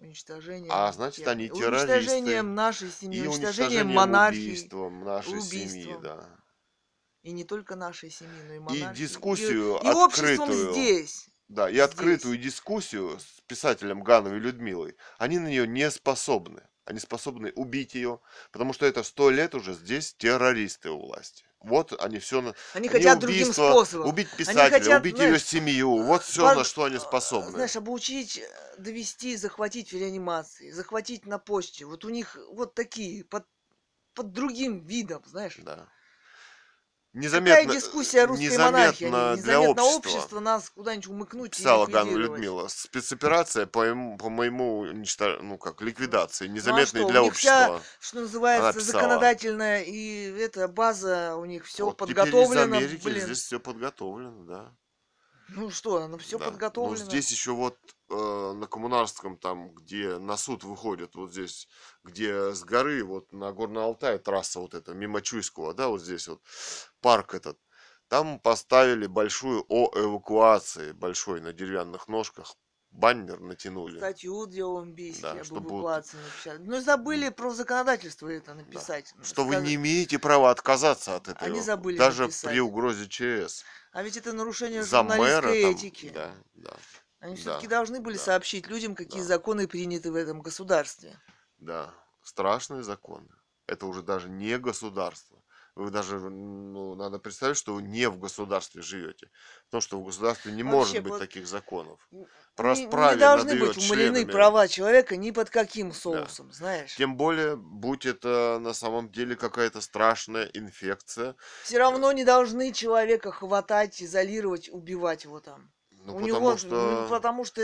[SPEAKER 1] А
[SPEAKER 2] уничтожением
[SPEAKER 1] значит,
[SPEAKER 2] тех,
[SPEAKER 1] они террористы
[SPEAKER 2] уничтожением нашей семьи,
[SPEAKER 1] и
[SPEAKER 2] уничтожением
[SPEAKER 1] уничтожением
[SPEAKER 2] монархии,
[SPEAKER 1] убийством нашей семьи,
[SPEAKER 2] убийством.
[SPEAKER 1] да.
[SPEAKER 2] И не только нашей семьи, но и
[SPEAKER 1] И
[SPEAKER 2] монархии. И,
[SPEAKER 1] дискуссию
[SPEAKER 2] и обществом
[SPEAKER 1] открытую,
[SPEAKER 2] здесь.
[SPEAKER 1] да, и
[SPEAKER 2] Здесь.
[SPEAKER 1] открытую дискуссию с писателем Гановой Людмилой, они на нее не способны. Они способны убить ее, потому что это сто лет уже здесь террористы у власти. Вот они все, на...
[SPEAKER 2] Они
[SPEAKER 1] они
[SPEAKER 2] хотят другим
[SPEAKER 1] убийство,
[SPEAKER 2] способом.
[SPEAKER 1] убить
[SPEAKER 2] Они
[SPEAKER 1] писателя,
[SPEAKER 2] хотят,
[SPEAKER 1] убить ее
[SPEAKER 2] знаешь,
[SPEAKER 1] семью, вот все, на
[SPEAKER 2] под-
[SPEAKER 1] что они
[SPEAKER 2] э,
[SPEAKER 1] способны.
[SPEAKER 2] знаешь, обучить, э, довести, захватить в реанимации, захватить на почте. Вот у них вот такие, под, под другим видом, знаешь.
[SPEAKER 1] Да.
[SPEAKER 2] Какая
[SPEAKER 1] Незаметно, э,
[SPEAKER 2] дискуссия о русской монархии? Они-
[SPEAKER 1] незаметно для
[SPEAKER 2] Незаметно
[SPEAKER 1] общества,
[SPEAKER 2] общество нас куда-нибудь умыкнуть и
[SPEAKER 1] писала Ганна
[SPEAKER 2] ликвидировать.
[SPEAKER 1] Людмила, спецоперация по, ему- по моему уничтож- ну как, ликвидации,
[SPEAKER 2] Ну а
[SPEAKER 1] незаметной
[SPEAKER 2] что, у
[SPEAKER 1] для
[SPEAKER 2] них вся,
[SPEAKER 1] общества.
[SPEAKER 2] что
[SPEAKER 1] Она
[SPEAKER 2] называется,
[SPEAKER 1] писала.
[SPEAKER 2] законодательная и эта база у них все
[SPEAKER 1] Вот теперь из
[SPEAKER 2] подготовлено,
[SPEAKER 1] Америки
[SPEAKER 2] блин.
[SPEAKER 1] здесь все подготовлено, да.
[SPEAKER 2] Ну что, оно все
[SPEAKER 1] Да. Ну,
[SPEAKER 2] подготовлено.
[SPEAKER 1] здесь еще вот э, на Коммунарском, там, где на суд выходят, вот здесь, где с горы, вот на Горный Алтай, трасса вот эта, мимо Чуйского, да, вот здесь вот, парк этот, там поставили большую о эвакуации, большой на деревянных ножках, баннер натянули,
[SPEAKER 2] Статью делаем бейсики
[SPEAKER 1] да,
[SPEAKER 2] об
[SPEAKER 1] что будут,
[SPEAKER 2] эвакуации написали. Ну забыли про законодательство это
[SPEAKER 1] да,
[SPEAKER 2] написать.
[SPEAKER 1] что вы
[SPEAKER 2] Сказ-
[SPEAKER 1] не имеете права отказаться от этой
[SPEAKER 2] Они
[SPEAKER 1] эвакуации,
[SPEAKER 2] забыли
[SPEAKER 1] даже при
[SPEAKER 2] написать.
[SPEAKER 1] угрозе ЧС.
[SPEAKER 2] А ведь это нарушение
[SPEAKER 1] За мэра
[SPEAKER 2] журналистской
[SPEAKER 1] там,
[SPEAKER 2] этики.
[SPEAKER 1] да, да,
[SPEAKER 2] Они все-таки
[SPEAKER 1] да,
[SPEAKER 2] должны были
[SPEAKER 1] да,
[SPEAKER 2] сообщить людям, какие
[SPEAKER 1] да.
[SPEAKER 2] законы приняты в этом государстве.
[SPEAKER 1] Да, страшные законы. Это уже даже не государство. Вы даже, ну, надо представить, что вы не в государстве живете. Потому что в государстве не может
[SPEAKER 2] Вообще,
[SPEAKER 1] быть
[SPEAKER 2] вот
[SPEAKER 1] таких законов.
[SPEAKER 2] н-
[SPEAKER 1] По
[SPEAKER 2] не, не
[SPEAKER 1] расправе над
[SPEAKER 2] должны
[SPEAKER 1] ее
[SPEAKER 2] быть умалены
[SPEAKER 1] членами,
[SPEAKER 2] права человека ни под каким
[SPEAKER 1] да.
[SPEAKER 2] соусом, знаешь.
[SPEAKER 1] Тем более, будь это на самом деле какая-то страшная инфекция,
[SPEAKER 2] Все равно не должны человека хватать, изолировать, убивать его там.
[SPEAKER 1] ну,
[SPEAKER 2] У него,
[SPEAKER 1] потому
[SPEAKER 2] ну,
[SPEAKER 1] что,
[SPEAKER 2] потому что,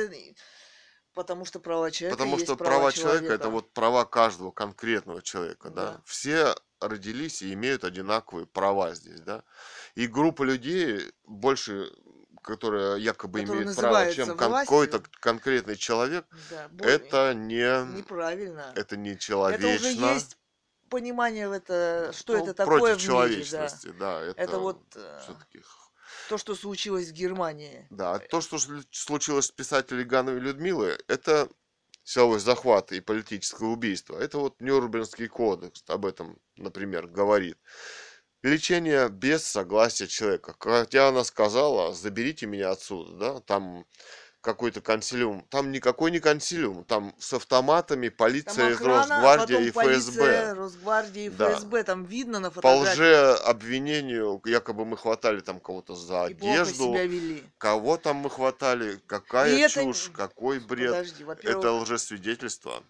[SPEAKER 2] потому что права человека
[SPEAKER 1] потому
[SPEAKER 2] есть
[SPEAKER 1] что
[SPEAKER 2] права
[SPEAKER 1] права человека– это
[SPEAKER 2] человека.
[SPEAKER 1] вот права каждого конкретного человека, да.
[SPEAKER 2] Да.
[SPEAKER 1] Все родились и имеют одинаковые права здесь, да. И группа людей, больше, которая якобы
[SPEAKER 2] Который
[SPEAKER 1] имеет право, чем
[SPEAKER 2] называется
[SPEAKER 1] кон- какой-то
[SPEAKER 2] властью,
[SPEAKER 1] конкретный человек,
[SPEAKER 2] да, более
[SPEAKER 1] это не,
[SPEAKER 2] неправильно.
[SPEAKER 1] это не
[SPEAKER 2] Это уже
[SPEAKER 1] человечно,
[SPEAKER 2] есть понимание в это,
[SPEAKER 1] да.
[SPEAKER 2] что
[SPEAKER 1] Ну,
[SPEAKER 2] это такое
[SPEAKER 1] против
[SPEAKER 2] в мире, да.
[SPEAKER 1] человечности, да,
[SPEAKER 2] Это
[SPEAKER 1] это
[SPEAKER 2] вот э,
[SPEAKER 1] все-таки.
[SPEAKER 2] то, что случилось в Германии.
[SPEAKER 1] Да, а то, что шлю- случилось с писателем Гановой Людмилы, это силовой захват и политическое убийство. Это вот Нюрнбергский кодекс об этом, например, говорит. Лечение без согласия человека. Хотя она сказала, заберите меня отсюда, да, там какой-то консилиум. Там никакой не консилиум, там с автоматами
[SPEAKER 2] Там
[SPEAKER 1] полиция,
[SPEAKER 2] охрана, а
[SPEAKER 1] Росгвардия
[SPEAKER 2] потом
[SPEAKER 1] и ФСБ.
[SPEAKER 2] полиция, Росгвардия и
[SPEAKER 1] Да.
[SPEAKER 2] ФСБ. Там видно на
[SPEAKER 1] По
[SPEAKER 2] фотографиях.
[SPEAKER 1] лжеобвинению, якобы мы хватали там кого-то за
[SPEAKER 2] И плохо
[SPEAKER 1] одежду,
[SPEAKER 2] себя вели.
[SPEAKER 1] кого там мы хватали,
[SPEAKER 2] И
[SPEAKER 1] какая
[SPEAKER 2] это,
[SPEAKER 1] чушь, какой бред.
[SPEAKER 2] подожди,
[SPEAKER 1] Это
[SPEAKER 2] во-первых,
[SPEAKER 1] лжесвидетельство.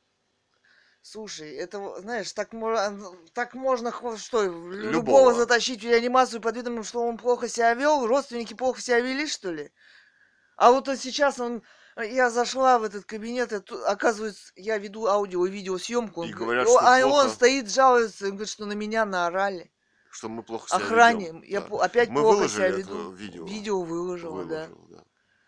[SPEAKER 2] слушай, это, вот, знаешь, так, мо- так можно хо- что, лю- любого
[SPEAKER 1] Любого.
[SPEAKER 2] затащить в реанимацию под видом, что он плохо себя вел, родственники плохо себя вели, что ли? А вот он сейчас он, я зашла в этот кабинет, и ту- оказывается, я веду аудио и видеосъемку, он,
[SPEAKER 1] И
[SPEAKER 2] г-
[SPEAKER 1] говорят,
[SPEAKER 2] о-
[SPEAKER 1] что
[SPEAKER 2] а он
[SPEAKER 1] плохо,
[SPEAKER 2] стоит, жалуется, он говорит, что на меня наорали.
[SPEAKER 1] что мы плохо себя ведем.
[SPEAKER 2] Охране, я
[SPEAKER 1] Да.
[SPEAKER 2] по- опять
[SPEAKER 1] Мы
[SPEAKER 2] плохо себя
[SPEAKER 1] выложили это
[SPEAKER 2] веду.
[SPEAKER 1] видео.
[SPEAKER 2] Видео выложила, да.
[SPEAKER 1] Выложил, да.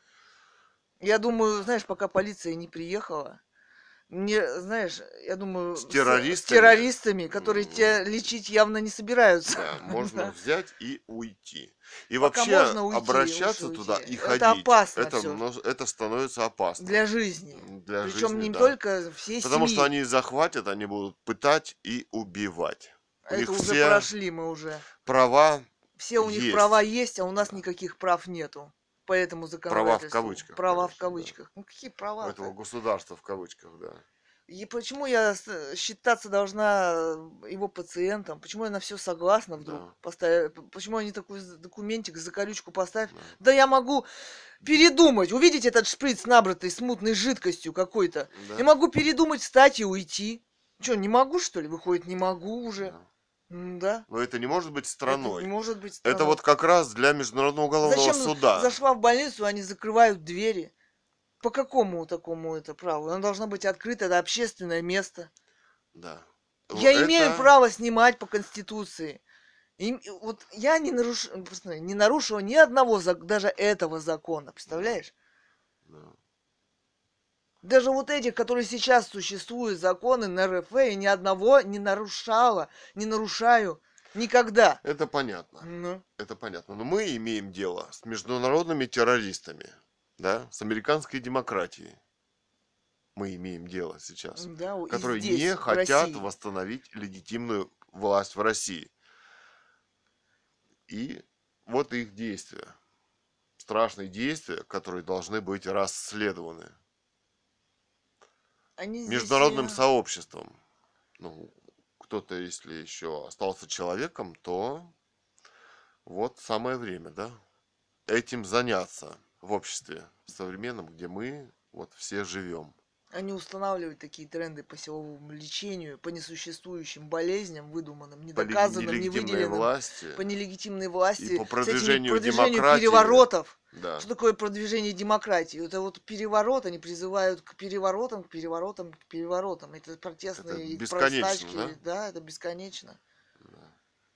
[SPEAKER 2] Я думаю, знаешь, пока полиция не приехала, мне, знаешь, я
[SPEAKER 1] С
[SPEAKER 2] думаю, с, с
[SPEAKER 1] террористами,
[SPEAKER 2] террористами, которые
[SPEAKER 1] м,
[SPEAKER 2] тебя лечить явно не собираются,
[SPEAKER 1] да, можно
[SPEAKER 2] да.
[SPEAKER 1] взять и уйти. И
[SPEAKER 2] Пока
[SPEAKER 1] вообще
[SPEAKER 2] можно уйти, лучше
[SPEAKER 1] обращаться
[SPEAKER 2] уйти.
[SPEAKER 1] туда и
[SPEAKER 2] Это
[SPEAKER 1] ходить,
[SPEAKER 2] опасно
[SPEAKER 1] это,
[SPEAKER 2] все
[SPEAKER 1] мно- это становится опасным
[SPEAKER 2] для жизни.
[SPEAKER 1] м, для
[SPEAKER 2] Причем
[SPEAKER 1] жизни,
[SPEAKER 2] не
[SPEAKER 1] да.
[SPEAKER 2] только всей
[SPEAKER 1] Потому что
[SPEAKER 2] семьи.
[SPEAKER 1] они захватят, они будут пытать и убивать. У них
[SPEAKER 2] Это уже
[SPEAKER 1] все
[SPEAKER 2] прошли мы уже.
[SPEAKER 1] права
[SPEAKER 2] Все у них права
[SPEAKER 1] есть.
[SPEAKER 2] есть, а у нас
[SPEAKER 1] Да.
[SPEAKER 2] никаких прав нету. По этому
[SPEAKER 1] Права в
[SPEAKER 2] законодательству.
[SPEAKER 1] кавычках,
[SPEAKER 2] Права в
[SPEAKER 1] конечно, да.
[SPEAKER 2] кавычках. Ну какие
[SPEAKER 1] У этого
[SPEAKER 2] права-то?
[SPEAKER 1] государства в кавычках, да.
[SPEAKER 2] И почему я с- считаться должна э, его пациентом? Почему я на все согласна
[SPEAKER 1] Да,
[SPEAKER 2] вдруг? Поставь, почему они такой з- документик за колючку поставь?
[SPEAKER 1] да,
[SPEAKER 2] Да я могу передумать, увидеть этот шприц, набратый с мутной жидкостью какой-то. Я
[SPEAKER 1] да,
[SPEAKER 2] могу передумать, встать и уйти. Че, не могу, что ли? Выходит, не могу уже.
[SPEAKER 1] да.
[SPEAKER 2] Да,
[SPEAKER 1] Но это не может быть
[SPEAKER 2] это не
[SPEAKER 1] страной.
[SPEAKER 2] может быть
[SPEAKER 1] Это
[SPEAKER 2] страной.
[SPEAKER 1] вот как раз для Международного уголовного
[SPEAKER 2] Зачем
[SPEAKER 1] суда.
[SPEAKER 2] зашла в больницу, они закрывают двери? По какому такому это праву? Она должна быть открыта, это общественное место.
[SPEAKER 1] Да. О,
[SPEAKER 2] Я имею
[SPEAKER 1] Это,
[SPEAKER 2] право снимать по Конституции. И, и вот я не, наруш... просто не нарушила ни одного, зак- даже этого закона,
[SPEAKER 1] да,
[SPEAKER 2] представляешь?
[SPEAKER 1] да.
[SPEAKER 2] Даже вот этих, которые сейчас существуют, законы на эр эф, я ни одного не нарушала, не нарушаю никогда.
[SPEAKER 1] Это понятно.
[SPEAKER 2] Ну,
[SPEAKER 1] Это понятно. Но мы имеем дело с международными террористами, да, с американской демократией. Мы имеем дело сейчас,
[SPEAKER 2] да, и
[SPEAKER 1] которые не
[SPEAKER 2] здесь, в
[SPEAKER 1] хотят
[SPEAKER 2] России.
[SPEAKER 1] восстановить легитимную власть в России. И вот их действия. Страшные действия, которые должны быть расследованы
[SPEAKER 2] Они здесь...
[SPEAKER 1] международным
[SPEAKER 2] э,
[SPEAKER 1] сообществом. Ну, кто-то, если еще остался человеком, то вот самое время, да, этим заняться в обществе современном, где мы вот все живем.
[SPEAKER 2] Они устанавливают такие тренды по силовому лечению, по несуществующим болезням, выдуманным,
[SPEAKER 1] По леги-
[SPEAKER 2] недоказанным,
[SPEAKER 1] нелегитимной
[SPEAKER 2] невыделенным,
[SPEAKER 1] власти
[SPEAKER 2] по нелегитимной
[SPEAKER 1] и
[SPEAKER 2] власти,
[SPEAKER 1] по
[SPEAKER 2] с этими
[SPEAKER 1] продвижению
[SPEAKER 2] продвижению
[SPEAKER 1] демократии.
[SPEAKER 2] переворотов.
[SPEAKER 1] Да,
[SPEAKER 2] Что такое продвижение демократии? Это вот переворот, они призывают к переворотам, к переворотам, к переворотам. Это
[SPEAKER 1] это
[SPEAKER 2] протестные
[SPEAKER 1] бесконечно, да?
[SPEAKER 2] простачки, да, это бесконечно.
[SPEAKER 1] Да.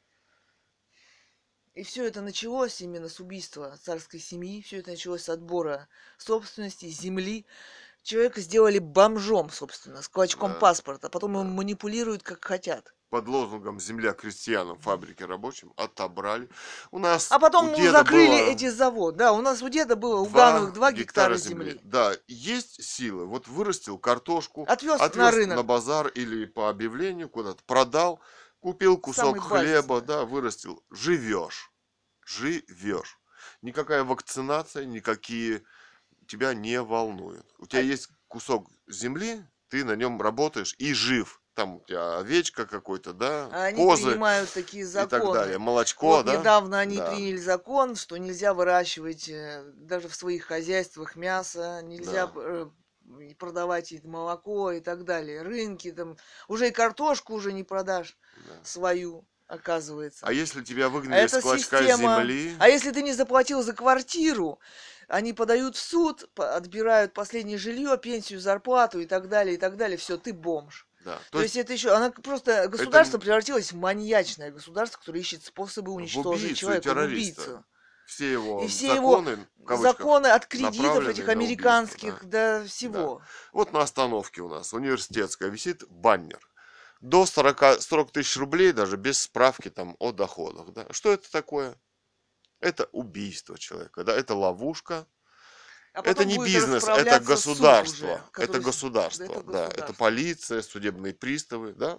[SPEAKER 2] И все это началось именно с убийства царской семьи, все это началось с отбора собственности, земли. Человека сделали бомжом, собственно, с клочком
[SPEAKER 1] Да,
[SPEAKER 2] паспорта. Потом им
[SPEAKER 1] да.
[SPEAKER 2] манипулируют как хотят.
[SPEAKER 1] Под лозунгом «Земля крестьянам, фабрики рабочим» отобрали. У нас
[SPEAKER 2] А
[SPEAKER 1] у
[SPEAKER 2] потом
[SPEAKER 1] деда
[SPEAKER 2] закрыли
[SPEAKER 1] было
[SPEAKER 2] эти заводы. Да, у нас у деда было у Гановых
[SPEAKER 1] два
[SPEAKER 2] два
[SPEAKER 1] гектара
[SPEAKER 2] гектара
[SPEAKER 1] земли.
[SPEAKER 2] земли.
[SPEAKER 1] Да, есть силы. Вот вырастил картошку,
[SPEAKER 2] Отвез на
[SPEAKER 1] отвез на
[SPEAKER 2] рынок.
[SPEAKER 1] базар или по объявлению куда-то, продал, купил
[SPEAKER 2] Самый
[SPEAKER 1] кусок
[SPEAKER 2] базис,
[SPEAKER 1] хлеба,
[SPEAKER 2] да.
[SPEAKER 1] да, вырастил. Живешь. Живешь. Никакая вакцинация, никакие тебя не волнуют. У тебя
[SPEAKER 2] А,
[SPEAKER 1] есть кусок земли, ты на нем работаешь и жив. Там у тебя овечка какой-то, да,
[SPEAKER 2] а они
[SPEAKER 1] козы
[SPEAKER 2] принимают такие
[SPEAKER 1] и так далее.
[SPEAKER 2] законы.
[SPEAKER 1] Молочко,
[SPEAKER 2] Вот
[SPEAKER 1] да,
[SPEAKER 2] недавно они
[SPEAKER 1] да,
[SPEAKER 2] приняли закон, что нельзя выращивать э, даже в своих хозяйствах мясо, нельзя
[SPEAKER 1] да,
[SPEAKER 2] э, и продавать и молоко и так далее. Рынки там. Уже и картошку уже не продашь
[SPEAKER 1] да.
[SPEAKER 2] свою,
[SPEAKER 1] А
[SPEAKER 2] оказывается.
[SPEAKER 1] если тебя
[SPEAKER 2] А
[SPEAKER 1] выгнали с
[SPEAKER 2] это
[SPEAKER 1] клочка
[SPEAKER 2] система.
[SPEAKER 1] земли,
[SPEAKER 2] А если ты не заплатил за квартиру, они подают в суд, по- отбирают последнее жилье, пенсию, зарплату и так далее, и так далее. Все, ты бомж.
[SPEAKER 1] да, то
[SPEAKER 2] То есть
[SPEAKER 1] есть
[SPEAKER 2] это еще, она просто,
[SPEAKER 1] это
[SPEAKER 2] государство
[SPEAKER 1] н-
[SPEAKER 2] превратилось в маньячное государство, которое ищет способы
[SPEAKER 1] в
[SPEAKER 2] уничтожить
[SPEAKER 1] убийцу и
[SPEAKER 2] человека, в
[SPEAKER 1] террориста.
[SPEAKER 2] убийцу.
[SPEAKER 1] Все
[SPEAKER 2] И
[SPEAKER 1] его
[SPEAKER 2] все его
[SPEAKER 1] законы, в кавычках,
[SPEAKER 2] законы от кредитов
[SPEAKER 1] направлены
[SPEAKER 2] этих
[SPEAKER 1] на убийство, да,
[SPEAKER 2] американских до
[SPEAKER 1] да.
[SPEAKER 2] всего.
[SPEAKER 1] Вот на остановке у нас университетская висит баннер. До сорока сорок тысяч рублей даже без справки там о доходах. Да. Что это такое? Это убийство человека, да, это ловушка.
[SPEAKER 2] А
[SPEAKER 1] Это
[SPEAKER 2] потом
[SPEAKER 1] не
[SPEAKER 2] будет
[SPEAKER 1] бизнес, это
[SPEAKER 2] расправляться суд уже,
[SPEAKER 1] государство. Это
[SPEAKER 2] который... с- да,
[SPEAKER 1] государство,
[SPEAKER 2] это
[SPEAKER 1] да. Это
[SPEAKER 2] государство.
[SPEAKER 1] полиция, судебные приставы, да.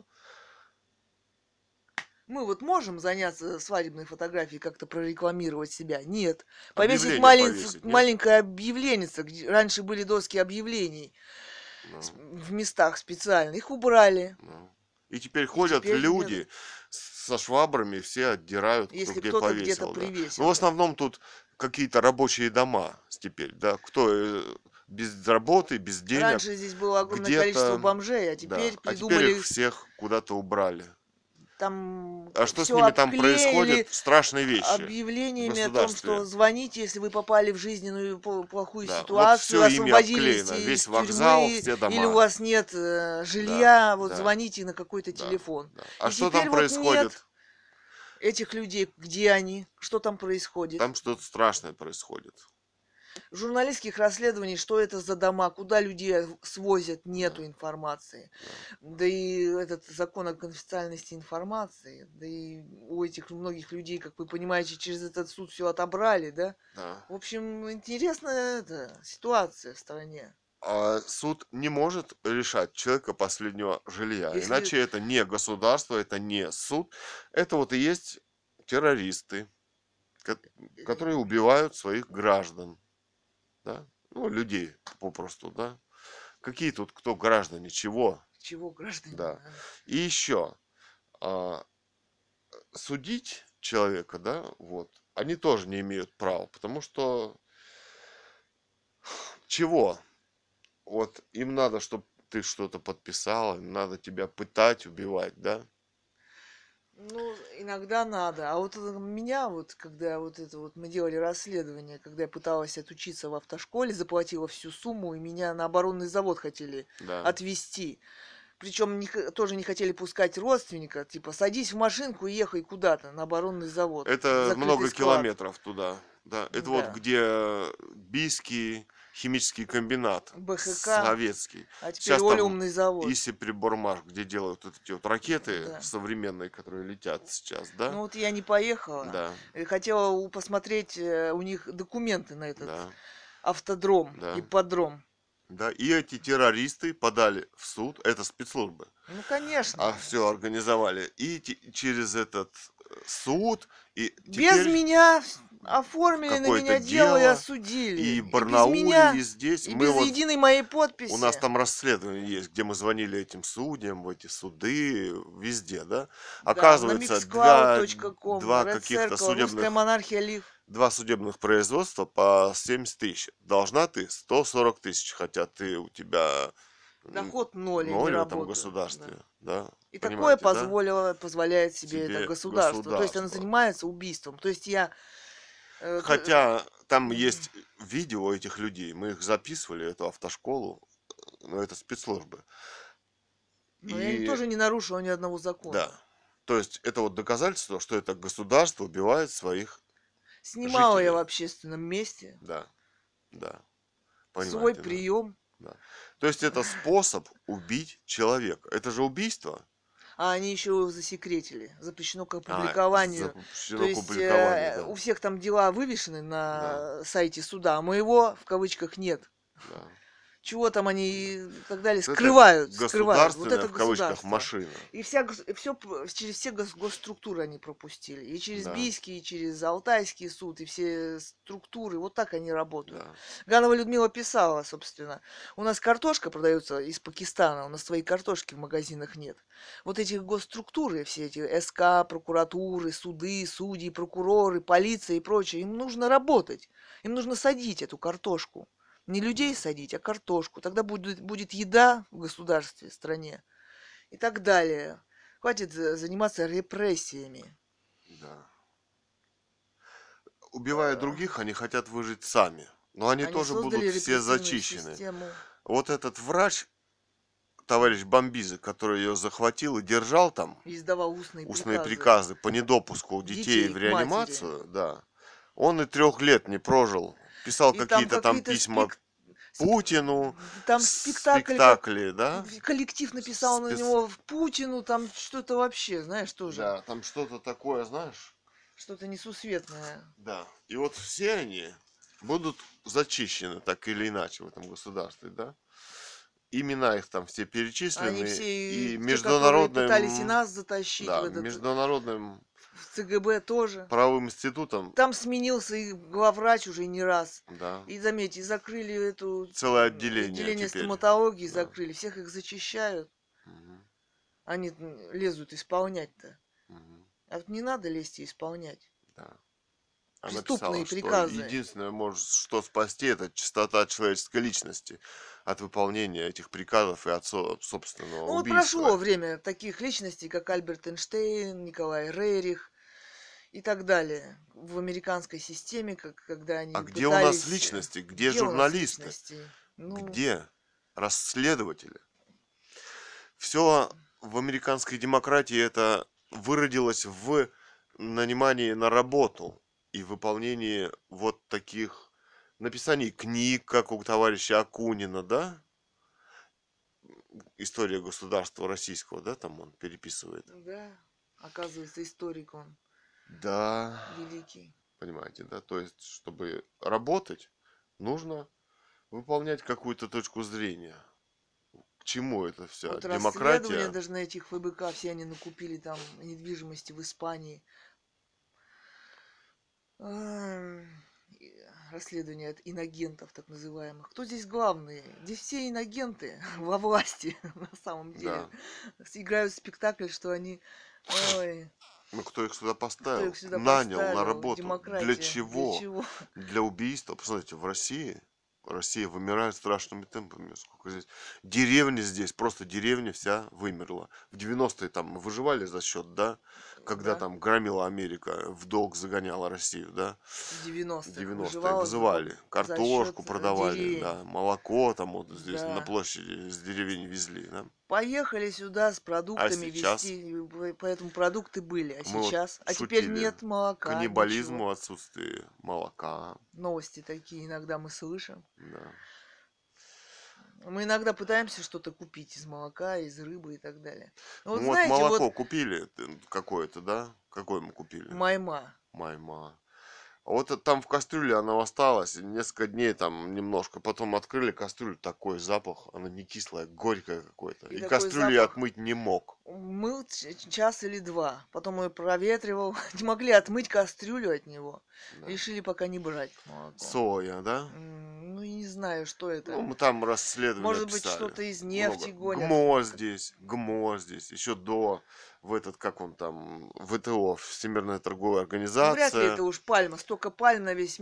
[SPEAKER 2] Мы вот можем заняться свадебной фотографией, как-то прорекламировать себя? Нет. Повесить
[SPEAKER 1] Объявление
[SPEAKER 2] малень-
[SPEAKER 1] повесить, нет?
[SPEAKER 2] маленькое объявление, где раньше были доски объявлений с-
[SPEAKER 1] Ну,
[SPEAKER 2] в местах специально, их убрали.
[SPEAKER 1] ну. И теперь
[SPEAKER 2] И
[SPEAKER 1] ходят
[SPEAKER 2] теперь нет.
[SPEAKER 1] люди со швабрами, все отдирают, кто
[SPEAKER 2] Если
[SPEAKER 1] где
[SPEAKER 2] кто-то где-то
[SPEAKER 1] повесил, да. Но в
[SPEAKER 2] привесил, да.
[SPEAKER 1] основном тут какие-то рабочие дома теперь, да. Кто э, без работы, без денег,
[SPEAKER 2] Раньше здесь было огромное количество
[SPEAKER 1] где-то,
[SPEAKER 2] бомжей, а
[SPEAKER 1] да.
[SPEAKER 2] теперь
[SPEAKER 1] А теперь их
[SPEAKER 2] придумали,
[SPEAKER 1] всех куда-то убрали.
[SPEAKER 2] там
[SPEAKER 1] А что с
[SPEAKER 2] все
[SPEAKER 1] ними там происходит?
[SPEAKER 2] обклеили
[SPEAKER 1] Страшные вещи в
[SPEAKER 2] объявлениями о том,
[SPEAKER 1] государстве.
[SPEAKER 2] что звоните, если вы попали в жизненную по- плохую
[SPEAKER 1] Да, вот
[SPEAKER 2] ситуацию,
[SPEAKER 1] все ими
[SPEAKER 2] освободились
[SPEAKER 1] обклеено, весь
[SPEAKER 2] из
[SPEAKER 1] вокзал,
[SPEAKER 2] тюрьмы,
[SPEAKER 1] все
[SPEAKER 2] или у
[SPEAKER 1] дома.
[SPEAKER 2] вас нет э,
[SPEAKER 1] Да,
[SPEAKER 2] жилья, вот
[SPEAKER 1] да,
[SPEAKER 2] звоните на какой-то
[SPEAKER 1] да,
[SPEAKER 2] телефон.
[SPEAKER 1] да. А
[SPEAKER 2] И
[SPEAKER 1] что там
[SPEAKER 2] теперь вот нет
[SPEAKER 1] происходит?
[SPEAKER 2] этих людей, где они, что там происходит.
[SPEAKER 1] Там что-то страшное происходит.
[SPEAKER 2] Журналистских расследований, что это за дома, куда людей свозят,
[SPEAKER 1] Да,
[SPEAKER 2] нету информации.
[SPEAKER 1] да,
[SPEAKER 2] Да и этот закон о конфиденциальности информации, да и у этих многих людей, как вы понимаете, через этот суд все отобрали, да?
[SPEAKER 1] да.
[SPEAKER 2] В общем, интересная эта ситуация в стране.
[SPEAKER 1] А суд не может решать человека последнего жилья.
[SPEAKER 2] Если
[SPEAKER 1] Иначе это не государство, это не суд. Это вот и есть террористы, ко- которые
[SPEAKER 2] э,
[SPEAKER 1] убивают своих граждан. Да? Ну, людей попросту, да. Какие тут кто граждане, чего?
[SPEAKER 2] чего граждане,
[SPEAKER 1] Да.
[SPEAKER 2] да?
[SPEAKER 1] И еще. а, Судить человека, да, вот, они тоже не имеют права, потому что чего? Вот им надо, чтобы ты что-то подписал, им надо тебя пытать, убивать, да?
[SPEAKER 2] Ну, иногда надо. А вот это меня, вот, когда вот это вот мы делали расследование, когда я пыталась отучиться в автошколе, заплатила всю сумму, и меня на оборонный завод хотели
[SPEAKER 1] Да.
[SPEAKER 2] отвезти. Причем не, х- тоже не хотели пускать родственника, типа, садись в машинку и ехай куда-то на оборонный завод, в
[SPEAKER 1] Это
[SPEAKER 2] закрытый
[SPEAKER 1] много
[SPEAKER 2] склад.
[SPEAKER 1] километров туда, да. Это вот
[SPEAKER 2] Да,
[SPEAKER 1] где Бийский химический комбинат
[SPEAKER 2] БХК,
[SPEAKER 1] советский.
[SPEAKER 2] а теперь
[SPEAKER 1] Сейчас там
[SPEAKER 2] олеумный завод.
[SPEAKER 1] Иси Прибормаш, где делают вот эти вот ракеты
[SPEAKER 2] Да.
[SPEAKER 1] современные, которые летят сейчас, да?
[SPEAKER 2] Ну вот я не поехала.
[SPEAKER 1] Да,
[SPEAKER 2] И хотела у- посмотреть э, у них документы на этот
[SPEAKER 1] да,
[SPEAKER 2] автодром,
[SPEAKER 1] да.
[SPEAKER 2] ипподром.
[SPEAKER 1] Да, и эти террористы подали в суд, это спецслужбы,
[SPEAKER 2] Ну, конечно.
[SPEAKER 1] а все организовали, и те- через этот э, суд, и
[SPEAKER 2] Без
[SPEAKER 1] теперь
[SPEAKER 2] меня оформили на
[SPEAKER 1] какое-то
[SPEAKER 2] меня дело и
[SPEAKER 1] дело,
[SPEAKER 2] осудили.
[SPEAKER 1] и в
[SPEAKER 2] И без
[SPEAKER 1] Барнауле,
[SPEAKER 2] меня,
[SPEAKER 1] и здесь,
[SPEAKER 2] и
[SPEAKER 1] мы
[SPEAKER 2] без
[SPEAKER 1] вот,
[SPEAKER 2] единой моей
[SPEAKER 1] у нас
[SPEAKER 2] подписи.
[SPEAKER 1] там расследование есть, где мы звонили этим судьям, в эти суды, везде, да,
[SPEAKER 2] Да, на
[SPEAKER 1] оказывается,
[SPEAKER 2] mixcloud
[SPEAKER 1] два,
[SPEAKER 2] точка ком,
[SPEAKER 1] два
[SPEAKER 2] Red
[SPEAKER 1] каких-то
[SPEAKER 2] Circle, Русская
[SPEAKER 1] судебных,
[SPEAKER 2] монархия Лив.
[SPEAKER 1] два судебных производства по семьдесят тысяч, должна ты сто сорок тысяч, хотя ты, у тебя м,
[SPEAKER 2] Доход ноль, они
[SPEAKER 1] ноль в этом
[SPEAKER 2] работают. Да.
[SPEAKER 1] государстве, да,
[SPEAKER 2] И такое
[SPEAKER 1] понимаете, да?
[SPEAKER 2] позволило, позволяет себе это
[SPEAKER 1] Тебе
[SPEAKER 2] государство. То есть оно
[SPEAKER 1] государство.
[SPEAKER 2] занимается убийством. То есть я... э, то-
[SPEAKER 1] Хотя там
[SPEAKER 2] Мгм.
[SPEAKER 1] есть видео этих людей, мы их записывали, эту автошколу, но это спецслужбы.
[SPEAKER 2] Но я
[SPEAKER 1] И
[SPEAKER 2] тоже не нарушила ни одного
[SPEAKER 1] да,
[SPEAKER 2] закона.
[SPEAKER 1] то есть это вот доказательство, что это государство убивает своих
[SPEAKER 2] Снимала я в
[SPEAKER 1] жителей.
[SPEAKER 2] общественном месте
[SPEAKER 1] Да, да,
[SPEAKER 2] свой
[SPEAKER 1] понимаете, да?
[SPEAKER 2] прием.
[SPEAKER 1] Да. То есть это способ убить человека. Это же убийство.
[SPEAKER 2] А они еще его засекретили. Запрещено к
[SPEAKER 1] А,
[SPEAKER 2] опубликованию. То
[SPEAKER 1] запрещено к
[SPEAKER 2] есть
[SPEAKER 1] публикованию,
[SPEAKER 2] э,
[SPEAKER 1] да.
[SPEAKER 2] у всех там дела вывешены
[SPEAKER 1] Да,
[SPEAKER 2] на сайте суда, а моего в кавычках нет.
[SPEAKER 1] да.
[SPEAKER 2] Чего там они
[SPEAKER 1] Да.
[SPEAKER 2] и так далее
[SPEAKER 1] Вот это
[SPEAKER 2] скрывают, скрывают. Вот
[SPEAKER 1] государственная
[SPEAKER 2] это
[SPEAKER 1] в кавычках
[SPEAKER 2] государство.
[SPEAKER 1] машина.
[SPEAKER 2] И вся, гос- и все, через все гос- госструктуры они пропустили. И через
[SPEAKER 1] Да,
[SPEAKER 2] Бийский, и через Алтайский суд, и все структуры. Вот так они работают.
[SPEAKER 1] да.
[SPEAKER 2] Ганова Людмила писала, собственно. У нас картошка продается из Пакистана, у нас своей картошки в магазинах нет. Вот эти госструктуры, все эти СК, прокуратуры, суды, судьи, прокуроры, полиция и прочее, им нужно работать. Им нужно садить эту картошку. Не людей
[SPEAKER 1] Да,
[SPEAKER 2] садить, а картошку. Тогда будет, будет еда в государстве, в стране и так далее. Хватит за- заниматься репрессиями.
[SPEAKER 1] да. Убивая
[SPEAKER 2] Э,
[SPEAKER 1] других, они хотят выжить сами. Но они
[SPEAKER 2] Они
[SPEAKER 1] тоже
[SPEAKER 2] создали
[SPEAKER 1] будут все
[SPEAKER 2] репрессивную
[SPEAKER 1] зачищены.
[SPEAKER 2] систему.
[SPEAKER 1] Вот этот врач, товарищ Бомбизы, который ее захватил и держал там,
[SPEAKER 2] И издавал устные
[SPEAKER 1] устные
[SPEAKER 2] приказы
[SPEAKER 1] приказы по недопуску детей
[SPEAKER 2] детей
[SPEAKER 1] в
[SPEAKER 2] к матери.
[SPEAKER 1] реанимацию, да, он и трех лет не прожил. Писал
[SPEAKER 2] И там
[SPEAKER 1] какие-то там
[SPEAKER 2] какие-то
[SPEAKER 1] письма
[SPEAKER 2] спек... сп-
[SPEAKER 1] Путину,
[SPEAKER 2] Там спектакль, как
[SPEAKER 1] спектакли, да,
[SPEAKER 2] коллектив написал на
[SPEAKER 1] спец...
[SPEAKER 2] него в Путину, там что-то вообще, знаешь, тоже.
[SPEAKER 1] да, там что-то такое, знаешь,
[SPEAKER 2] Что-то несусветное.
[SPEAKER 1] да. И вот все они будут зачищены так или иначе в этом государстве, да. Имена их там все
[SPEAKER 2] Они
[SPEAKER 1] перечислены,
[SPEAKER 2] все,
[SPEAKER 1] и
[SPEAKER 2] те, которые пытались и
[SPEAKER 1] международным,
[SPEAKER 2] нас затащить в
[SPEAKER 1] да,
[SPEAKER 2] этот,
[SPEAKER 1] международным
[SPEAKER 2] в ЦГБ тоже.
[SPEAKER 1] правовым институтом,
[SPEAKER 2] Там сменился и главврач уже не раз.
[SPEAKER 1] да,
[SPEAKER 2] И заметьте, закрыли эту
[SPEAKER 1] целое
[SPEAKER 2] м,
[SPEAKER 1] отделение
[SPEAKER 2] отделение
[SPEAKER 1] теперь,
[SPEAKER 2] стоматологии,
[SPEAKER 1] да.
[SPEAKER 2] закрыли. Всех их зачищают.
[SPEAKER 1] Мгм,
[SPEAKER 2] Они м, лезут исполнять-то.
[SPEAKER 1] мгм,
[SPEAKER 2] А вот не надо лезть и исполнять.
[SPEAKER 1] да. Она писала,
[SPEAKER 2] Преступные
[SPEAKER 1] что
[SPEAKER 2] приказы.
[SPEAKER 1] единственное, может, что спасти, это чистота человеческой личности от выполнения этих приказов и от со- собственного
[SPEAKER 2] Ну вот прошло
[SPEAKER 1] убийства.
[SPEAKER 2] время таких личностей, как Альберт Эйнштейн, Николай Рерих и так далее. В американской системе, как, когда
[SPEAKER 1] А
[SPEAKER 2] они
[SPEAKER 1] где у нас
[SPEAKER 2] пытались... э,
[SPEAKER 1] личности? Где
[SPEAKER 2] Где у нас
[SPEAKER 1] журналисты?
[SPEAKER 2] личности? Ну,
[SPEAKER 1] Где расследователи? Все в американской демократии это выродилось в нанимании на работу и выполнении вот таких написаний книг, как у товарища Акунина, да? История государства российского, да, там он переписывает.
[SPEAKER 2] да, оказывается, историк он
[SPEAKER 1] Да,
[SPEAKER 2] великий.
[SPEAKER 1] понимаете, да, то есть, чтобы работать, нужно выполнять какую-то точку зрения. К чему это вся
[SPEAKER 2] Вот расследование
[SPEAKER 1] демократия?
[SPEAKER 2] даже на этих ФБК, все они накупили там недвижимости в Испании. Ай, и расследование от инагентов, так называемых. Кто здесь главный? Здесь все инагенты во власти, на самом деле.
[SPEAKER 1] Да.
[SPEAKER 2] Играют в спектакль, что они... Ой,
[SPEAKER 1] Ну, кто их сюда
[SPEAKER 2] кто
[SPEAKER 1] поставил?
[SPEAKER 2] их сюда
[SPEAKER 1] Нанял на
[SPEAKER 2] поставил?
[SPEAKER 1] работу. Для
[SPEAKER 2] Демократия. Для
[SPEAKER 1] чего?
[SPEAKER 2] чего?
[SPEAKER 1] Для убийства. Посмотрите, в России, Россия вымирает страшными темпами. Сколько здесь. Деревня здесь, просто деревня вся вымерла. В девяностые там выживали за счет, да? Когда
[SPEAKER 2] Да,
[SPEAKER 1] там громила Америка, в долг загоняла Россию, да?
[SPEAKER 2] в
[SPEAKER 1] В
[SPEAKER 2] девяностых
[SPEAKER 1] девяностые
[SPEAKER 2] выживала за, бо-
[SPEAKER 1] вызывали.
[SPEAKER 2] за счет
[SPEAKER 1] Картошку
[SPEAKER 2] э,
[SPEAKER 1] продавали,
[SPEAKER 2] деревень.
[SPEAKER 1] да. Молоко там вот здесь на
[SPEAKER 2] Да.
[SPEAKER 1] площади с деревень везли, да?
[SPEAKER 2] Поехали сюда с
[SPEAKER 1] А
[SPEAKER 2] продуктами
[SPEAKER 1] сейчас
[SPEAKER 2] везти, и п- поэтому продукты были. А
[SPEAKER 1] мы вот
[SPEAKER 2] сейчас? А теперь
[SPEAKER 1] шутили.
[SPEAKER 2] нет молока, ничего.
[SPEAKER 1] Каннибализму, отсутствие молока,
[SPEAKER 2] Новости такие иногда мы слышим.
[SPEAKER 1] да.
[SPEAKER 2] Мы иногда пытаемся что-то купить из молока, из рыбы и так далее. Но вот
[SPEAKER 1] Ну вот
[SPEAKER 2] знаете, вот
[SPEAKER 1] молоко купили т- какое-то, да? Какое мы купили?
[SPEAKER 2] майма.
[SPEAKER 1] Майма. А вот это там в кастрюле оно осталось, и несколько дней там немножко. Потом открыли кастрюлю, такой запах, она не кислая, горькая какое-то.
[SPEAKER 2] И
[SPEAKER 1] И
[SPEAKER 2] такой
[SPEAKER 1] кастрюлю я
[SPEAKER 2] запах.
[SPEAKER 1] отмыть не мог.
[SPEAKER 2] Мыл ч- час или два. Потом ее проветривал. Не могли отмыть кастрюлю от него.
[SPEAKER 1] Да.
[SPEAKER 2] Решили пока не брать молоко.
[SPEAKER 1] Соя, да?
[SPEAKER 2] М, Ну, и не знаю, что
[SPEAKER 1] Ну,
[SPEAKER 2] это.
[SPEAKER 1] мы там расследования
[SPEAKER 2] Может быть,
[SPEAKER 1] писали.
[SPEAKER 2] что-то из нефти
[SPEAKER 1] Много.
[SPEAKER 2] гонят.
[SPEAKER 1] ГМО здесь, ГМО здесь. Еще до в этот, как он там, ВТО, Всемирная торговая
[SPEAKER 2] Ну, вряд ли
[SPEAKER 1] организация.
[SPEAKER 2] это уж пальма. Столько пальм на весь мир.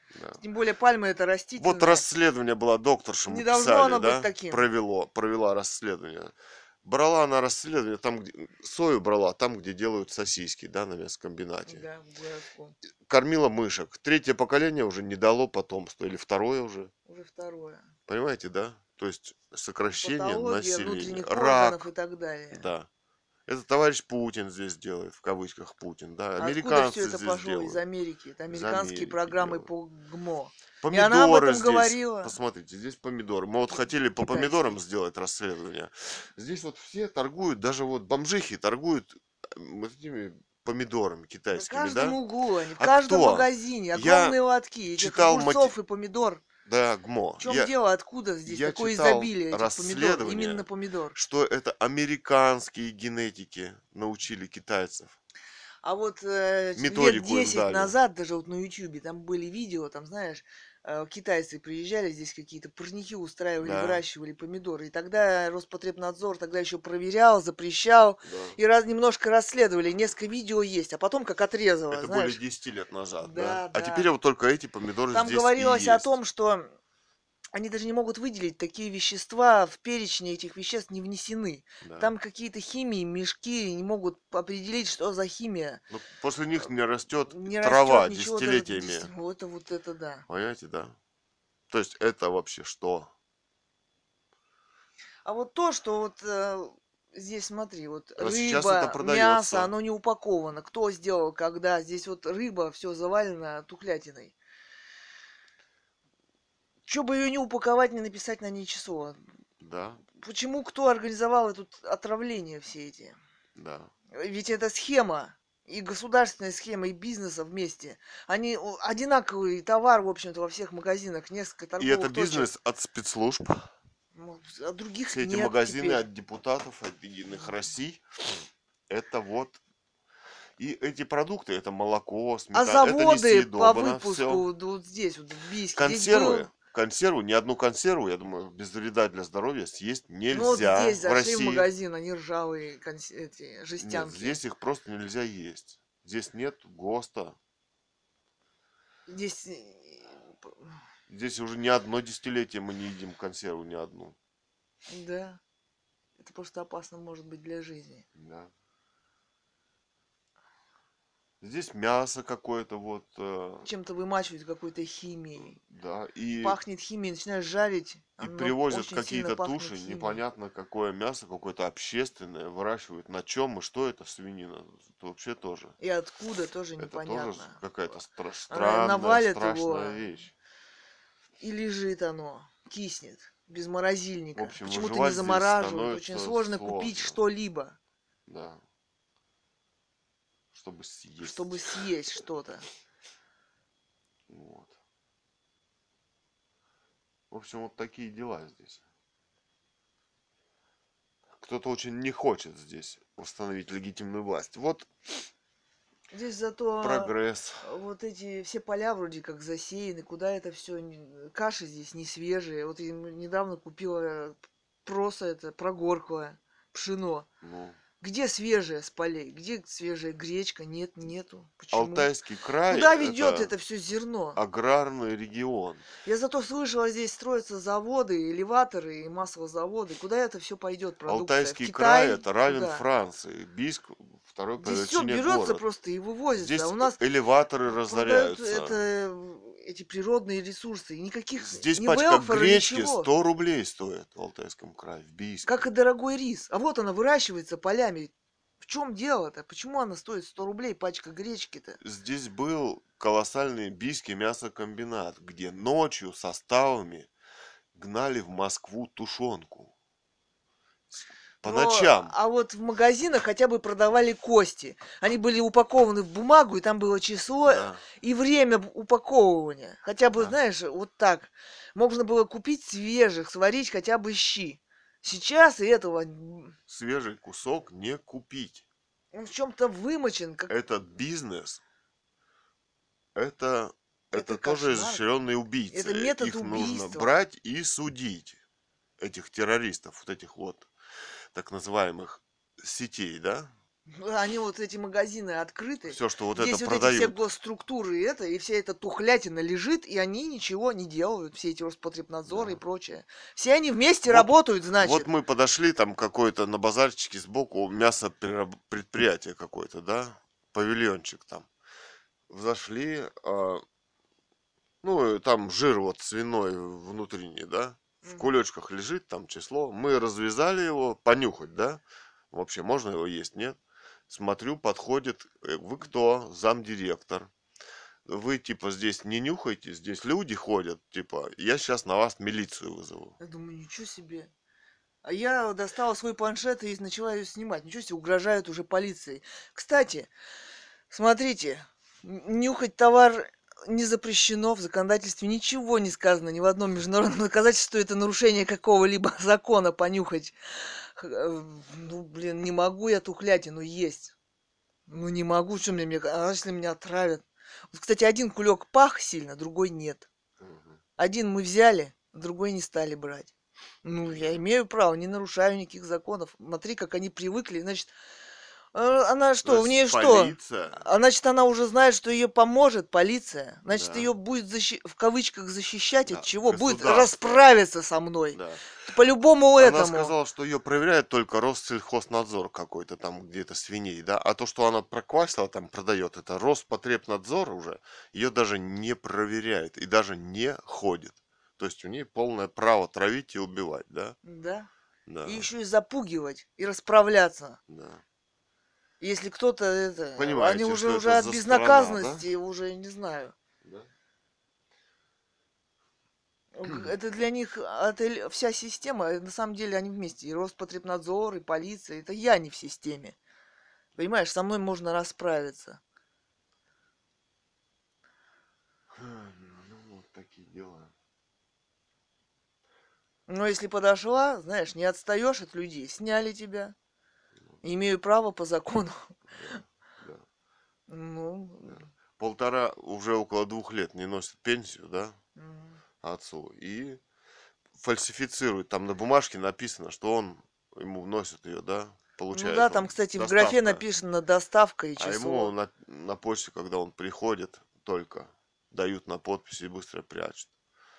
[SPEAKER 1] Да.
[SPEAKER 2] Тем более пальма это
[SPEAKER 1] Вот
[SPEAKER 2] растительное.
[SPEAKER 1] расследование было, докторша, мы
[SPEAKER 2] Не должно
[SPEAKER 1] писали,
[SPEAKER 2] оно быть
[SPEAKER 1] да,
[SPEAKER 2] таким.
[SPEAKER 1] провело, провела расследование. Брала она расследование, там, где сою брала, там, где делают сосиски, да, на мясокомбинате.
[SPEAKER 2] Да, в городском.
[SPEAKER 1] Кормила мышек. Третье поколение уже не дало потомства, или второе уже.
[SPEAKER 2] Уже второе.
[SPEAKER 1] Понимаете, да? То есть сокращение
[SPEAKER 2] Патология
[SPEAKER 1] населения.
[SPEAKER 2] внутренних органов и
[SPEAKER 1] Рак,
[SPEAKER 2] так далее.
[SPEAKER 1] да. Это товарищ Путин здесь делает, в кавычках Путин, да.
[SPEAKER 2] А откуда все
[SPEAKER 1] Американцы
[SPEAKER 2] это
[SPEAKER 1] здесь
[SPEAKER 2] пошло? Из
[SPEAKER 1] делают,
[SPEAKER 2] Америки. Это
[SPEAKER 1] из
[SPEAKER 2] американские
[SPEAKER 1] Америки
[SPEAKER 2] программы
[SPEAKER 1] делают.
[SPEAKER 2] по ГМО. И она об
[SPEAKER 1] Помидоры
[SPEAKER 2] этом
[SPEAKER 1] здесь,
[SPEAKER 2] говорила.
[SPEAKER 1] посмотрите, здесь помидоры. Мы вот
[SPEAKER 2] Ки-
[SPEAKER 1] хотели по помидорам
[SPEAKER 2] Китайские.
[SPEAKER 1] сделать расследование. Здесь вот все торгуют, даже вот бомжихи торгуют э, вот этими помидорами
[SPEAKER 2] На
[SPEAKER 1] китайскими,
[SPEAKER 2] каждом
[SPEAKER 1] да?
[SPEAKER 2] углу они, в
[SPEAKER 1] А
[SPEAKER 2] каждом
[SPEAKER 1] кто?
[SPEAKER 2] магазине.
[SPEAKER 1] Я
[SPEAKER 2] Огромные лотки этих
[SPEAKER 1] читал мати...
[SPEAKER 2] огурцов и помидор.
[SPEAKER 1] Да,
[SPEAKER 2] В
[SPEAKER 1] ГМО.
[SPEAKER 2] чем
[SPEAKER 1] Я,
[SPEAKER 2] дело? Откуда здесь
[SPEAKER 1] я
[SPEAKER 2] такое
[SPEAKER 1] читал
[SPEAKER 2] изобилие этих помидор? Именно
[SPEAKER 1] расследование,
[SPEAKER 2] помидор.
[SPEAKER 1] что это американские генетики научили китайцев.
[SPEAKER 2] А вот э, лет
[SPEAKER 1] Методику им
[SPEAKER 2] десять
[SPEAKER 1] дали.
[SPEAKER 2] назад, даже вот на Ютубе, там были видео, там, знаешь, э, китайцы приезжали, здесь какие-то парники устраивали,
[SPEAKER 1] Да,
[SPEAKER 2] выращивали помидоры. И тогда Роспотребнадзор тогда еще проверял, запрещал,
[SPEAKER 1] да.
[SPEAKER 2] и раз, немножко расследовали. Несколько видео есть, а потом как отрезало,
[SPEAKER 1] Это более
[SPEAKER 2] знаешь.
[SPEAKER 1] десяти лет назад, да?
[SPEAKER 2] Да,
[SPEAKER 1] А теперь
[SPEAKER 2] да.
[SPEAKER 1] вот только эти помидоры
[SPEAKER 2] Там
[SPEAKER 1] здесь и
[SPEAKER 2] говорилось о том,
[SPEAKER 1] есть.
[SPEAKER 2] что они даже не могут выделить такие вещества, в перечне этих веществ не внесены.
[SPEAKER 1] Да.
[SPEAKER 2] Там какие-то химии, мешки, не могут определить, что за химия.
[SPEAKER 1] Ну, после них
[SPEAKER 2] Э,
[SPEAKER 1] не растет
[SPEAKER 2] Не растет
[SPEAKER 1] трава
[SPEAKER 2] ничего даже
[SPEAKER 1] десятилетиями.
[SPEAKER 2] дес- вот это вот это да.
[SPEAKER 1] Понимаете, да? То есть это вообще что?
[SPEAKER 2] А вот то, что вот э, здесь смотри, вот
[SPEAKER 1] А сейчас это
[SPEAKER 2] рыба, мясо,
[SPEAKER 1] продается.
[SPEAKER 2] оно не упаковано. Кто сделал, когда? Здесь вот рыба все завалено тухлятиной. Че бы ее не упаковать, не написать на ней число?
[SPEAKER 1] Да,
[SPEAKER 2] Почему кто организовал это отравление все эти?
[SPEAKER 1] да.
[SPEAKER 2] Ведь это схема. И государственная схема, и бизнеса вместе. Они о, одинаковый товар, в общем-то, во всех магазинах, несколько
[SPEAKER 1] И это
[SPEAKER 2] торговых точек.
[SPEAKER 1] бизнес от спецслужб.
[SPEAKER 2] Ну, а других
[SPEAKER 1] Все эти
[SPEAKER 2] нет
[SPEAKER 1] магазины
[SPEAKER 2] теперь.
[SPEAKER 1] от депутатов, от Единых Россий. Это вот. И эти продукты, это молоко,
[SPEAKER 2] А
[SPEAKER 1] сметана, это
[SPEAKER 2] заводы по
[SPEAKER 1] несъедобно
[SPEAKER 2] выпуску
[SPEAKER 1] все.
[SPEAKER 2] вот вот здесь, вот в Бийске, здесь
[SPEAKER 1] Консервы,
[SPEAKER 2] был,
[SPEAKER 1] консерву, ни одну консерву, я думаю, без вреда для здоровья съесть
[SPEAKER 2] ну вот
[SPEAKER 1] нельзя
[SPEAKER 2] здесь
[SPEAKER 1] в
[SPEAKER 2] зашли в
[SPEAKER 1] России.
[SPEAKER 2] магазин, они ржавые, конс- эти,
[SPEAKER 1] Нет,
[SPEAKER 2] жестянки.
[SPEAKER 1] здесь их просто нельзя есть. Здесь нет ГОСТа.
[SPEAKER 2] Здесь, э, п-
[SPEAKER 1] Здесь уже не одно десятилетие мы не едим консерву, ни одну.
[SPEAKER 2] да, это просто опасно может быть для жизни.
[SPEAKER 1] Да. Здесь мясо какое-то вот, э,
[SPEAKER 2] Чем-то вымачивают какой-то химией.
[SPEAKER 1] да, и,
[SPEAKER 2] Пахнет химией, начинаешь жарить,
[SPEAKER 1] и
[SPEAKER 2] оно
[SPEAKER 1] привозят
[SPEAKER 2] очень сильно
[SPEAKER 1] какие-то
[SPEAKER 2] пахнет
[SPEAKER 1] туши,
[SPEAKER 2] химией.
[SPEAKER 1] непонятно какое мясо, какое-то общественное, выращивают на чем и что это свинина. Это вообще тоже.
[SPEAKER 2] И откуда тоже
[SPEAKER 1] Это тоже с-
[SPEAKER 2] непонятно.
[SPEAKER 1] какая-то стра-
[SPEAKER 2] Она-
[SPEAKER 1] странная,
[SPEAKER 2] Навалят
[SPEAKER 1] страшная
[SPEAKER 2] его,
[SPEAKER 1] вещь.
[SPEAKER 2] и лежит оно, киснет, без
[SPEAKER 1] В
[SPEAKER 2] морозильника.
[SPEAKER 1] общем,
[SPEAKER 2] Почему-то не
[SPEAKER 1] выживать здесь
[SPEAKER 2] замораживают. Очень
[SPEAKER 1] становится
[SPEAKER 2] сложно купить
[SPEAKER 1] сложно.
[SPEAKER 2] что-либо,
[SPEAKER 1] Да. Чтобы съесть.
[SPEAKER 2] чтобы съесть что-то.
[SPEAKER 1] Вот. В общем, вот такие дела здесь. Кто-то очень не хочет здесь установить легитимную власть. Вот
[SPEAKER 2] Здесь зато
[SPEAKER 1] прогресс.
[SPEAKER 2] э, вот эти все поля вроде как засеяны, куда это все, каши здесь не свежие. Вот я недавно купила проса это прогорклое пшено.
[SPEAKER 1] Ну,
[SPEAKER 2] Где свежее с полей? Где свежая гречка? Нет, нету. Почему?
[SPEAKER 1] Алтайский край–
[SPEAKER 2] Куда ведет
[SPEAKER 1] это
[SPEAKER 2] это все зерно?
[SPEAKER 1] аграрный регион.
[SPEAKER 2] Я зато слышала, здесь строятся заводы, элеваторы и маслозаводы. Куда это все пойдет, продукция? В
[SPEAKER 1] Алтайский край–
[SPEAKER 2] Китай?
[SPEAKER 1] это равен
[SPEAKER 2] Куда?
[SPEAKER 1] Франции. Бийск– второй по
[SPEAKER 2] Здесь все
[SPEAKER 1] величине
[SPEAKER 2] берется
[SPEAKER 1] город.
[SPEAKER 2] просто и вывозится. А
[SPEAKER 1] Здесь
[SPEAKER 2] у нас
[SPEAKER 1] элеваторы
[SPEAKER 2] продают
[SPEAKER 1] разоряются.
[SPEAKER 2] это, эти природные ресурсы. И никаких,
[SPEAKER 1] Здесь
[SPEAKER 2] ни
[SPEAKER 1] пачка
[SPEAKER 2] велфора,
[SPEAKER 1] гречки
[SPEAKER 2] ничего.
[SPEAKER 1] сто рублей стоит в Алтайском крае, в
[SPEAKER 2] Как
[SPEAKER 1] Бийске.
[SPEAKER 2] и дорогой рис. А вот она выращивается полями. В чем дело-то? Почему она стоит сто рублей, пачка гречки-то?
[SPEAKER 1] Здесь был колоссальный бийский мясокомбинат, где ночью составами гнали в Москву тушенку. По
[SPEAKER 2] Но,
[SPEAKER 1] ночам.
[SPEAKER 2] а вот в магазинах хотя бы продавали кости. Они были упакованы в бумагу, и там было число
[SPEAKER 1] Да,
[SPEAKER 2] и время б- упаковывания. Хотя бы,
[SPEAKER 1] да.
[SPEAKER 2] знаешь, вот так. Можно было купить свежих, сварить хотя бы щи. Сейчас и этого н-
[SPEAKER 1] Свежий кусок не купить.
[SPEAKER 2] он в чем-то вымочен, как
[SPEAKER 1] Этот бизнес, это,
[SPEAKER 2] это
[SPEAKER 1] это тоже
[SPEAKER 2] кошмар.
[SPEAKER 1] изощренные
[SPEAKER 2] Это
[SPEAKER 1] убийцы.
[SPEAKER 2] метод
[SPEAKER 1] Их нужно
[SPEAKER 2] убийства.
[SPEAKER 1] брать и судить. Этих террористов, вот этих вот так называемых сетей, да?
[SPEAKER 2] Они вот эти магазины открыты,
[SPEAKER 1] Все, что вот это
[SPEAKER 2] здесь вот эти все
[SPEAKER 1] продают.
[SPEAKER 2] госструктуры и это, и вся эта тухлятина лежит, и они ничего не делают, все эти Роспотребнадзоры и
[SPEAKER 1] Да.
[SPEAKER 2] прочее. Все они вместе
[SPEAKER 1] Вот,
[SPEAKER 2] работают,
[SPEAKER 1] вот
[SPEAKER 2] значит.
[SPEAKER 1] мы подошли, там какой-то на базарчике сбоку мясо предприятие какое-то, да, павильончик там. Зашли, а, ну, и там жир вот свиной внутренний, да, в
[SPEAKER 2] Мгм.
[SPEAKER 1] кулечках лежит, там число. Мы развязали его, понюхать, да, вообще можно его есть, нет? Смотрю, подходит, э, вы кто? Замдиректор. Вы, типа, здесь не нюхайте, здесь люди ходят, типа, я сейчас на вас милицию вызову.
[SPEAKER 2] Я думаю, ничего себе. А я достала свой планшет и начала ее снимать. Ничего себе, угрожают уже полицией. Кстати, смотрите, н- нюхать товар не запрещено в законодательстве. Ничего не сказано ни в одном международном доказательстве, что это нарушение какого-либо закона понюхать. Х- э, Ну, блин, не могу я тухлятину есть. Ну, не могу, что мне, мне, а если меня отравят? Вот, кстати, один кулек пах сильно, другой нет.
[SPEAKER 1] Мгм.
[SPEAKER 2] Один мы взяли, другой не стали брать. Ну, я
[SPEAKER 1] Да.
[SPEAKER 2] имею право, не нарушаю никаких законов. Смотри, как они привыкли. Значит, э, она что, в
[SPEAKER 1] Значит,
[SPEAKER 2] ней что?
[SPEAKER 1] полиция,
[SPEAKER 2] А значит, она уже знает, что ее поможет полиция. Значит,
[SPEAKER 1] да,
[SPEAKER 2] ее будет защи- в кавычках защищать от
[SPEAKER 1] да,
[SPEAKER 2] чего? Будет
[SPEAKER 1] государство,
[SPEAKER 2] расправиться со мной.
[SPEAKER 1] да.
[SPEAKER 2] По любому
[SPEAKER 1] Она
[SPEAKER 2] этому.
[SPEAKER 1] сказала, что ее проверяет только Россельхознадзор какой-то там где-то свиней, да, а то, что она проквасила, там продает, это Роспотребнадзор уже, ее даже не проверяет и даже не ходит. То есть у нее полное право травить и убивать, да?
[SPEAKER 2] Да. И
[SPEAKER 1] Да,
[SPEAKER 2] еще и запугивать, и расправляться.
[SPEAKER 1] да.
[SPEAKER 2] Если кто-то это, они
[SPEAKER 1] Понимаете,
[SPEAKER 2] уже
[SPEAKER 1] что
[SPEAKER 2] уже
[SPEAKER 1] это
[SPEAKER 2] от
[SPEAKER 1] за страна, да?
[SPEAKER 2] безнаказанности, уже не знаю.
[SPEAKER 1] Да.
[SPEAKER 2] Г- Это для них отель, вся система, э, на самом деле они вместе. И Роспотребнадзор, и полиция. Это я не в системе. Понимаешь, со мной можно расправиться.
[SPEAKER 1] Ну, вот такие дела.
[SPEAKER 2] Но если подошла, знаешь, не отстаешь от людей, сняли тебя.
[SPEAKER 1] Ну, да,
[SPEAKER 2] Имею право по закону.
[SPEAKER 1] да, да,
[SPEAKER 2] Ну,
[SPEAKER 1] да. Полтора, уже около двух лет не носит пенсию, да,
[SPEAKER 2] м.
[SPEAKER 1] отцу. И фальсифицирует. Там на бумажке написано, что он ему вносит ее, да,
[SPEAKER 2] Ну
[SPEAKER 1] получает
[SPEAKER 2] да, там,
[SPEAKER 1] он.
[SPEAKER 2] кстати, в графе
[SPEAKER 1] Доставка.
[SPEAKER 2] написано доставка и
[SPEAKER 1] А ему
[SPEAKER 2] число.
[SPEAKER 1] на, на почте, когда он приходит, только дают на подпись и быстро прячут.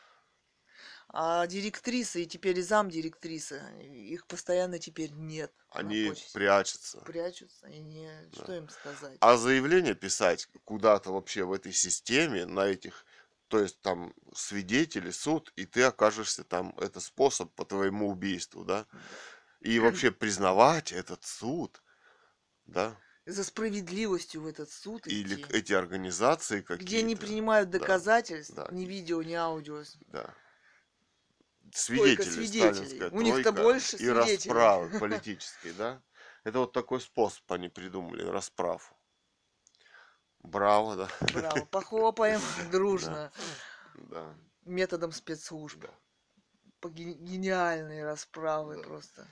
[SPEAKER 2] А директриса и теперь и замдиректриса, их постоянно теперь нет на
[SPEAKER 1] Они
[SPEAKER 2] почте.
[SPEAKER 1] прячутся.
[SPEAKER 2] Прячутся, и не...
[SPEAKER 1] Да.
[SPEAKER 2] Что им сказать?
[SPEAKER 1] А заявление писать куда-то вообще в этой системе, на этих, то есть там свидетели, суд, и ты окажешься там, это способ по твоему убийству, да?
[SPEAKER 2] Да.
[SPEAKER 1] И вообще признавать этот суд, да?
[SPEAKER 2] За справедливостью в этот суд
[SPEAKER 1] Или к-
[SPEAKER 2] идти,
[SPEAKER 1] эти организации
[SPEAKER 2] где не
[SPEAKER 1] какие-то,
[SPEAKER 2] принимают
[SPEAKER 1] да,
[SPEAKER 2] доказательств,
[SPEAKER 1] да,
[SPEAKER 2] ни
[SPEAKER 1] и-
[SPEAKER 2] видео, ни аудио.
[SPEAKER 1] да.
[SPEAKER 2] Только
[SPEAKER 1] Свидетели,
[SPEAKER 2] свидетелей.
[SPEAKER 1] сталинская
[SPEAKER 2] У них-то
[SPEAKER 1] тройка
[SPEAKER 2] больше
[SPEAKER 1] и
[SPEAKER 2] свидетелей.
[SPEAKER 1] расправы политической, да? Это вот такой способ они придумали, расправ. Браво, да,
[SPEAKER 2] Браво. Похлопаем
[SPEAKER 1] да,
[SPEAKER 2] дружно
[SPEAKER 1] да,
[SPEAKER 2] методом спецслужб.
[SPEAKER 1] да,
[SPEAKER 2] По ге- гениальные расправы
[SPEAKER 1] да.
[SPEAKER 2] просто.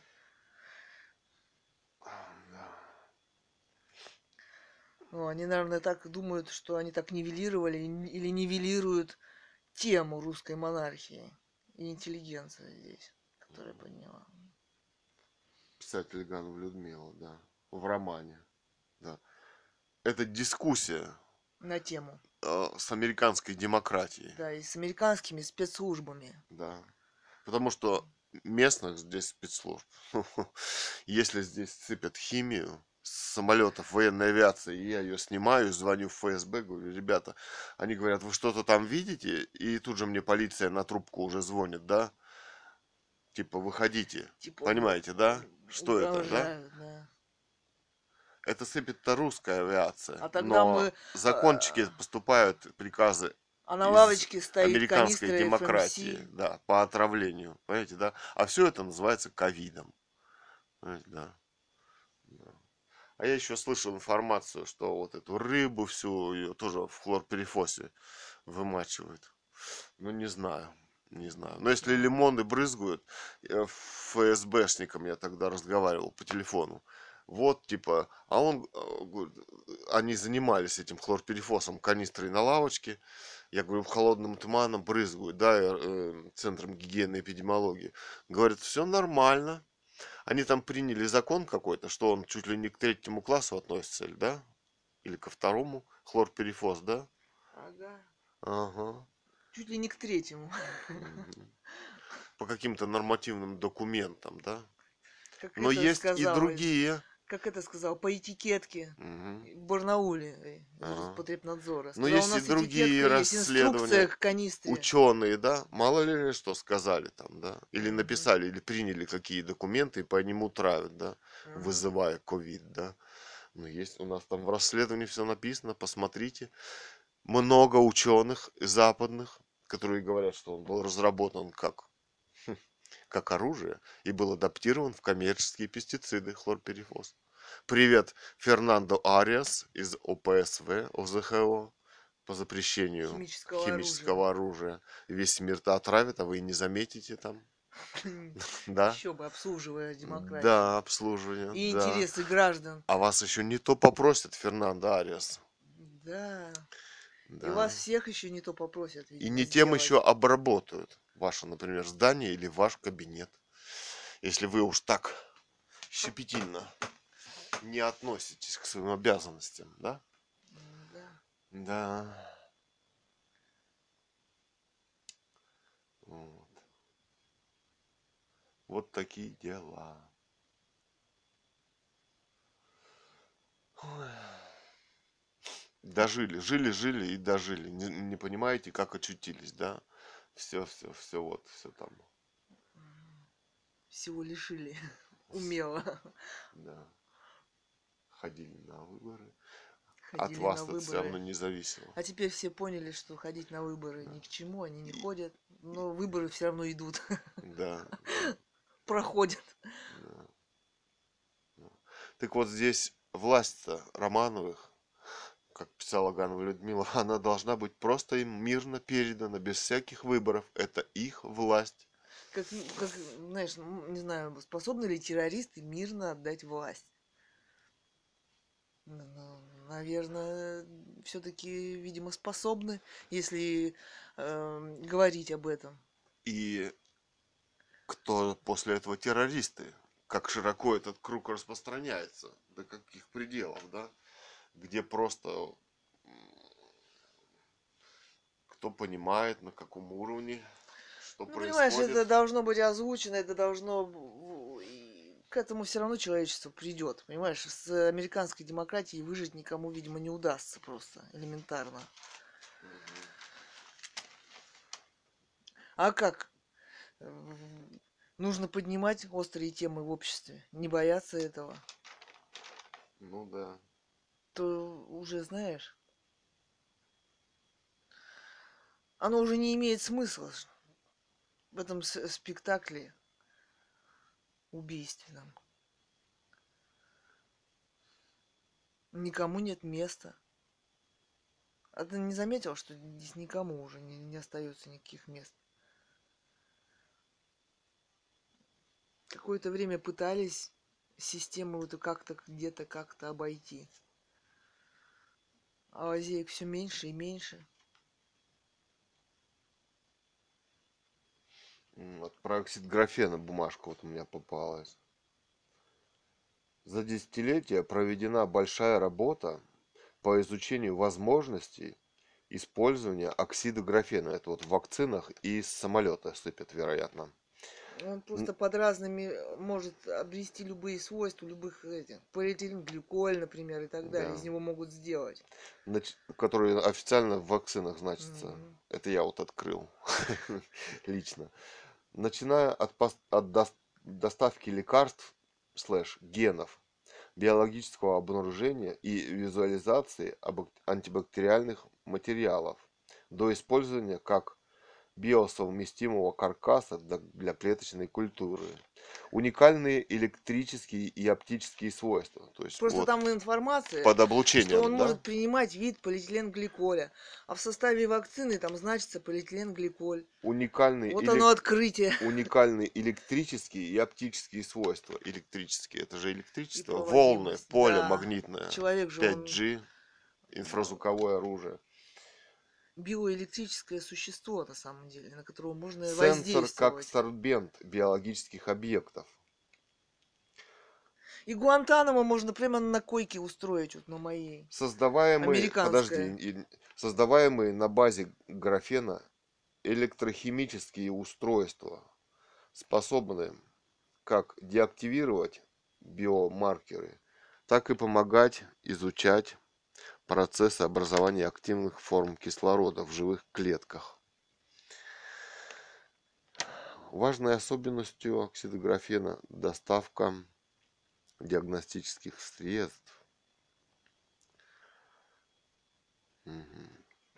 [SPEAKER 1] Да.
[SPEAKER 2] Ну, они, наверное, так думают, что они так нивелировали и н- или нивелируют тему русской монархии и интеллигенция здесь, которая подняла.
[SPEAKER 1] Писатель Ганова Людмила, да, в романе, да. Это дискуссия
[SPEAKER 2] На тему.
[SPEAKER 1] э, с американской демократией,
[SPEAKER 2] Да, и с американскими спецслужбами.
[SPEAKER 1] да. Потому что местных здесь спецслужб, если здесь сыпят химию с самолетов военной авиации, и я ее снимаю, звоню в эф эс бэ, говорю, ребята, они говорят, вы что-то там видите? И тут же мне полиция на трубку уже звонит, да? Типа, выходите.
[SPEAKER 2] Типа уг-
[SPEAKER 1] Понимаете, да? Что это, да?
[SPEAKER 2] угрожают, да.
[SPEAKER 1] Это сыпет-то русская авиация,
[SPEAKER 2] А тогда мы...
[SPEAKER 1] но
[SPEAKER 2] э,
[SPEAKER 1] закончики поступают приказы
[SPEAKER 2] А на
[SPEAKER 1] из
[SPEAKER 2] лавочке стоит
[SPEAKER 1] американской
[SPEAKER 2] канистра
[SPEAKER 1] демократии,
[SPEAKER 2] эф эм си.
[SPEAKER 1] да, по отравлению, понимаете, да? А все это называется ковидом, понимаете, да, да. А я еще слышал информацию, что вот эту рыбу всю ее тоже в хлорперифосе вымачивают. Ну, не знаю, не знаю. Но если
[SPEAKER 2] Ну,
[SPEAKER 1] лимоны брызгают, э, эф эс бэшником я тогда разговаривал по телефону. Вот, типа, а он, э, говорит, они занимались этим хлорперифосом канистрой на лавочке. Я говорю, холодным туманом брызгают, да, э, Центром гигиены и эпидемиологии. Говорят, все нормально. Они там приняли закон какой-то, что он чуть ли не к третьему классу относится, или да? Или ко второму? Хлорперифос, да?
[SPEAKER 2] Ага.
[SPEAKER 1] Ага.
[SPEAKER 2] Чуть ли не к третьему.
[SPEAKER 1] Мгм. По каким-то нормативным документам, да?
[SPEAKER 2] Как
[SPEAKER 1] Но
[SPEAKER 2] это
[SPEAKER 1] есть и
[SPEAKER 2] сказал,
[SPEAKER 1] другие.
[SPEAKER 2] как это сказал, по этикетке
[SPEAKER 1] Мгм.
[SPEAKER 2] в Барнауле из
[SPEAKER 1] Ага.
[SPEAKER 2] Роспотребнадзора.
[SPEAKER 1] Но
[SPEAKER 2] Сказал, у
[SPEAKER 1] есть и
[SPEAKER 2] нас
[SPEAKER 1] другие
[SPEAKER 2] этикетка есть, инструкция
[SPEAKER 1] расследования.
[SPEAKER 2] к канистре.
[SPEAKER 1] Ученые, да? Мало ли что сказали там, да? Или
[SPEAKER 2] Мгм.
[SPEAKER 1] написали, или приняли какие документы и по нему травят, да?
[SPEAKER 2] Ага.
[SPEAKER 1] Вызывая ковид, да? Ну, есть у нас там в расследовании все написано, посмотрите. Много ученых западных, которые говорят, что он был разработан как, как оружие и был адаптирован в коммерческие пестициды, хлорперифос. Привет, Фернандо Ариас из О П С В, О З Х О, по запрещению
[SPEAKER 2] Химического оружия.
[SPEAKER 1] химического оружия. Весь мир-то отравит, а вы и не заметите там. Да?
[SPEAKER 2] Еще бы, обслуживая демократию.
[SPEAKER 1] Да, обслуживание,
[SPEAKER 2] И
[SPEAKER 1] да.
[SPEAKER 2] интересы граждан.
[SPEAKER 1] А вас еще не то попросят, Фернандо Ариас.
[SPEAKER 2] Да. И
[SPEAKER 1] Да.
[SPEAKER 2] вас всех еще не то попросят,
[SPEAKER 1] И
[SPEAKER 2] видимо,
[SPEAKER 1] не тем еще
[SPEAKER 2] сделать.
[SPEAKER 1] обработают ваше, например, здание или ваш кабинет. Если вы уж так щепетильно не относитесь к своим обязанностям, да?
[SPEAKER 2] Да.
[SPEAKER 1] Да. Вот, вот такие дела. Ой. Дожили, жили, жили и дожили. Не, не понимаете, как очутились, да? Все, все, все, вот, все там.
[SPEAKER 2] Всего лишили. Умело.
[SPEAKER 1] Да. Ходили на выборы. От
[SPEAKER 2] Ходили на
[SPEAKER 1] вас это все равно
[SPEAKER 2] выборы.
[SPEAKER 1] не зависело.
[SPEAKER 2] А теперь все поняли, что ходить на выборы
[SPEAKER 1] Да.
[SPEAKER 2] ни к чему, они не
[SPEAKER 1] И,
[SPEAKER 2] ходят. Но выборы все равно идут.
[SPEAKER 1] да, да,
[SPEAKER 2] Проходят.
[SPEAKER 1] да, да. Так вот здесь власть-то Романовых, как писала Ганова Людмила, она должна быть просто им мирно передана, без всяких выборов. Это их власть.
[SPEAKER 2] Как, как, знаешь, м, не знаю, способны ли террористы мирно отдать власть? Ну, наверное, все-таки, видимо, способны, если эм, говорить об этом.
[SPEAKER 1] И кто после этого террористы? Как широко этот круг распространяется, до каких пределов, да? Где просто кто понимает, на каком уровне, что
[SPEAKER 2] Ну, понимаешь,
[SPEAKER 1] происходит.
[SPEAKER 2] это должно быть озвучено, это должно... в- и к этому все равно человечество придет. Понимаешь, с американской демократией выжить никому, видимо, не удастся просто, элементарно. А как? М, Нужно поднимать острые темы в обществе, не бояться этого.
[SPEAKER 1] Ну да.
[SPEAKER 2] То уже, знаешь, оно уже не имеет смысла в этом с- спектакле убийственном. Никому нет места. А ты не заметил, что здесь никому уже не, не остается никаких мест? Какое-то время пытались систему эту как-то где-то как-то обойти. А лазеек все меньше и меньше.
[SPEAKER 1] Вот про оксид графена бумажка вот у меня попалась. За десятилетия проведена большая работа по изучению возможностей использования оксида графена. Это вот в вакцинах и из самолета сыпят, вероятно.
[SPEAKER 2] Он
[SPEAKER 1] Н-
[SPEAKER 2] просто под разными э, может обрести любые свойства, любых этих. Полиэтиленгликоль, например, и так далее.
[SPEAKER 1] Да.
[SPEAKER 2] Из него могут сделать.
[SPEAKER 1] Нач- Которые официально в вакцинах значится.
[SPEAKER 2] Мгм.
[SPEAKER 1] Это я вот открыл лично. Начиная от, пос- от дос- доставки лекарств слэш генов, биологического обнаружения и визуализации обак- антибактериальных материалов до использования как биосовместимого каркаса для для клеточной культуры. Уникальные электрические и оптические свойства. То есть
[SPEAKER 2] Просто
[SPEAKER 1] вот
[SPEAKER 2] там информация,
[SPEAKER 1] под
[SPEAKER 2] что он
[SPEAKER 1] облучением, да?
[SPEAKER 2] может принимать вид полиэтиленгликоля. А в составе вакцины там значится полиэтиленгликоль.
[SPEAKER 1] Уникальные,
[SPEAKER 2] Вот оно
[SPEAKER 1] элек-
[SPEAKER 2] открытие.
[SPEAKER 1] уникальные электрические и оптические свойства. Электрические, это же
[SPEAKER 2] И
[SPEAKER 1] электричество, волны,
[SPEAKER 2] проводимость,
[SPEAKER 1] поле
[SPEAKER 2] да.
[SPEAKER 1] магнитное,
[SPEAKER 2] Человек же
[SPEAKER 1] пять
[SPEAKER 2] он
[SPEAKER 1] джи, инфразвуковое оружие.
[SPEAKER 2] биоэлектрическое существо на самом деле, на которого можно
[SPEAKER 1] Сенсор как
[SPEAKER 2] воздействовать.
[SPEAKER 1] сорбент биологических объектов.
[SPEAKER 2] И Гуантанамо можно прямо на койке устроить, вот на моей.
[SPEAKER 1] Создаваемые, подожди,
[SPEAKER 2] Американская.
[SPEAKER 1] и- создаваемые на базе графена электрохимические устройства способны как деактивировать биомаркеры, так и помогать изучать процессы образования активных форм кислорода в живых клетках. Важной особенностью оксида графена доставка диагностических средств. Мгм.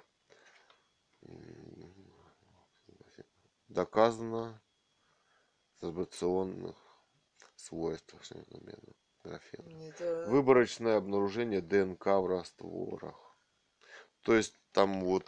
[SPEAKER 1] Доказано вибрационных свойствах графена.
[SPEAKER 2] Это
[SPEAKER 1] Выборочное обнаружение ДНК в растворах. То есть там вот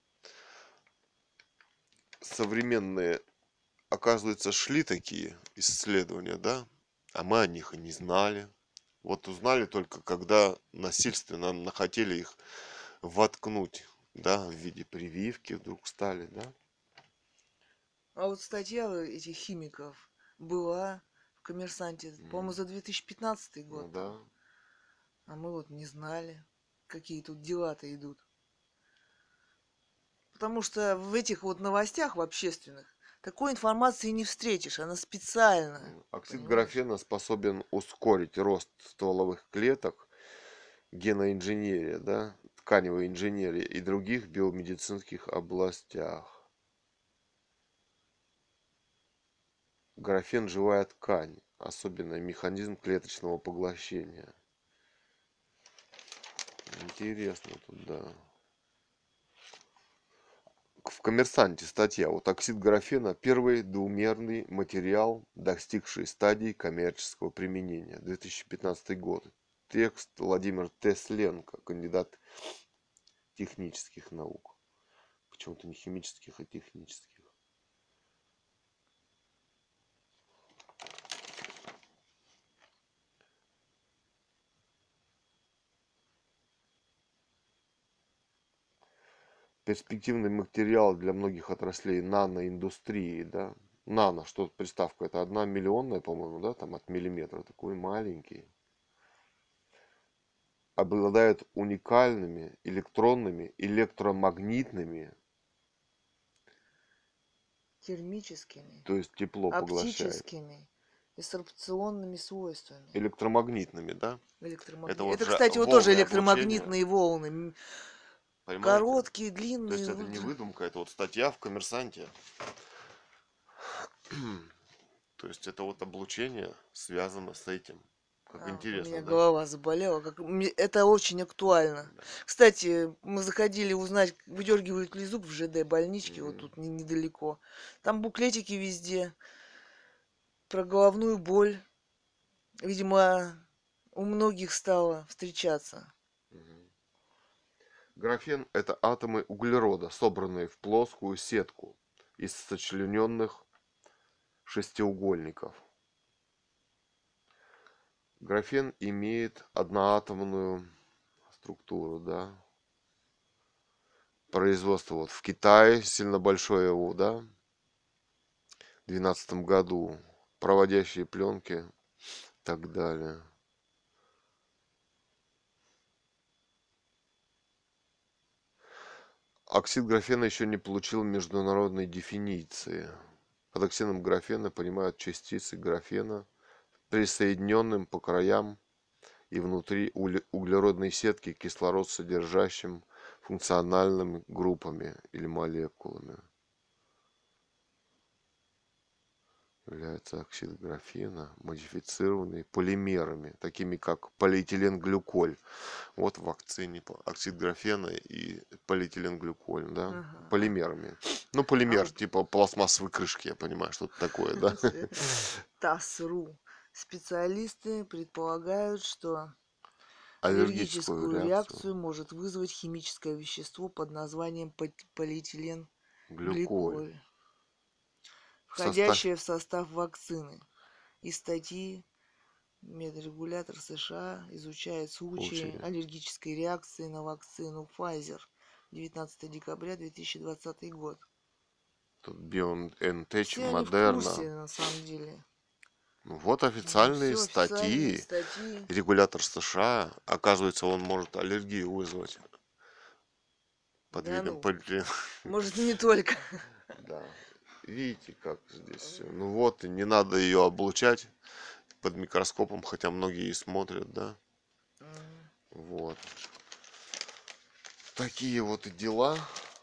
[SPEAKER 1] современные, оказывается, шли такие исследования, да, а мы о них и не знали. Вот узнали только, когда насильственно нам хотели их воткнуть, да, в виде прививки вдруг стали, да.
[SPEAKER 2] А вот статья этих химиков была в «Коммерсанте», по-моему,
[SPEAKER 1] М,
[SPEAKER 2] за две тысячи пятнадцатый
[SPEAKER 1] Ну
[SPEAKER 2] год
[SPEAKER 1] да.
[SPEAKER 2] там. А мы вот не знали, какие тут дела-то идут. Потому что в этих вот новостях, в общественных, такой информации не встретишь. Она специально,
[SPEAKER 1] М, Оксид
[SPEAKER 2] понимаешь?
[SPEAKER 1] графена способен ускорить рост стволовых клеток, геноинженерия, да, тканевой инженерии и других биомедицинских областях. Графен– живая ткань, особенный механизм клеточного поглощения. Интересно тут, да. В «Коммерсанте» статья. Вот оксид графена– первый двумерный материал, достигший стадии коммерческого применения. две тысячи пятнадцатый год. Текст Владимир Тесленко, кандидат технических наук. Почему-то не химических, а технических. Перспективный материал для многих отраслей наноиндустрии, да. Нано, что приставка, это одна миллионная, по-моему, да, там от миллиметра, такой маленький. Обладает уникальными электронными, электромагнитными,
[SPEAKER 2] Термическими,
[SPEAKER 1] то есть тепло поглощает,
[SPEAKER 2] оптическими и сорбционными свойствами.
[SPEAKER 1] электромагнитными, да. Это
[SPEAKER 2] Электромагнит.
[SPEAKER 1] вот
[SPEAKER 2] Это,
[SPEAKER 1] же
[SPEAKER 2] кстати, вот тоже
[SPEAKER 1] волны облучения,
[SPEAKER 2] электромагнитные волны. м,
[SPEAKER 1] понимаете?
[SPEAKER 2] Короткие,
[SPEAKER 1] То есть
[SPEAKER 2] длинные,
[SPEAKER 1] это не
[SPEAKER 2] ультра.
[SPEAKER 1] выдумка, это вот статья в «Коммерсанте». То есть это вот облучение связано с этим. Как
[SPEAKER 2] А, вот у
[SPEAKER 1] интересно,
[SPEAKER 2] меня
[SPEAKER 1] да?
[SPEAKER 2] голова заболела. Как... мне- Это очень актуально.
[SPEAKER 1] Да.
[SPEAKER 2] Кстати, мы заходили узнать, выдергивают ли зуб в ЖД больничке, вот
[SPEAKER 1] Мгм.
[SPEAKER 2] тут не- недалеко. Там буклетики везде про головную боль. Видимо, у многих стало встречаться.
[SPEAKER 1] Мгм. Графен– это атомы углерода, собранные в плоскую сетку из сочлененных шестиугольников. Графен имеет одноатомную структуру, да. Производство вот в Китае сильно большое его, да, в двенадцатом году. Проводящие пленки и так далее. Оксид графена еще не получил международной дефиниции. Под оксидом графена понимают частицы графена, присоединенным по краям и внутри углеродной сетки кислород содержащим функциональными группами или молекулами. Является оксид графена, модифицированный полимерами, такими как полиэтиленглюколь. Вот в вакцине оксид графена и полиэтиленглюколь, да,
[SPEAKER 2] Ага.
[SPEAKER 1] полимерами. Ну,
[SPEAKER 2] А
[SPEAKER 1] полимер
[SPEAKER 2] вот
[SPEAKER 1] типа пластмассовой крышки, я понимаю, что-то такое, да.
[SPEAKER 2] ТАСС.ру. Специалисты предполагают, что
[SPEAKER 1] Аллергическую
[SPEAKER 2] аллергическую
[SPEAKER 1] реакцию.
[SPEAKER 2] реакцию может вызвать химическое вещество под названием
[SPEAKER 1] Глюколь.
[SPEAKER 2] полиэтиленгликоль,
[SPEAKER 1] В состав...
[SPEAKER 2] входящее в состав вакцины. Из статьи Медрегулятор США изучает случаи
[SPEAKER 1] Случае.
[SPEAKER 2] аллергической реакции на вакцину Pfizer. девятнадцатое декабря две тысячи двадцатый год.
[SPEAKER 1] Тут BioNTech,
[SPEAKER 2] Все они в
[SPEAKER 1] Moderna.
[SPEAKER 2] курсе, на самом деле.
[SPEAKER 1] Ну, вот
[SPEAKER 2] Ну,
[SPEAKER 1] официальные
[SPEAKER 2] все официальные
[SPEAKER 1] статьи.
[SPEAKER 2] статьи.
[SPEAKER 1] Регулятор США, оказывается, он может аллергию вызвать под
[SPEAKER 2] Да
[SPEAKER 1] видом
[SPEAKER 2] ну,
[SPEAKER 1] полиэтилена.
[SPEAKER 2] может, и не только.
[SPEAKER 1] Да. Видите, как здесь все. Ну вот, и не надо ее облучать под микроскопом, хотя многие и смотрят, да.
[SPEAKER 2] М.
[SPEAKER 1] Вот. Такие вот и дела.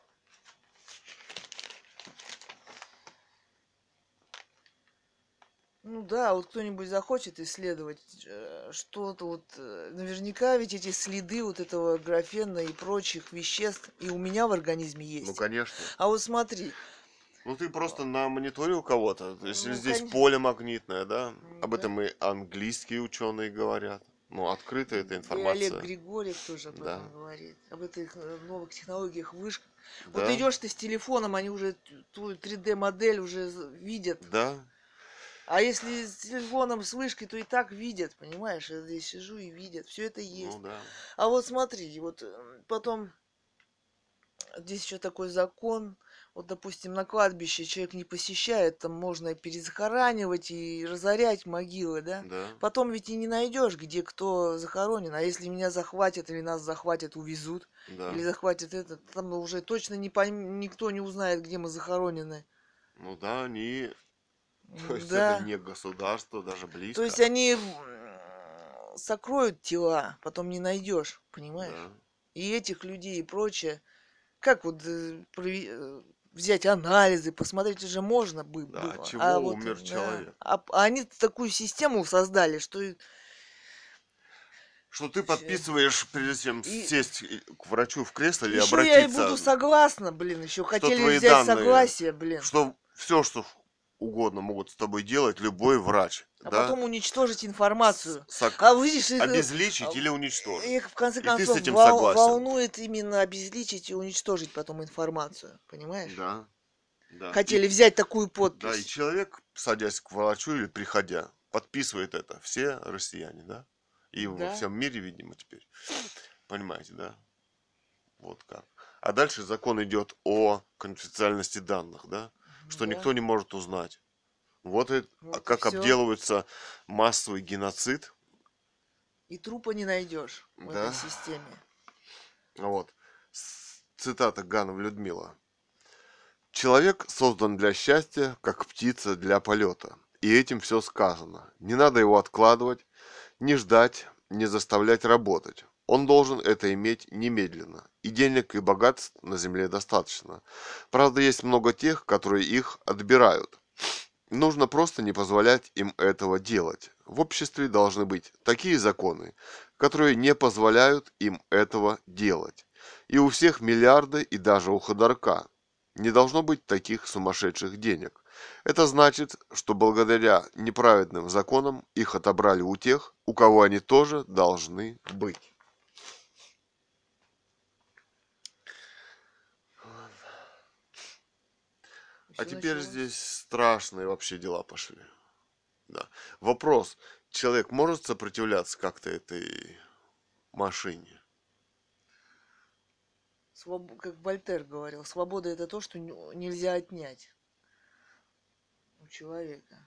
[SPEAKER 2] Ну да, вот кто-нибудь захочет исследовать э, что-то вот, э, наверняка ведь эти следы вот этого графена и прочих веществ и у меня в организме
[SPEAKER 1] Ну,
[SPEAKER 2] есть.
[SPEAKER 1] конечно.
[SPEAKER 2] А вот смотри,
[SPEAKER 1] Ну, ты просто на мониторе у кого-то. Если
[SPEAKER 2] ну,
[SPEAKER 1] здесь
[SPEAKER 2] кон-
[SPEAKER 1] поле магнитное, да,
[SPEAKER 2] ну,
[SPEAKER 1] об этом и английские ученые говорят. Ну, открыта эта
[SPEAKER 2] да и Олег
[SPEAKER 1] информация.
[SPEAKER 2] Григорьев тоже об
[SPEAKER 1] Да.
[SPEAKER 2] этом говорит, об этих э, новых технологиях вышек. Вот
[SPEAKER 1] Да.
[SPEAKER 2] идешь ты с телефоном, они уже твою три дэ модель уже з- видят.
[SPEAKER 1] Да.
[SPEAKER 2] А если с телефоном с вышкой, то и так видят, понимаешь? Я здесь сижу и видят, все это
[SPEAKER 1] Ну,
[SPEAKER 2] есть.
[SPEAKER 1] да.
[SPEAKER 2] А вот смотри, вот э, потом здесь еще такой закон. Вот, допустим, на кладбище человек не посещает, там можно и перезахоранивать и разорять могилы, да?
[SPEAKER 1] Да.
[SPEAKER 2] Потом ведь и не найдешь, где кто захоронен. А если меня захватят или нас захватят, увезут,
[SPEAKER 1] Да.
[SPEAKER 2] или захватят этот, там уже точно не пойм... никто не узнает, где мы захоронены.
[SPEAKER 1] Ну да, они, то
[SPEAKER 2] М,
[SPEAKER 1] есть это
[SPEAKER 2] Да.
[SPEAKER 1] не государство, даже
[SPEAKER 2] То есть
[SPEAKER 1] близко.
[SPEAKER 2] они м, сокроют тела, потом не найдешь, понимаешь?
[SPEAKER 1] Да.
[SPEAKER 2] И этих людей и прочее. Как вот э, прови- э, взять анализы, посмотреть уже можно бы
[SPEAKER 1] Да, от
[SPEAKER 2] было. А
[SPEAKER 1] чего
[SPEAKER 2] вот,
[SPEAKER 1] умер
[SPEAKER 2] да.
[SPEAKER 1] человек?
[SPEAKER 2] А, п- а они такую систему создали, что и,
[SPEAKER 1] Что ты
[SPEAKER 2] щ-
[SPEAKER 1] подписываешь, прежде чем
[SPEAKER 2] и
[SPEAKER 1] сесть и- к врачу в кресло или
[SPEAKER 2] еще я и буду
[SPEAKER 1] обратиться,
[SPEAKER 2] согласна, блин, еще
[SPEAKER 1] что
[SPEAKER 2] хотели
[SPEAKER 1] твои
[SPEAKER 2] взять
[SPEAKER 1] данные,
[SPEAKER 2] согласие, блин.
[SPEAKER 1] что все, что угодно могут с тобой делать любой врач,
[SPEAKER 2] А
[SPEAKER 1] да,
[SPEAKER 2] потом уничтожить
[SPEAKER 1] с-
[SPEAKER 2] информацию.
[SPEAKER 1] сок-
[SPEAKER 2] А видишь, их, э,
[SPEAKER 1] обезличить или уничтожить.
[SPEAKER 2] их в конце
[SPEAKER 1] И ты с
[SPEAKER 2] концов
[SPEAKER 1] этим
[SPEAKER 2] вол-
[SPEAKER 1] согласен.
[SPEAKER 2] волнует именно обезличить и уничтожить потом информацию, понимаешь?
[SPEAKER 1] Да, да. И,
[SPEAKER 2] Хотели взять такую
[SPEAKER 1] да, и
[SPEAKER 2] подпись.
[SPEAKER 1] человек, садясь к врачу или приходя, подписывает это. Все россияне, да? И во
[SPEAKER 2] Да,
[SPEAKER 1] всем мире, видимо, теперь. Понимаете, да? Вот как. А дальше закон идет о конфиденциальности данных, да? Что
[SPEAKER 2] да.
[SPEAKER 1] никто не может узнать. Вот и а
[SPEAKER 2] Вот и
[SPEAKER 1] как
[SPEAKER 2] все.
[SPEAKER 1] обделывается массовый геноцид,
[SPEAKER 2] И трупа не найдешь в этой
[SPEAKER 1] да?
[SPEAKER 2] системе.
[SPEAKER 1] Вот. С- Цитата Ганова Людмила. Человек создан для счастья, как птица для полета. И этим все сказано. Не надо его откладывать, не ждать, не заставлять работать. Он должен это иметь немедленно. И денег, и богатств на земле достаточно. Правда, есть много тех, которые их отбирают. Нужно просто не позволять им этого делать. В обществе должны быть такие законы, которые не позволяют им этого делать. И у всех миллиарды, и даже у Ходорка. Не должно быть таких сумасшедших денег. Это значит, что благодаря неправедным законам их отобрали у тех, у кого они тоже должны быть. А
[SPEAKER 2] Все
[SPEAKER 1] теперь
[SPEAKER 2] началось.
[SPEAKER 1] здесь страшные вообще дела пошли. Да. Вопрос. Человек может сопротивляться как-то этой машине?
[SPEAKER 2] Своб- Как Вольтер говорил, свобода это то, что н- нельзя отнять у человека.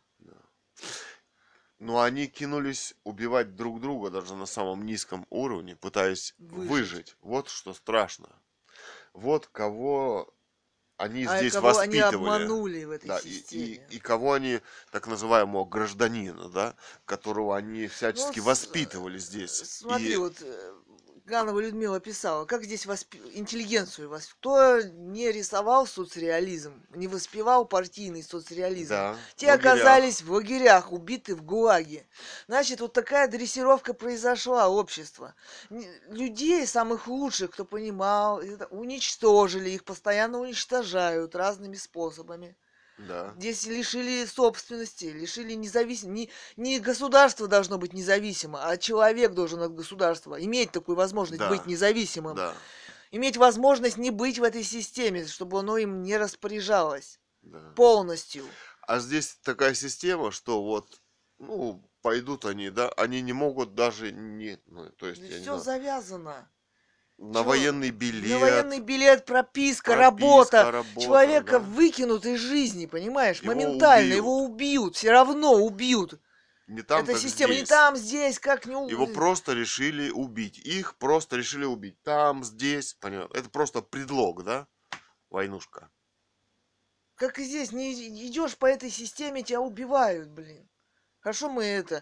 [SPEAKER 1] Но они кинулись убивать друг друга даже на самом низком уровне, пытаясь
[SPEAKER 2] Выжить.
[SPEAKER 1] выжить. Вот что страшно. Вот кого они
[SPEAKER 2] А
[SPEAKER 1] здесь
[SPEAKER 2] кого они
[SPEAKER 1] воспитывали.
[SPEAKER 2] обманули в этой
[SPEAKER 1] Да, и, и,
[SPEAKER 2] системе.
[SPEAKER 1] и кого они, так называемого гражданина, да, которого они
[SPEAKER 2] Ну,
[SPEAKER 1] всячески
[SPEAKER 2] с-
[SPEAKER 1] воспитывали
[SPEAKER 2] э,
[SPEAKER 1] здесь.
[SPEAKER 2] смотри,
[SPEAKER 1] И
[SPEAKER 2] вот э, Ганова Людмила писала, как здесь воспи... интеллигенцию вас... Кто не рисовал соцреализм, не воспевал партийный соцреализм,
[SPEAKER 1] да, в
[SPEAKER 2] те
[SPEAKER 1] лагерях.
[SPEAKER 2] оказались в лагерях, убиты в ГУЛАГе. Значит, вот такая дрессировка произошла общества. Н- Людей, самых лучших, кто понимал, это уничтожили, их постоянно уничтожают разными способами.
[SPEAKER 1] Да,
[SPEAKER 2] Здесь лишили собственности, лишили независимости. Не, не государство должно быть независимо, а человек должен от государства иметь такую возможность быть
[SPEAKER 1] да,
[SPEAKER 2] независимым.
[SPEAKER 1] да,
[SPEAKER 2] Иметь возможность не быть в этой системе, чтобы оно им не распоряжалось
[SPEAKER 1] да.
[SPEAKER 2] полностью.
[SPEAKER 1] А здесь такая система, что вот, ну, пойдут они, да, они не могут даже не, ну, то есть, я не
[SPEAKER 2] Все
[SPEAKER 1] знаю,
[SPEAKER 2] завязано.
[SPEAKER 1] на
[SPEAKER 2] Чё-
[SPEAKER 1] военный
[SPEAKER 2] На военный
[SPEAKER 1] билет,
[SPEAKER 2] билет, прописка, работа.
[SPEAKER 1] прописка, работа,
[SPEAKER 2] Человека
[SPEAKER 1] да,
[SPEAKER 2] выкинут из жизни, понимаешь?
[SPEAKER 1] его
[SPEAKER 2] Моментально его
[SPEAKER 1] убьют,
[SPEAKER 2] убьют, все равно убьют.
[SPEAKER 1] Не там,
[SPEAKER 2] Эта
[SPEAKER 1] так
[SPEAKER 2] система не
[SPEAKER 1] здесь.
[SPEAKER 2] там, здесь, как не...
[SPEAKER 1] Его
[SPEAKER 2] у-
[SPEAKER 1] просто решили убить. Их просто решили убить. Там, здесь, понятно. Это просто предлог, да? Войнушка.
[SPEAKER 2] Как и здесь, не идешь по этой системе, тебя убивают, блин. Хорошо мы это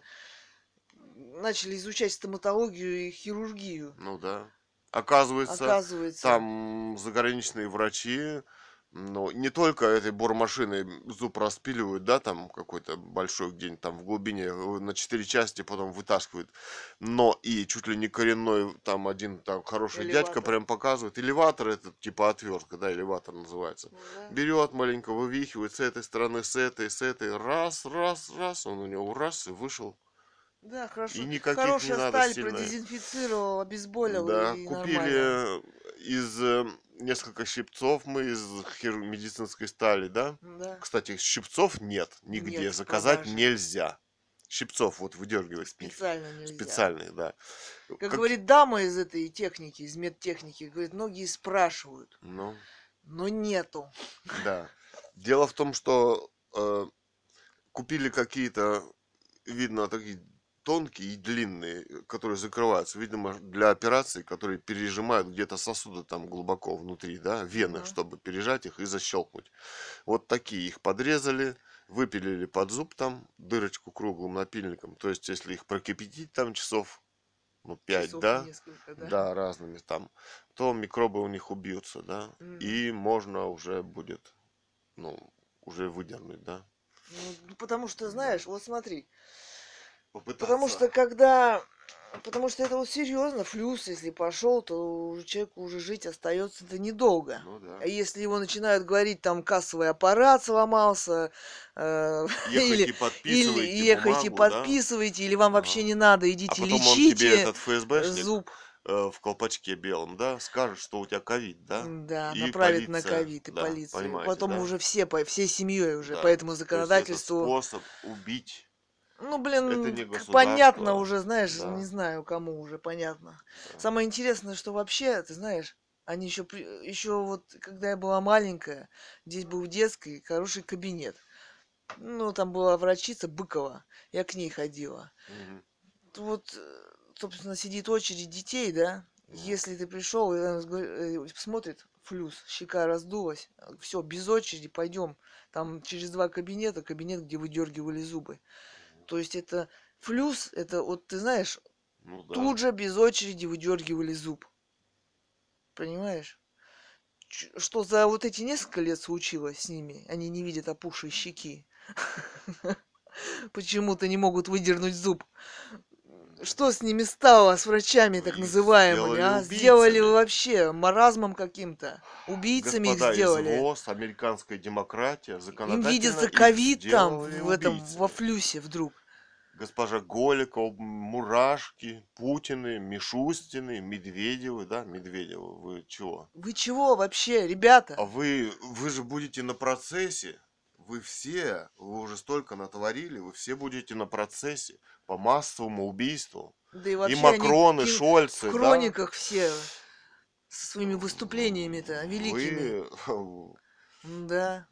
[SPEAKER 2] начали изучать стоматологию и хирургию.
[SPEAKER 1] Ну да. Оказывается,
[SPEAKER 2] Оказывается,
[SPEAKER 1] там заграничные врачи, ну, не только этой бормашиной зуб распиливают, да, там какой-то большой где-нибудь там в глубине э, на четыре части потом вытаскивают, но и чуть ли не коренной, там один там хороший дядька
[SPEAKER 2] элеватор.
[SPEAKER 1] прям показывает. Элеватор это типа отвертка, да, элеватор называется.
[SPEAKER 2] Ну да.
[SPEAKER 1] Берет маленько, вывихивает с этой стороны, с этой, с этой, раз, раз, раз, он у него раз и вышел.
[SPEAKER 2] Да,
[SPEAKER 1] И
[SPEAKER 2] хорошо.
[SPEAKER 1] никаких не
[SPEAKER 2] Хорошая
[SPEAKER 1] надо
[SPEAKER 2] сталь
[SPEAKER 1] сильно.
[SPEAKER 2] продезинфицировал, обезболил
[SPEAKER 1] Да,
[SPEAKER 2] и нормально.
[SPEAKER 1] купили из э, несколько щипцов мы из хир- медицинской стали, да?
[SPEAKER 2] Да.
[SPEAKER 1] Кстати, щипцов нет
[SPEAKER 2] Нет
[SPEAKER 1] нигде,
[SPEAKER 2] в
[SPEAKER 1] заказать
[SPEAKER 2] продаже.
[SPEAKER 1] нельзя. Щипцов вот выдергивать с них
[SPEAKER 2] Специально нельзя.
[SPEAKER 1] специальных, да.
[SPEAKER 2] Как
[SPEAKER 1] Как,
[SPEAKER 2] говорит дама из этой техники, из медтехники, говорит, многие спрашивают,
[SPEAKER 1] ну,
[SPEAKER 2] но нету.
[SPEAKER 1] да. Дело в том, что э, купили какие-то, видно, такие тонкие и длинные, которые закрываются, видимо, для операций, которые пережимают где-то сосуды там глубоко внутри, да, вены,
[SPEAKER 2] Ага.
[SPEAKER 1] чтобы пережать их и защелкнуть. Вот такие их подрезали, выпилили под зуб там дырочку круглым напильником. То есть, если их прокипятить там часов, ну, пять,
[SPEAKER 2] Часов
[SPEAKER 1] да,
[SPEAKER 2] несколько, да.
[SPEAKER 1] да, разными там, то микробы у них убьются, да,
[SPEAKER 2] Мгм.
[SPEAKER 1] и можно уже будет, ну, уже выдернуть, да.
[SPEAKER 2] Ну, потому что,
[SPEAKER 1] Да.
[SPEAKER 2] знаешь, вот смотри, потому
[SPEAKER 1] Попытаться.
[SPEAKER 2] что когда, потому что это вот серьезно, флюс, если пошел, то уже человеку уже жить остается-то недолго.
[SPEAKER 1] Ну да.
[SPEAKER 2] А если его начинают говорить, там кассовый аппарат сломался, э, или,
[SPEAKER 1] Ехайте,
[SPEAKER 2] или
[SPEAKER 1] подписывайте
[SPEAKER 2] ехайте,
[SPEAKER 1] бумагу, да.
[SPEAKER 2] подписывайте, или вам вообще
[SPEAKER 1] Ага.
[SPEAKER 2] не надо,
[SPEAKER 1] А
[SPEAKER 2] идите
[SPEAKER 1] потом он тебе,
[SPEAKER 2] лечите
[SPEAKER 1] этот
[SPEAKER 2] э,
[SPEAKER 1] ФСБшник,
[SPEAKER 2] зуб.
[SPEAKER 1] э, в колпачке белом, да, скажет, что у тебя ковид, да.
[SPEAKER 2] Да,
[SPEAKER 1] И
[SPEAKER 2] направит на
[SPEAKER 1] полиция,
[SPEAKER 2] ковид и
[SPEAKER 1] да,
[SPEAKER 2] полицию.
[SPEAKER 1] понимаете,
[SPEAKER 2] Потом
[SPEAKER 1] да?
[SPEAKER 2] уже все, по всей семьей уже по
[SPEAKER 1] Да.
[SPEAKER 2] этому
[SPEAKER 1] То есть это
[SPEAKER 2] законодательству.
[SPEAKER 1] способ убить.
[SPEAKER 2] Ну,
[SPEAKER 1] Это
[SPEAKER 2] блин,
[SPEAKER 1] не
[SPEAKER 2] к- понятно
[SPEAKER 1] государство,
[SPEAKER 2] уже, знаешь, не
[SPEAKER 1] да,
[SPEAKER 2] знаю, кому уже понятно.
[SPEAKER 1] да.
[SPEAKER 2] Самое интересное, что вообще, ты знаешь, они еще, еще вот, когда я была маленькая, здесь был в детской хороший кабинет. Ну, там была врачица Быкова, я к ней ходила.
[SPEAKER 1] Мгм.
[SPEAKER 2] Вот, э, собственно, сидит очередь детей, да,
[SPEAKER 1] Ну,
[SPEAKER 2] если ты пришел, и она сго- э, смотрит, флюс, щека раздулась, все, без очереди, пойдем. Там через два кабинета, кабинет, где выдергивали зубы. То есть это флюс, это вот ты знаешь,
[SPEAKER 1] ну да.
[SPEAKER 2] тут же без очереди выдергивали зуб. Понимаешь? Ч- Что за вот эти несколько лет случилось с ними? Они не видят опухшей щеки. Почему-то не могут выдернуть зуб.
[SPEAKER 1] Да.
[SPEAKER 2] Что с ними стало, с врачами
[SPEAKER 1] Ну,
[SPEAKER 2] так
[SPEAKER 1] их
[SPEAKER 2] называемыми,
[SPEAKER 1] сделали
[SPEAKER 2] а? Сделали
[SPEAKER 1] убийцами.
[SPEAKER 2] вообще маразмом каким-то. Убийцами их
[SPEAKER 1] Господа из
[SPEAKER 2] сделали.
[SPEAKER 1] ВОЗ, американская демократия
[SPEAKER 2] Им
[SPEAKER 1] законодательно
[SPEAKER 2] видится
[SPEAKER 1] их
[SPEAKER 2] ковид там,
[SPEAKER 1] сделали
[SPEAKER 2] в этом, во
[SPEAKER 1] убийцами.
[SPEAKER 2] флюсе вдруг.
[SPEAKER 1] Госпожа Голикова, Мурашки, Путины, Мишустины, Медведевы, да, Медведевы, вы чего?
[SPEAKER 2] Вы чего вообще,
[SPEAKER 1] А
[SPEAKER 2] ребята?
[SPEAKER 1] вы, вы же будете на процессе, вы все, вы уже столько натворили, вы все будете на процессе по массовому убийству.
[SPEAKER 2] Да и
[SPEAKER 1] И
[SPEAKER 2] вообще они в,
[SPEAKER 1] Макрон, и
[SPEAKER 2] кин- в
[SPEAKER 1] Шольцы, да,
[SPEAKER 2] хрониках все со своими выступлениями-то великими.
[SPEAKER 1] вы,
[SPEAKER 2] Да,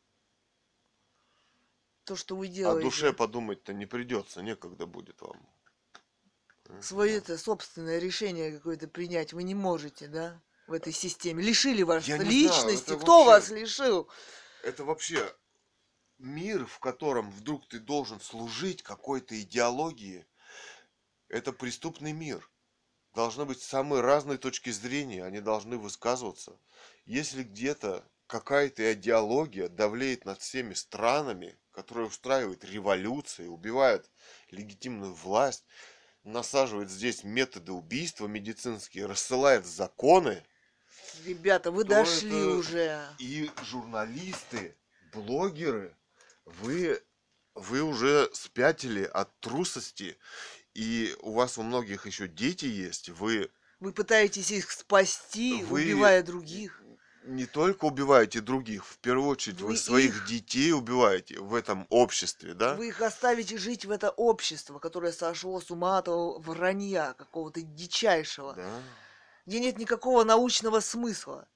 [SPEAKER 2] то, что вы
[SPEAKER 1] о душе
[SPEAKER 2] делаете.
[SPEAKER 1] подумать-то не придется, некогда будет вам. Да.
[SPEAKER 2] Свое-то собственное решение какое-то принять вы не можете, да? В этой системе. Лишили вас
[SPEAKER 1] Я не знаю,
[SPEAKER 2] личности.
[SPEAKER 1] это
[SPEAKER 2] Кто
[SPEAKER 1] вообще,
[SPEAKER 2] вас лишил?
[SPEAKER 1] это вообще мир, в котором вдруг ты должен служить какой-то идеологии, это преступный мир. Должны быть самые разные точки зрения, они должны высказываться. Если где-то какая-то идеология давлеет над всеми странами, которые устраивают революции, убивают легитимную власть, насаживает здесь методы убийства медицинские, рассылает законы,
[SPEAKER 2] Ребята, вы
[SPEAKER 1] то
[SPEAKER 2] дошли
[SPEAKER 1] это
[SPEAKER 2] уже.
[SPEAKER 1] и журналисты, блогеры, вы, вы уже спятили от трусости, и у вас у многих еще дети есть, вы,
[SPEAKER 2] Вы пытаетесь их спасти,
[SPEAKER 1] вы
[SPEAKER 2] убивая других.
[SPEAKER 1] не только убиваете других, в первую очередь вы
[SPEAKER 2] Вы
[SPEAKER 1] своих
[SPEAKER 2] их,
[SPEAKER 1] детей убиваете в этом обществе, да?
[SPEAKER 2] вы их оставите жить в это общество, которое сошло с ума от этого вранья какого-то дичайшего,
[SPEAKER 1] Да.
[SPEAKER 2] где нет никакого научного смысла.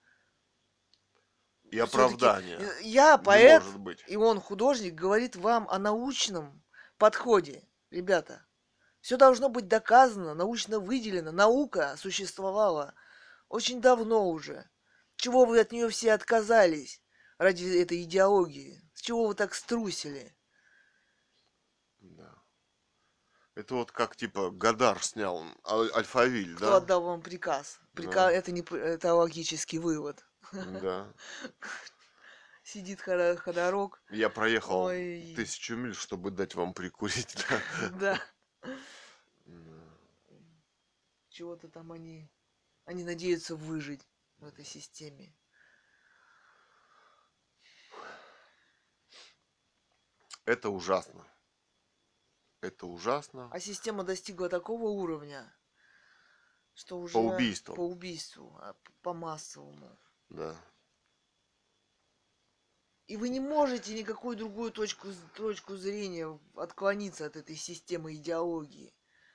[SPEAKER 1] И
[SPEAKER 2] Все-таки
[SPEAKER 1] оправдания
[SPEAKER 2] я
[SPEAKER 1] не
[SPEAKER 2] поэт,
[SPEAKER 1] может быть.
[SPEAKER 2] и он художник, говорит вам о научном подходе. Ребята, все должно быть доказано, научно выделено. Наука существовала очень давно уже. Чего вы от нее все отказались ради этой идеологии? С чего вы так струсили?
[SPEAKER 1] Да. Это вот как типа Гадар снял Аль- Альфавиль,
[SPEAKER 2] Кто
[SPEAKER 1] да?
[SPEAKER 2] отдал вам приказ?
[SPEAKER 1] Да,
[SPEAKER 2] Приказ это не п- это логический вывод.
[SPEAKER 1] да.
[SPEAKER 2] Сидит хоро- ходорок.
[SPEAKER 1] Я проехал
[SPEAKER 2] Ой,
[SPEAKER 1] тысячу миль, чтобы дать вам прикурить, да.
[SPEAKER 2] да.
[SPEAKER 1] Да.
[SPEAKER 2] Чего-то там они... Они надеются выжить в этой системе.
[SPEAKER 1] Это ужасно. Это ужасно.
[SPEAKER 2] А система достигла такого уровня, что
[SPEAKER 1] По
[SPEAKER 2] уже по
[SPEAKER 1] убийствам,
[SPEAKER 2] убийству, а п- по массовому.
[SPEAKER 1] да.
[SPEAKER 2] И вы не можете никакую другую точку, з- точку зрения отклониться от этой системы идеологии.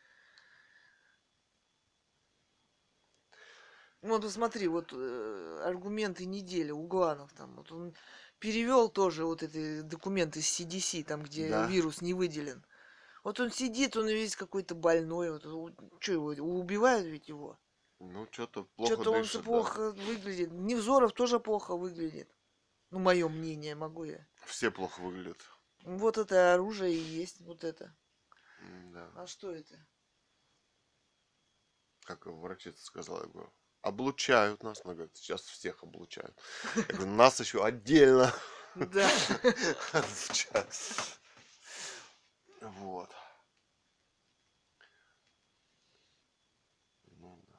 [SPEAKER 2] Ну, вот посмотри, вот э, аргументы недели Угланов там, вот он перевел тоже вот эти документы с си ди си, там, где
[SPEAKER 1] Да.
[SPEAKER 2] вирус не выделен. Вот он сидит, он весь какой-то больной, вот, что его, убивают ведь его?
[SPEAKER 1] Ну, что-то плохо
[SPEAKER 2] Что-то он-то
[SPEAKER 1] дышит, да.
[SPEAKER 2] плохо выглядит. Невзоров тоже плохо выглядит. Ну, мое мнение, могу я.
[SPEAKER 1] Все плохо выглядят.
[SPEAKER 2] Вот это оружие и есть вот это.
[SPEAKER 1] Да.
[SPEAKER 2] А что это?
[SPEAKER 1] Как врачиха сказала, я говорю, облучают нас. Она говорит, сейчас всех облучают. Я говорю, нас еще отдельно
[SPEAKER 2] Да.
[SPEAKER 1] облучают. Вот. Ну, да.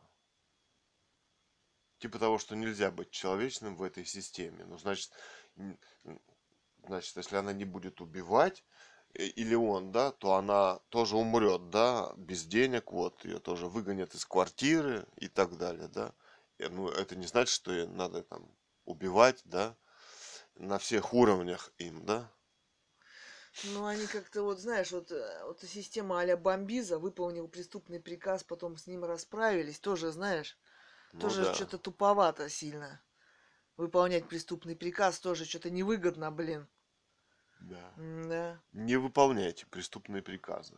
[SPEAKER 1] Типа того, что нельзя быть человечным в этой системе. Ну, значит, н- н- значит, если она не будет убивать, э, или он, да, то она тоже умрет, да, без денег, вот, ее тоже выгонят из квартиры и так далее, да. И, ну, это не значит, что ее надо там убивать, да, на всех уровнях им, да.
[SPEAKER 2] Ну, они как-то вот, знаешь, вот, э, вот система а-ля Бомбиза выполнил преступный приказ, потом с ним расправились. Тоже, знаешь,
[SPEAKER 1] Ну
[SPEAKER 2] тоже
[SPEAKER 1] да,
[SPEAKER 2] что-то туповато сильно. Выполнять преступный приказ тоже что-то невыгодно, блин.
[SPEAKER 1] да.
[SPEAKER 2] Да.
[SPEAKER 1] Не выполняйте преступные приказы.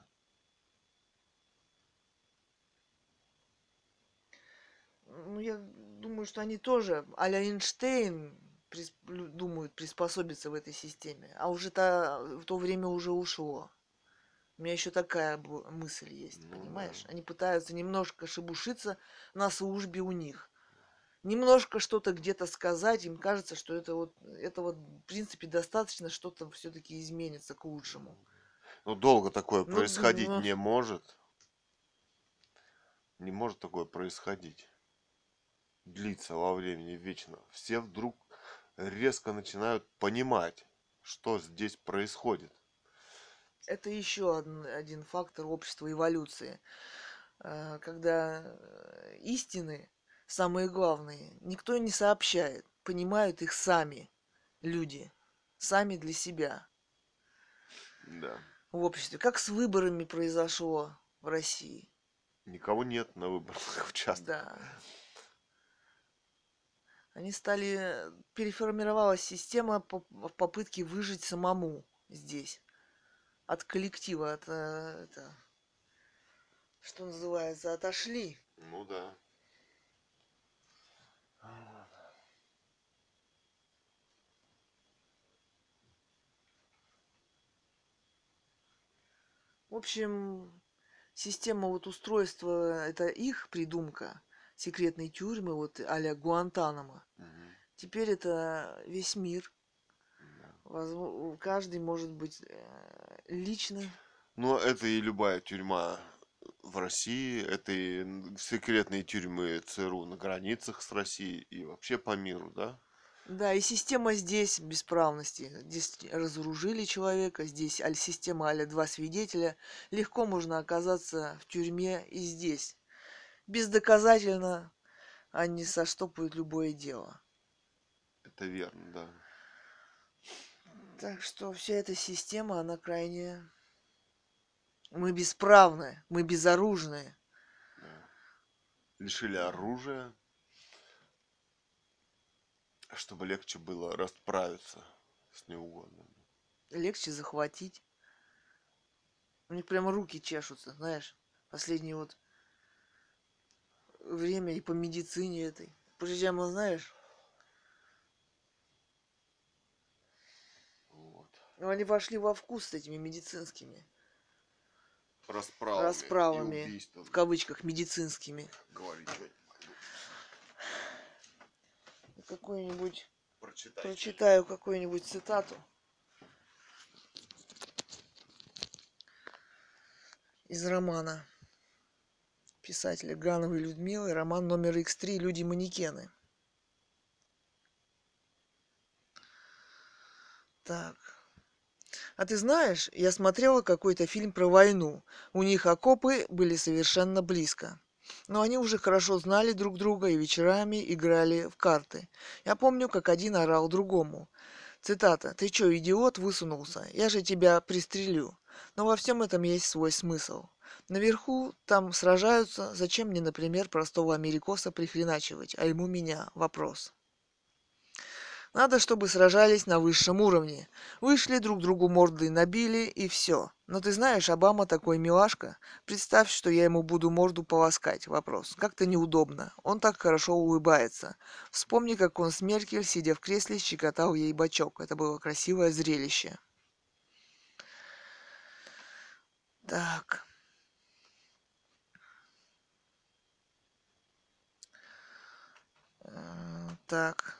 [SPEAKER 2] Ну, я думаю, что они тоже а-ля Эйнштейн прис- лю- думают приспособиться в этой системе. А уже то, в то время уже ушло. У меня еще такая бу- мысль есть,
[SPEAKER 1] Ну да.
[SPEAKER 2] понимаешь? Они пытаются немножко шебушиться на службе у них. Немножко что-то где-то сказать, им кажется, что это вот, это вот, в принципе, достаточно, что-то все-таки изменится к лучшему.
[SPEAKER 1] Ну долго такое
[SPEAKER 2] Ну,
[SPEAKER 1] происходить
[SPEAKER 2] г-
[SPEAKER 1] не может. Не может такое происходить. Длится во времени вечно. Все вдруг резко начинают понимать, что здесь происходит.
[SPEAKER 2] это еще один, один фактор общества эволюции. Э, Когда э, истины, самые главные, никто не сообщает, понимают их сами люди, сами для себя
[SPEAKER 1] Да.
[SPEAKER 2] в обществе. Как с выборами произошло в России.
[SPEAKER 1] Никого нет на выборных участках.
[SPEAKER 2] Да. Они стали... Переформировалась система по- в попытке выжить самому здесь. От коллектива, от... э, это, что называется, отошли.
[SPEAKER 1] Ну да.
[SPEAKER 2] В общем, система вот устройства, это их придумка. Секретные тюрьмы, вот а-ля Гуантанамо.
[SPEAKER 1] Мгм.
[SPEAKER 2] Теперь это весь мир.
[SPEAKER 1] Да.
[SPEAKER 2] Возможно, каждый может быть э, лично.
[SPEAKER 1] Но это и любая тюрьма в России, это и н- секретные тюрьмы ЦРУ на границах с Россией и вообще по миру, да?
[SPEAKER 2] Да, и система здесь бесправности. Здесь разоружили человека, здесь аль система а два свидетеля. Легко можно оказаться в тюрьме и здесь. Бездоказательно они соштопают любое дело.
[SPEAKER 1] Это верно, да.
[SPEAKER 2] Так что вся эта система, она крайне... Мы бесправны, мы безоружны.
[SPEAKER 1] Да. Лишили оружия, чтобы легче было расправиться с неугодным.
[SPEAKER 2] Легче захватить. У них прямо руки чешутся, знаешь. Последнее вот время и по медицине этой. Причем, знаешь,
[SPEAKER 1] Вот.
[SPEAKER 2] они вошли во вкус с этими медицинскими
[SPEAKER 1] Расправами и
[SPEAKER 2] расправами, в
[SPEAKER 1] убийствами.
[SPEAKER 2] кавычках, медицинскими.
[SPEAKER 1] Говори что-нибудь.
[SPEAKER 2] Какую-нибудь,
[SPEAKER 1] Прочитай.
[SPEAKER 2] прочитаю какую-нибудь цитату из романа писателя Гановой Людмилы, роман номер икс три «Люди-манекены». Так. А ты знаешь, я смотрела какой-то фильм про войну. У них окопы были совершенно близко. Но они уже хорошо знали друг друга и вечерами играли в карты. Я помню, как один орал другому. Цитата. «Ты чё, идиот, высунулся? Я же тебя пристрелю». Но во всем этом есть свой смысл. Наверху там сражаются, зачем мне, например, простого америкоса прихреначивать, а ему меня? Вопрос. Надо, чтобы сражались на высшем уровне. Вышли, друг другу морды набили и все. Но ты знаешь, Обама такой милашка. Представь, что я ему буду морду полоскать. Вопрос. Как-то неудобно. Он так хорошо улыбается. Вспомни, как он с Меркель, сидя в кресле, щекотал ей бочок. Это было красивое зрелище. Так. Э, Так.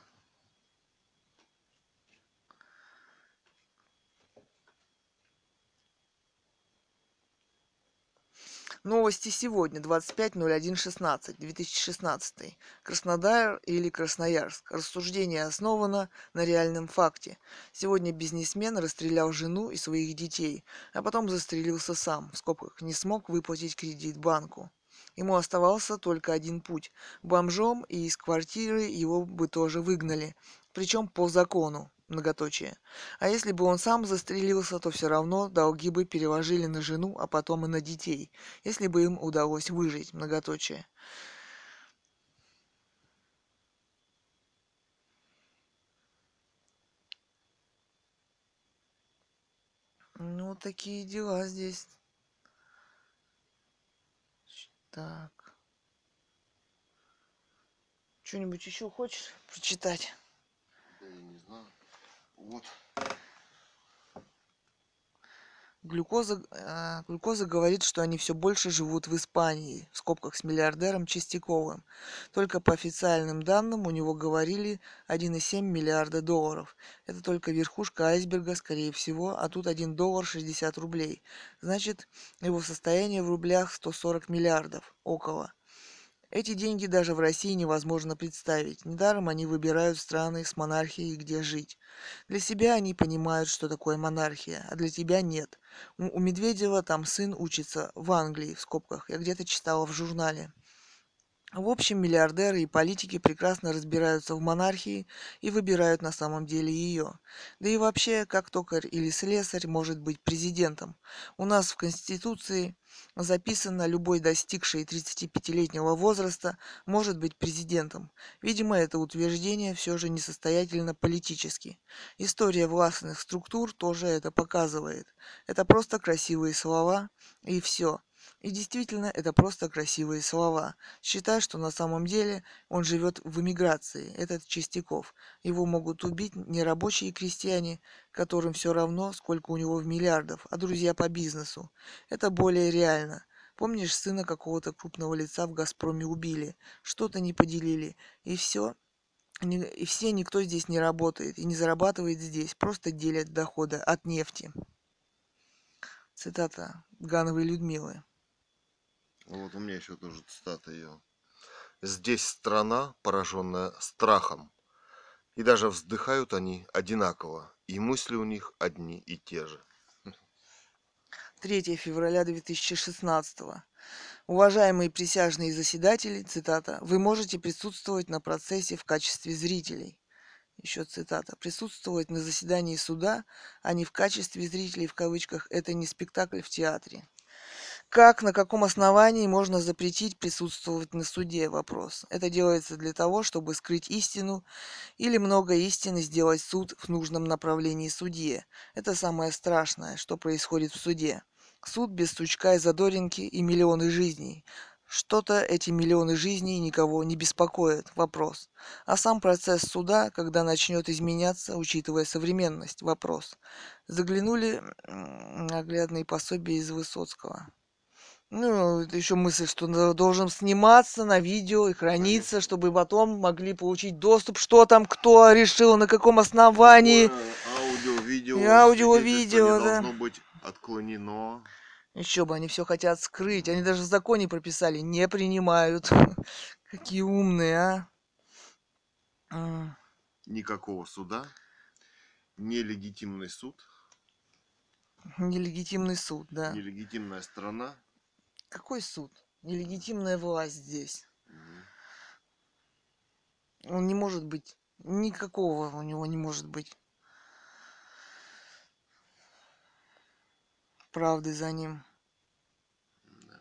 [SPEAKER 2] Новости сегодня, двадцать пятое ноль один шестнадцать, две тысячи шестнадцатый. Краснодар или Красноярск. Рассуждение основано на реальном факте. Сегодня бизнесмен расстрелял жену и своих детей, а потом застрелился сам, в скобках, не смог выплатить кредит банку. Ему оставался только один путь. Бомжом, и из квартиры его бы тоже выгнали. Причем по закону. Многоточие. А если бы он сам застрелился, то все равно долги бы переложили на жену, а потом и на детей, если бы им удалось выжить. Многоточие. Ну, такие дела здесь. Так. Что-нибудь еще хочешь прочитать?
[SPEAKER 1] Да я не знаю. Вот.
[SPEAKER 2] Глюкоза, а, глюкоза говорит, что они все больше живут в Испании, в скобках с миллиардером Чистяковым. Только по официальным данным у него говорили один и семь миллиарда долларов. Это только верхушка айсберга, скорее всего, а тут один доллар шестьдесят рублей. Значит, его состояние в рублях сто сорок миллиардов, около. Эти деньги даже в России невозможно представить. Недаром они выбирают страны с монархией, где жить. Для себя они понимают, что такое монархия, а для тебя нет. У, у Медведева там сын учится в Англии, в скобках. Я где-то читала в журнале. В общем, миллиардеры и политики прекрасно разбираются в монархии и выбирают на самом деле ее. Да и вообще, как токарь или слесарь может быть президентом? У нас в Конституции записано, любой достигший тридцатипятилетнего возраста может быть президентом. Видимо, это утверждение все же несостоятельно политически. История властных структур тоже это показывает. Это просто красивые слова и все. И действительно, это просто красивые слова. Считай, что на самом деле он живет в эмиграции, этот Чистяков. Его могут убить не рабочие крестьяне, которым все равно, сколько у него в миллиардов, а друзья по бизнесу. Это более реально. Помнишь, сына какого-то крупного лица в «Газпроме» убили, что-то не поделили, и все. И все, никто здесь не работает и не зарабатывает здесь, просто делят доходы от нефти. Цитата Гановой Людмилы.
[SPEAKER 1] Вот у меня еще тоже цитата ее. Здесь страна, пораженная страхом. И даже вздыхают они одинаково. И мысли у них одни и те же.
[SPEAKER 2] третьего февраля две тысячи шестнадцатого. Уважаемые присяжные заседатели, цитата, вы можете присутствовать на процессе в качестве зрителей. Еще цитата. Присутствовать на заседании суда, а не в качестве зрителей, в кавычках, это не спектакль в театре. Как, на каком основании можно запретить присутствовать на суде? Вопрос. Это делается для того, чтобы скрыть истину или много истины сделать суд в нужном направлении судье. Это самое страшное, что происходит в суде. Суд без сучка и задоринки и миллионы жизней. Что-то эти миллионы жизней никого не беспокоят. Вопрос. А сам процесс суда, когда начнет изменяться, учитывая современность? Вопрос. Заглянули м, наглядные пособия из Высоцкого. Ну, это еще мысль, что на- должен сниматься на видео и храниться,
[SPEAKER 1] Конечно.
[SPEAKER 2] чтобы потом могли получить доступ, что там кто решил, на каком основании.
[SPEAKER 1] Любое
[SPEAKER 2] И
[SPEAKER 1] аудио-видео
[SPEAKER 2] аудио,
[SPEAKER 1] свидетельство не
[SPEAKER 2] видео, да.
[SPEAKER 1] должно быть отклонено.
[SPEAKER 2] Еще бы, они все хотят скрыть. Они даже в законе прописали, не принимают. Какие умные, а. М,
[SPEAKER 1] Никакого суда, нелегитимный суд,
[SPEAKER 2] Нелегитимный суд, да.
[SPEAKER 1] нелегитимная страна.
[SPEAKER 2] Какой суд? Нелегитимная власть здесь.
[SPEAKER 1] Мгм.
[SPEAKER 2] Он не может быть. Никакого у него не может быть правды за ним.
[SPEAKER 1] Да.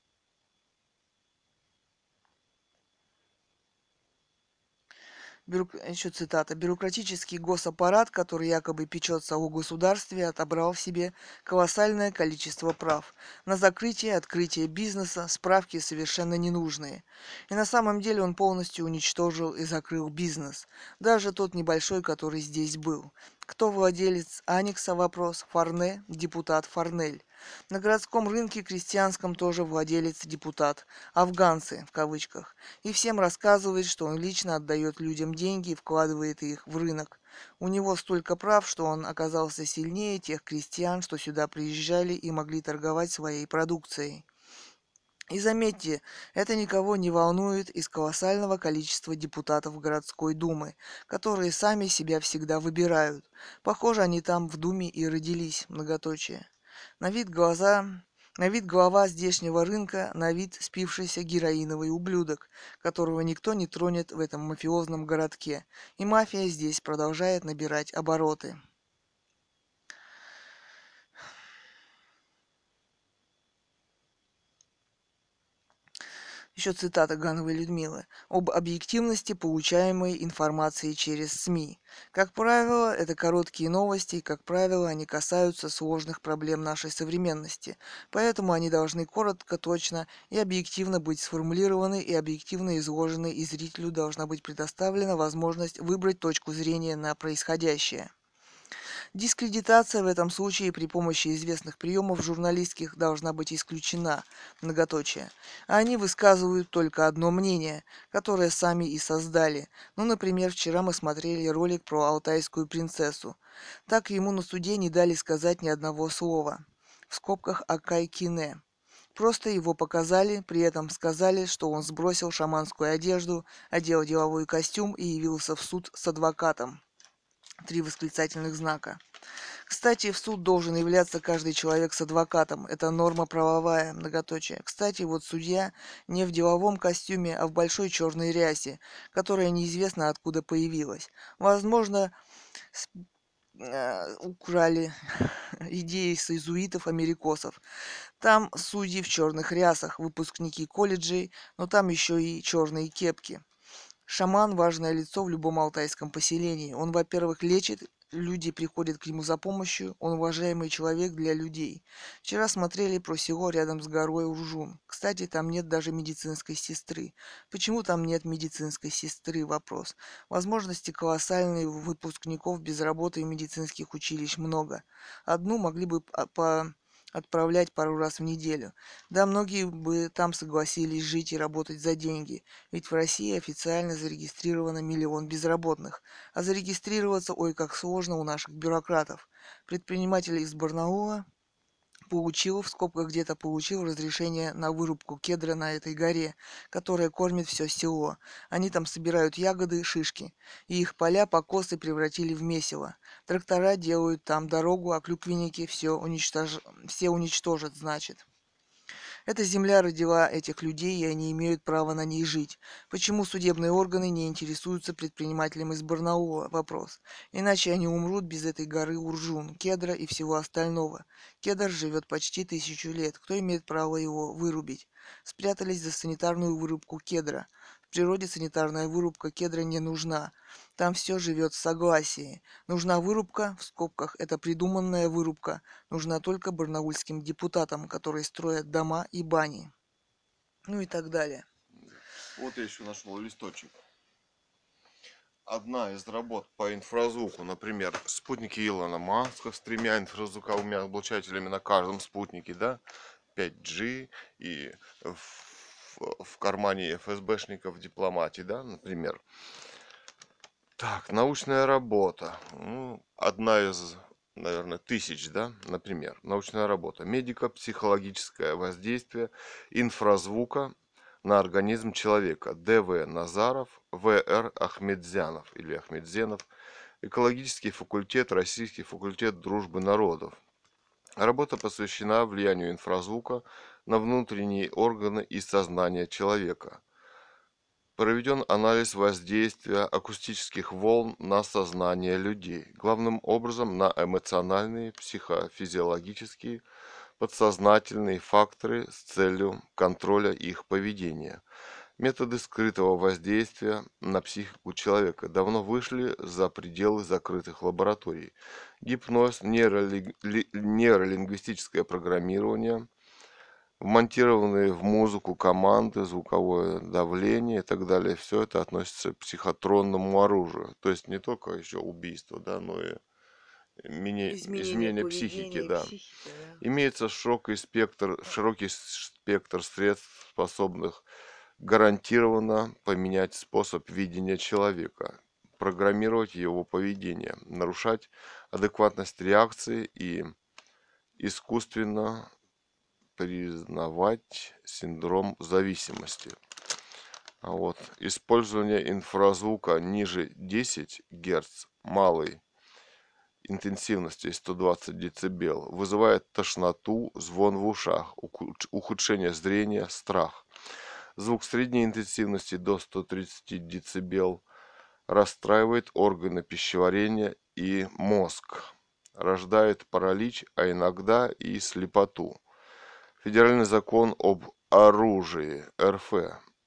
[SPEAKER 2] Бюрок... Еще цитата. Бюрократический госаппарат, который якобы печется о государстве, отобрал в себе колоссальное количество прав. На закрытие, открытие бизнеса, справки совершенно ненужные. И на самом деле он полностью уничтожил и закрыл бизнес. Даже тот небольшой, который здесь был. Кто владелец Аникса? Вопрос. Фарне, депутат Фарнель. На городском рынке крестьянском тоже владелец депутат. Афганцы, в кавычках. И всем рассказывает, что он лично отдает людям деньги и вкладывает их в рынок. У него столько прав, что он оказался сильнее тех крестьян, что сюда приезжали и могли торговать своей продукцией. И заметьте, это никого не волнует из колоссального количества депутатов городской думы, которые сами себя всегда выбирают. Похоже, они там в думе и родились, многоточие. На вид глаза, на вид глава здешнего рынка, на вид спившийся героиновый ублюдок, которого никто не тронет в этом мафиозном городке. И мафия здесь продолжает набирать обороты. Еще цитата Гановой Людмилы. Об объективности получаемой информации через СМИ. Как правило, это короткие новости, и, как правило, они касаются сложных проблем нашей современности. Поэтому они должны коротко, точно и объективно быть сформулированы и объективно изложены, и зрителю должна быть предоставлена возможность выбрать точку зрения на происходящее. Дискредитация в этом случае при помощи известных приемов журналистских должна быть исключена, многоточие. Они высказывают только одно мнение, которое сами и создали. Ну, например, вчера мы смотрели ролик про алтайскую принцессу. Так ему на суде не дали сказать ни одного слова. В скобках Акай Кине. Просто его показали, при этом сказали, что он сбросил шаманскую одежду, одел деловой костюм и явился в суд с адвокатом. Три восклицательных знака. Кстати, в суд должен являться каждый человек с адвокатом. Это норма правовая, многоточие. Кстати, вот судья не в деловом костюме, а в большой черной рясе, которая неизвестно откуда появилась. Возможно, с- э, украли идеи с иезуитов-америкосов. Там судьи в черных рясах, выпускники колледжей, но там еще и черные кепки. Шаман – важное лицо в любом алтайском поселении. Он, во-первых, лечит, люди приходят к нему за помощью, он уважаемый человек для людей. Вчера смотрели про село рядом с горой Уржун. Кстати, там нет даже медицинской сестры. Почему там нет медицинской сестры? Вопрос. Возможности колоссальные, у выпускников без работы и медицинских училищ много. Одну могли бы а, по отправлять пару раз в неделю. Да, многие бы там согласились жить и работать за деньги. Ведь в России официально зарегистрировано миллион безработных. А зарегистрироваться, ой, как сложно у наших бюрократов. Предприниматель из Барнаула получил, в скобках где-то получил разрешение на вырубку кедра на этой горе, которая кормит все село. Они там собирают ягоды, шишки. И их поля покосы превратили в месиво. Трактора делают там дорогу, а клюквенники все, уничтож... все уничтожат, значит. Эта земля родила этих людей, и они имеют право на ней жить. Почему судебные органы не интересуются предпринимателем из Барнаула? Вопрос. Иначе они умрут без этой горы Уржун, кедра и всего остального. Кедр живет почти тысячу лет. Кто имеет право его вырубить? Спрятались за санитарную вырубку кедра. В природе санитарная вырубка кедра не нужна. Там все живет в согласии. Нужна вырубка, в скобках это придуманная вырубка, нужна только барнаульским депутатам, которые строят дома и бани. Ну и так далее.
[SPEAKER 1] Вот я еще нашел листочек. Одна из работ по инфразвуку, например, спутники Илона Маска с тремя инфразвуковыми облучателями на каждом спутнике, да, пять джи и в, в кармане эф эс бэшников в дипломате, да, например. Так, научная работа. Ну, одна из, наверное, тысяч, да, например, научная работа. Медико-психологическое воздействие инфразвука на организм человека. Д В Назаров, В Р Ахмедзянов или Ахмедзенов. Экологический факультет, Российский факультет дружбы народов. Работа посвящена влиянию инфразвука на внутренние органы и сознание человека. Проведен анализ воздействия акустических волн на сознание людей, главным образом на эмоциональные, психофизиологические, подсознательные факторы с целью контроля их поведения. Методы скрытого воздействия на психику человека давно вышли за пределы закрытых лабораторий. Гипноз, нейроли- ли- нейролингвистическое программирование, вмонтированные в музыку команды, звуковое давление и так далее. Все это относится к психотронному оружию. То есть не только еще убийство, да, но и мини-
[SPEAKER 2] Изменение
[SPEAKER 1] изменение психики,
[SPEAKER 2] поведения и
[SPEAKER 1] да.
[SPEAKER 2] психики, да.
[SPEAKER 1] Имеется широкий спектр, широкий спектр средств, способных гарантированно поменять способ видения человека, программировать его поведение, нарушать адекватность реакции и искусственно признавать синдром зависимости. А вот использование инфразвука ниже десять герц малой интенсивности сто двадцать децибел вызывает тошноту, звон в ушах, ухудшение зрения, страх. Звук средней интенсивности до ста тридцати децибел расстраивает органы пищеварения и мозг, рождает паралич, а иногда и слепоту. Федеральный закон об оружии Р Ф,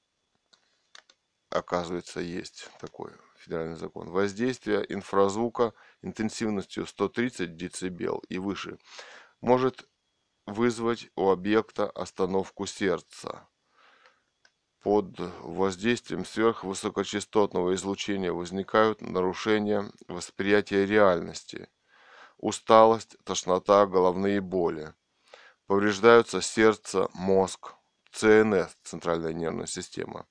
[SPEAKER 1] оказывается, есть такой федеральный закон. Воздействие инфразвука интенсивностью сто тридцать децибел и выше может вызвать у объекта остановку сердца. Под воздействием сверхвысокочастотного излучения возникают нарушения восприятия реальности, усталость, тошнота, головные боли. Повреждаются сердце, мозг, Ц Н С, центральная нервная система.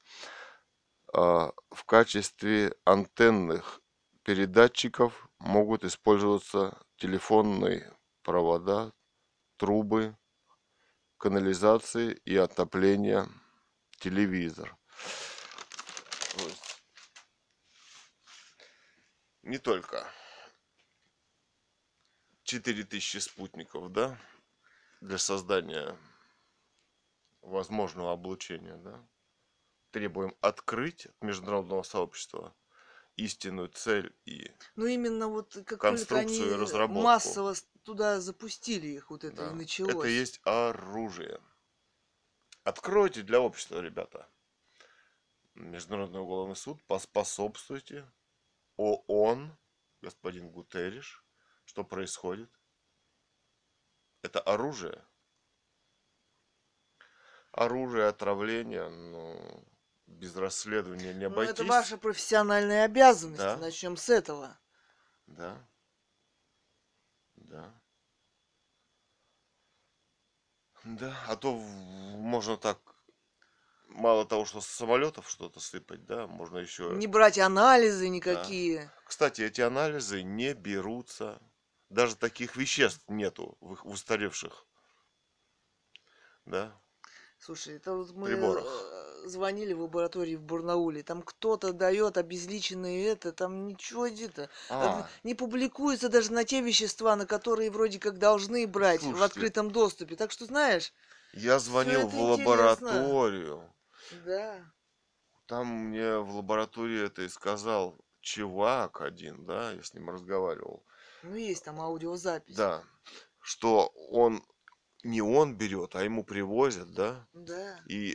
[SPEAKER 1] В качестве антенных передатчиков могут использоваться телефонные провода, трубы, канализации и отопление, телевизор. То есть не только четыре тысячи спутников, да, для создания возможного облучения, да, требуем открыть от международного сообщества истинную цель и
[SPEAKER 2] Ну именно вот как только
[SPEAKER 1] конструкцию и
[SPEAKER 2] они
[SPEAKER 1] разработку.
[SPEAKER 2] массово туда запустили их, вот это и
[SPEAKER 1] Да, это
[SPEAKER 2] началось.
[SPEAKER 1] есть оружие. Откройте для общества, ребята. Международный уголовный суд, поспособствуйте. О О Н, господин Гутерриш, что происходит? Это оружие. Оружие отравления, ну, без расследования не
[SPEAKER 2] Ну это
[SPEAKER 1] обойтись.
[SPEAKER 2] ваша профессиональная обязанность,
[SPEAKER 1] Да,
[SPEAKER 2] начнем с этого.
[SPEAKER 1] да, да. Да, а то в- можно так, мало того, что с самолетов что-то сыпать, да, можно еще,
[SPEAKER 2] Не брать анализы
[SPEAKER 1] да.
[SPEAKER 2] никакие.
[SPEAKER 1] Кстати, эти анализы не берутся. Даже таких веществ нету в их в устаревших, да,
[SPEAKER 2] Слушай, это вот мы
[SPEAKER 1] приборах.
[SPEAKER 2] э, звонили в лаборатории в Барнауле, там кто-то дает обезличенные это, там ничего это э,
[SPEAKER 1] А,
[SPEAKER 2] не публикуется даже на те вещества, на которые вроде как должны брать в
[SPEAKER 1] слушайте,
[SPEAKER 2] открытом доступе. Так что знаешь,
[SPEAKER 1] я
[SPEAKER 2] все
[SPEAKER 1] звонил
[SPEAKER 2] это
[SPEAKER 1] в
[SPEAKER 2] интересно.
[SPEAKER 1] лабораторию.
[SPEAKER 2] Да.
[SPEAKER 1] Там мне в лаборатории это и сказал чувак один, да, я с ним разговаривал.
[SPEAKER 2] Ну есть там аудиозапись.
[SPEAKER 1] Да, что он не он берет, а ему привозят, да,
[SPEAKER 2] Да.
[SPEAKER 1] и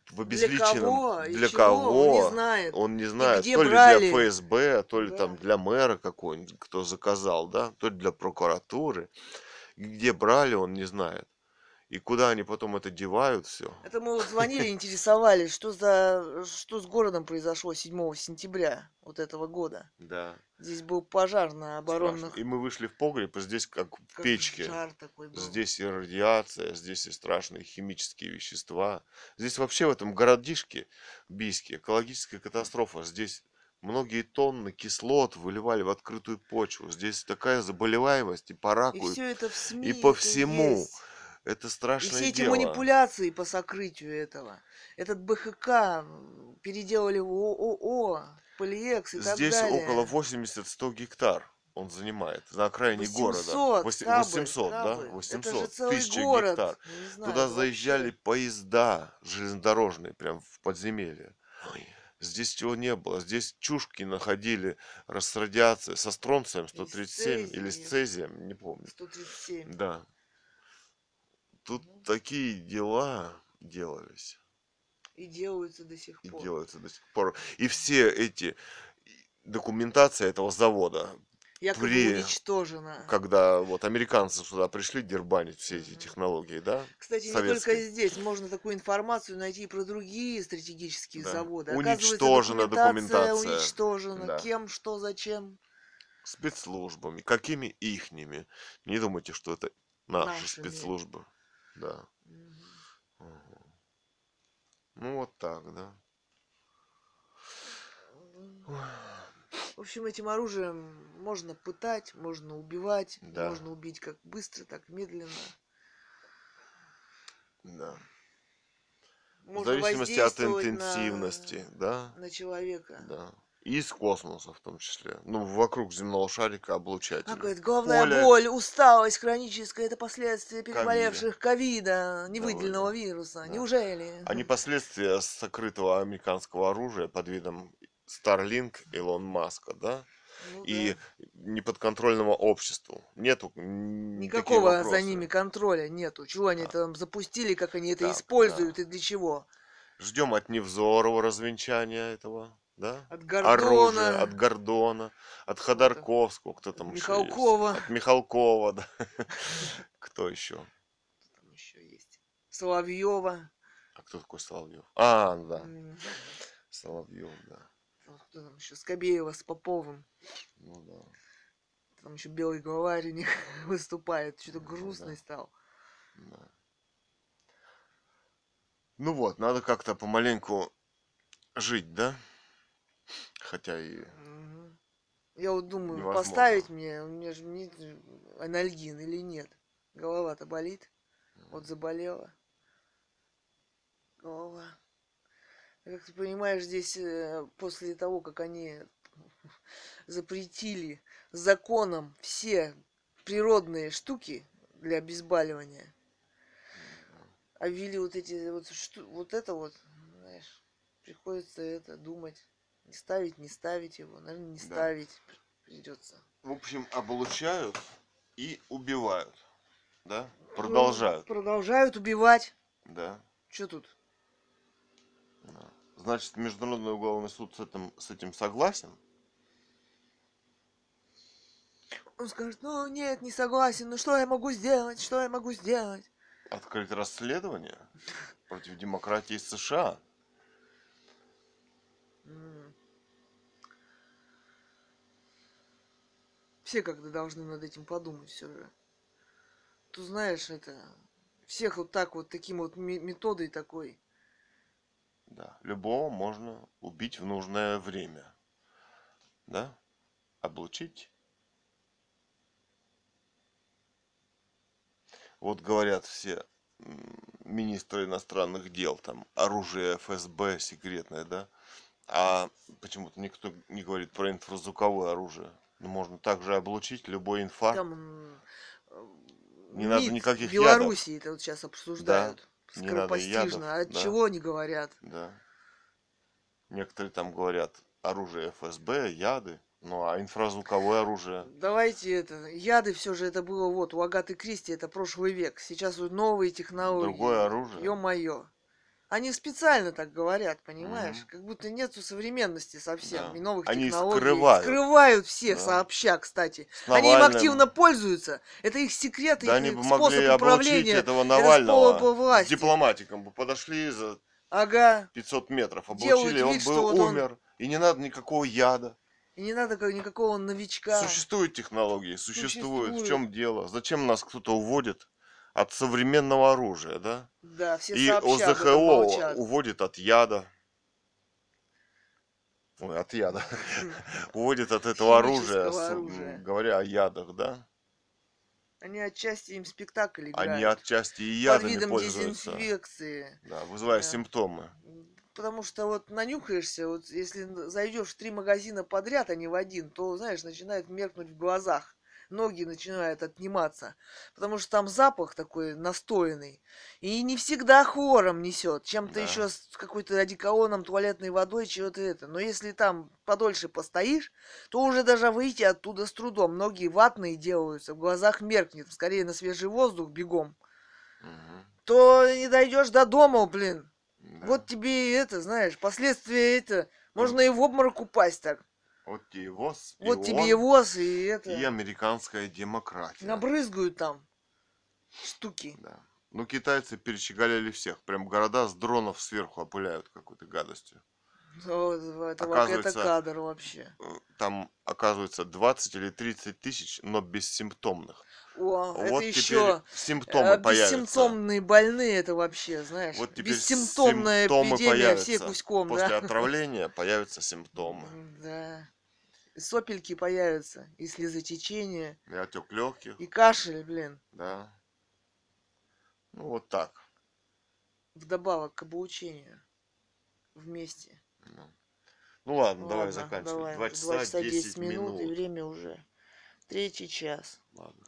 [SPEAKER 1] в
[SPEAKER 2] Для
[SPEAKER 1] обезличенном
[SPEAKER 2] кого и
[SPEAKER 1] для
[SPEAKER 2] чего, он не
[SPEAKER 1] кого,
[SPEAKER 2] знает.
[SPEAKER 1] он не
[SPEAKER 2] И
[SPEAKER 1] знает,
[SPEAKER 2] где
[SPEAKER 1] то ли для
[SPEAKER 2] брали.
[SPEAKER 1] ФСБ, то ли там
[SPEAKER 2] Да.
[SPEAKER 1] для мэра какой-нибудь, кто заказал, да, то ли для прокуратуры. И где брали, он не знает. И куда они потом это девают все.
[SPEAKER 2] Это мы вот звонили, интересовались, что за что с городом произошло седьмого сентября вот этого года.
[SPEAKER 1] Да,
[SPEAKER 2] Здесь был пожар на
[SPEAKER 1] страшно. И
[SPEAKER 2] оборонных,
[SPEAKER 1] мы вышли в погреб, и здесь как в
[SPEAKER 2] как
[SPEAKER 1] печке.
[SPEAKER 2] жар такой был.
[SPEAKER 1] Здесь и радиация, здесь и страшные химические вещества. Здесь вообще в этом городишке Бийске экологическая катастрофа. Здесь многие тонны кислот выливали в открытую почву. Здесь такая заболеваемость и по
[SPEAKER 2] И
[SPEAKER 1] раку, и,
[SPEAKER 2] все это в
[SPEAKER 1] и
[SPEAKER 2] СМИ,
[SPEAKER 1] по
[SPEAKER 2] это
[SPEAKER 1] всему.
[SPEAKER 2] есть.
[SPEAKER 1] Это
[SPEAKER 2] И
[SPEAKER 1] страшное
[SPEAKER 2] все эти
[SPEAKER 1] дело.
[SPEAKER 2] манипуляции по сокрытию этого. Этот БХК м, переделали в ООО, Полиэкс и так
[SPEAKER 1] Здесь около
[SPEAKER 2] далее.
[SPEAKER 1] восемьдесят-сто гектар он занимает на окраине города.
[SPEAKER 2] восемьсот,
[SPEAKER 1] Восе-
[SPEAKER 2] кабы,
[SPEAKER 1] восемьсот, да?
[SPEAKER 2] кабы. Это же
[SPEAKER 1] восемьсот.
[SPEAKER 2] целый
[SPEAKER 1] Тысяча
[SPEAKER 2] город.
[SPEAKER 1] гектар.
[SPEAKER 2] Я не знаю,
[SPEAKER 1] Туда
[SPEAKER 2] это
[SPEAKER 1] заезжали
[SPEAKER 2] вообще
[SPEAKER 1] поезда железнодорожные, прям в подземелье. Здесь чего не было. Здесь чушки находили с радиацией, со стронцием
[SPEAKER 2] и с
[SPEAKER 1] сто тридцать семь или с
[SPEAKER 2] цезием,
[SPEAKER 1] цезием, не помню.
[SPEAKER 2] сто тридцать семь.
[SPEAKER 1] Да. Тут
[SPEAKER 2] Мгм.
[SPEAKER 1] такие дела делались
[SPEAKER 2] И делаются до сих
[SPEAKER 1] и
[SPEAKER 2] пор.
[SPEAKER 1] делаются до сих пор. И все эти документация этого завода
[SPEAKER 2] Якобы
[SPEAKER 1] при
[SPEAKER 2] уничтожено.
[SPEAKER 1] когда вот американцы сюда пришли дербанить все эти
[SPEAKER 2] Мгм.
[SPEAKER 1] технологии, да,
[SPEAKER 2] Кстати, не только
[SPEAKER 1] советские,
[SPEAKER 2] здесь. Можно такую информацию найти и про другие стратегические
[SPEAKER 1] да,
[SPEAKER 2] заводы. Оказывается,
[SPEAKER 1] уничтожена
[SPEAKER 2] документация
[SPEAKER 1] документация,
[SPEAKER 2] уничтожена.
[SPEAKER 1] да,
[SPEAKER 2] Кем, что, зачем?
[SPEAKER 1] спецслужбами, какими ихними. Не думайте, что это наши
[SPEAKER 2] Нашими.
[SPEAKER 1] спецслужбы, да.
[SPEAKER 2] Мгм.
[SPEAKER 1] Ага. Ну вот так, да.
[SPEAKER 2] В общем, этим оружием можно пытать, можно убивать. И
[SPEAKER 1] Да,
[SPEAKER 2] можно убить как быстро, так и медленно.
[SPEAKER 1] да. В
[SPEAKER 2] Можно
[SPEAKER 1] зависимости от
[SPEAKER 2] воздействовать на,
[SPEAKER 1] интенсивности, да,
[SPEAKER 2] на человека.
[SPEAKER 1] да. И из космоса в том числе. Ну, вокруг земного шарика
[SPEAKER 2] А,
[SPEAKER 1] облучатели.
[SPEAKER 2] говорит,
[SPEAKER 1] В
[SPEAKER 2] головная
[SPEAKER 1] поле
[SPEAKER 2] боль, усталость хроническая — это последствия
[SPEAKER 1] ковида.
[SPEAKER 2] переболевших ковида,
[SPEAKER 1] Давай,
[SPEAKER 2] невыделенного
[SPEAKER 1] да.
[SPEAKER 2] вируса.
[SPEAKER 1] Да.
[SPEAKER 2] Неужели?
[SPEAKER 1] А не последствия сокрытого американского оружия под видом Starlink Илон Маска, да?
[SPEAKER 2] Ну
[SPEAKER 1] И
[SPEAKER 2] да.
[SPEAKER 1] неподконтрольного обществу. Нету м, такие
[SPEAKER 2] Никакого за ними
[SPEAKER 1] вопросы.
[SPEAKER 2] контроля нету. Чего они
[SPEAKER 1] Да.
[SPEAKER 2] там запустили, как они это
[SPEAKER 1] Так, да.
[SPEAKER 2] используют и для чего?
[SPEAKER 1] Ждем от Невзорова развенчания этого, да?
[SPEAKER 2] От
[SPEAKER 1] Оружия,
[SPEAKER 2] Гордона,
[SPEAKER 1] от Гордона, от
[SPEAKER 2] вот, от
[SPEAKER 1] Ходорковского, кто там еще есть?
[SPEAKER 2] Михалкова.
[SPEAKER 1] От Михалкова, да. Кто еще?
[SPEAKER 2] Там еще есть. Соловьева.
[SPEAKER 1] А кто такой Соловьев? А, да.
[SPEAKER 2] М,
[SPEAKER 1] Соловьев, да.
[SPEAKER 2] вот кто там еще? Скобеева с Поповым.
[SPEAKER 1] Ну да.
[SPEAKER 2] Там еще белый главарь у них выступает. Что-то
[SPEAKER 1] Ну да.
[SPEAKER 2] грустный стал.
[SPEAKER 1] Да. Ну вот, надо как-то помаленьку жить, да? Хотя и
[SPEAKER 2] Мгм. Я вот думаю,
[SPEAKER 1] невозможно.
[SPEAKER 2] поставить мне, у меня же нет же анальгин или нет. Голова-то болит. Вот заболела голова. Как ты понимаешь, здесь э, после того, как они запретили законом все природные штуки для обезболивания, а ввели вот эти вот шту- вот это вот, знаешь, приходится это думать, не ставить, не ставить его, наверное, не
[SPEAKER 1] Да.
[SPEAKER 2] ставить придется.
[SPEAKER 1] В общем, облучают и убивают, да?
[SPEAKER 2] Ну,
[SPEAKER 1] Продолжают,
[SPEAKER 2] продолжают убивать.
[SPEAKER 1] да?
[SPEAKER 2] Что тут?
[SPEAKER 1] Да. Значит, Международный уголовный суд с этим, с этим согласен?
[SPEAKER 2] Он скажет, ну нет, не согласен, ну что я могу сделать, что я могу сделать?
[SPEAKER 1] Открыть расследование против демократии США?
[SPEAKER 2] М. Все как-то должны над этим подумать все же. Ты знаешь, это всех вот так вот, таким вот ме- методой такой.
[SPEAKER 1] Да. Любого можно убить в нужное время, да? Облучить. Вот говорят все м, министры иностранных дел, там оружие эф эс бэ секретное, да? А почему-то никто не говорит про инфразвуковое оружие. Ну, можно также облучить любой инфаркт.
[SPEAKER 2] Там м, э,
[SPEAKER 1] Не надо
[SPEAKER 2] МИД
[SPEAKER 1] никаких ядов.
[SPEAKER 2] Белоруссии это вот сейчас
[SPEAKER 1] Да.
[SPEAKER 2] обсуждают.
[SPEAKER 1] Не надо ядов.
[SPEAKER 2] Скоропостижно. От
[SPEAKER 1] Да.
[SPEAKER 2] чего они говорят?
[SPEAKER 1] Да. Некоторые там говорят оружие эф эс бэ, яды. Ну а инфразвуковое оружие.
[SPEAKER 2] Давайте это. Яды все же это было вот у Агаты Кристи, это прошлый век. Сейчас вот новые
[SPEAKER 1] Другое
[SPEAKER 2] технологии.
[SPEAKER 1] оружие.
[SPEAKER 2] Ё-моё. Они специально так говорят, понимаешь?
[SPEAKER 1] Мгм.
[SPEAKER 2] Как будто нету современности совсем
[SPEAKER 1] Да.
[SPEAKER 2] и новых
[SPEAKER 1] Они
[SPEAKER 2] технологий.
[SPEAKER 1] скрывают,
[SPEAKER 2] Скрывают всех
[SPEAKER 1] да.
[SPEAKER 2] сообща, кстати.
[SPEAKER 1] С
[SPEAKER 2] Они им
[SPEAKER 1] Навальным.
[SPEAKER 2] активно пользуются. Это их секреты,
[SPEAKER 1] Да
[SPEAKER 2] их
[SPEAKER 1] они
[SPEAKER 2] э,
[SPEAKER 1] бы
[SPEAKER 2] способ
[SPEAKER 1] могли облучить
[SPEAKER 2] управления.
[SPEAKER 1] этого
[SPEAKER 2] Это способ
[SPEAKER 1] Навального с
[SPEAKER 2] власти.
[SPEAKER 1] дипломатиком бы подошли за
[SPEAKER 2] Ага.
[SPEAKER 1] пятьсот метров, облучили,
[SPEAKER 2] Делают
[SPEAKER 1] и
[SPEAKER 2] вид,
[SPEAKER 1] он бы
[SPEAKER 2] что вот он...
[SPEAKER 1] умер, и не надо никакого яда.
[SPEAKER 2] И не надо как- никакого новичка.
[SPEAKER 1] Существуют технологии, существуют. В
[SPEAKER 2] Существует.
[SPEAKER 1] чем дело? Зачем нас кто-то уводит от современного оружия, да?
[SPEAKER 2] Да, все
[SPEAKER 1] И
[SPEAKER 2] сообща об этом
[SPEAKER 1] ОЗХО
[SPEAKER 2] молчат.
[SPEAKER 1] уводит от яда. Ой, от яда. Уводит от этого оружия,
[SPEAKER 2] Химического
[SPEAKER 1] с- м,
[SPEAKER 2] оружия.
[SPEAKER 1] говоря о ядах, да?
[SPEAKER 2] Они отчасти им спектакль
[SPEAKER 1] Они
[SPEAKER 2] играют.
[SPEAKER 1] отчасти и
[SPEAKER 2] Под
[SPEAKER 1] ядами
[SPEAKER 2] видом
[SPEAKER 1] пользуются,
[SPEAKER 2] дезинфекции.
[SPEAKER 1] да, вызывая
[SPEAKER 2] Э,
[SPEAKER 1] симптомы.
[SPEAKER 2] Потому что вот нанюхаешься, вот если н- зайдешь в три магазина подряд, а не в один, то, знаешь, начинает меркнуть в глазах. Ноги начинают отниматься. Потому что там запах такой настоянный. И не всегда хлором несет. Чем-то
[SPEAKER 1] Да.
[SPEAKER 2] еще с какой-то одеколоном, туалетной водой, чего-то это. Но если там подольше постоишь, то уже даже выйти оттуда с трудом. Ноги ватные делаются, в глазах меркнет. Скорее на свежий воздух бегом.
[SPEAKER 1] Мгм.
[SPEAKER 2] То не дойдешь до дома, блин.
[SPEAKER 1] Да.
[SPEAKER 2] Вот тебе и это, знаешь, последствия это.
[SPEAKER 1] В-
[SPEAKER 2] Можно и в обморок упасть так.
[SPEAKER 1] Вот тебе ВОЗ,
[SPEAKER 2] Вот тебе и
[SPEAKER 1] ПИОН
[SPEAKER 2] воз, и
[SPEAKER 1] и
[SPEAKER 2] это.
[SPEAKER 1] американская демократия.
[SPEAKER 2] Набрызгают там штуки.
[SPEAKER 1] Да. Ну, китайцы перещеголяли всех. Прям города с дронов сверху опыляют какой-то гадостью.
[SPEAKER 2] Вот, это, ва- это
[SPEAKER 1] Оказывается,
[SPEAKER 2] кадр вообще.
[SPEAKER 1] э, там, оказывается, двадцать или тридцать тысяч, но бессимптомных.
[SPEAKER 2] О, это
[SPEAKER 1] Вот теперь
[SPEAKER 2] еще
[SPEAKER 1] симптомы появятся.
[SPEAKER 2] бессимптомные больные, это вообще, знаешь,
[SPEAKER 1] Вот теперь
[SPEAKER 2] бессимптомная
[SPEAKER 1] симптомы
[SPEAKER 2] эпидемия всей
[SPEAKER 1] появятся.
[SPEAKER 2] гуськом, да?
[SPEAKER 1] После отравления появятся симптомы.
[SPEAKER 2] М, да. И сопельки появятся, и слезотечение,
[SPEAKER 1] И отек легких,
[SPEAKER 2] и кашель, блин,
[SPEAKER 1] да. Ну, вот так.
[SPEAKER 2] вдобавок к облучению вместе.
[SPEAKER 1] Ну, ну ладно, давай
[SPEAKER 2] Ладно,
[SPEAKER 1] заканчивать.
[SPEAKER 2] давай,
[SPEAKER 1] Два
[SPEAKER 2] уже два
[SPEAKER 1] часа
[SPEAKER 2] часа десять
[SPEAKER 1] десять
[SPEAKER 2] минут, и
[SPEAKER 1] минут.
[SPEAKER 2] время уже третий час.
[SPEAKER 1] Ладно.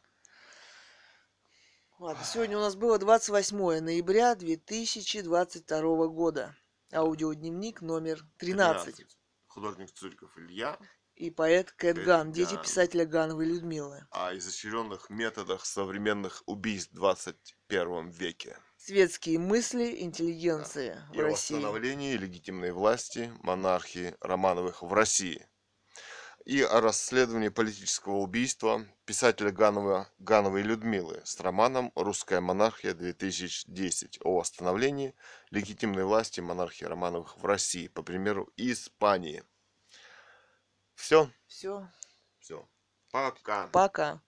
[SPEAKER 2] Ладно, сегодня у нас было двадцать восьмое ноября две тысячи двадцать второго года.
[SPEAKER 1] Да.
[SPEAKER 2] Аудиодневник номер тринадцать.
[SPEAKER 1] тринадцать. Художник Цуриков Илья.
[SPEAKER 2] И поэт Кэт
[SPEAKER 1] Кэт
[SPEAKER 2] Ган, дети
[SPEAKER 1] Ган.
[SPEAKER 2] писателя Гановой Людмилы.
[SPEAKER 1] О изощренных методах современных убийств в двадцать первом веке.
[SPEAKER 2] Светские мысли
[SPEAKER 1] Да.
[SPEAKER 2] интеллигенции в
[SPEAKER 1] И о
[SPEAKER 2] России.
[SPEAKER 1] восстановлении легитимной власти монархии Романовых в России. И о расследовании политического убийства писателя Ганова, Гановой Людмилы с романом «Русская монархия-две тысячи десять» о восстановлении легитимной власти монархии Романовых в России, по примеру Испании. Все?
[SPEAKER 2] Все,
[SPEAKER 1] Все. Пока.
[SPEAKER 2] пока.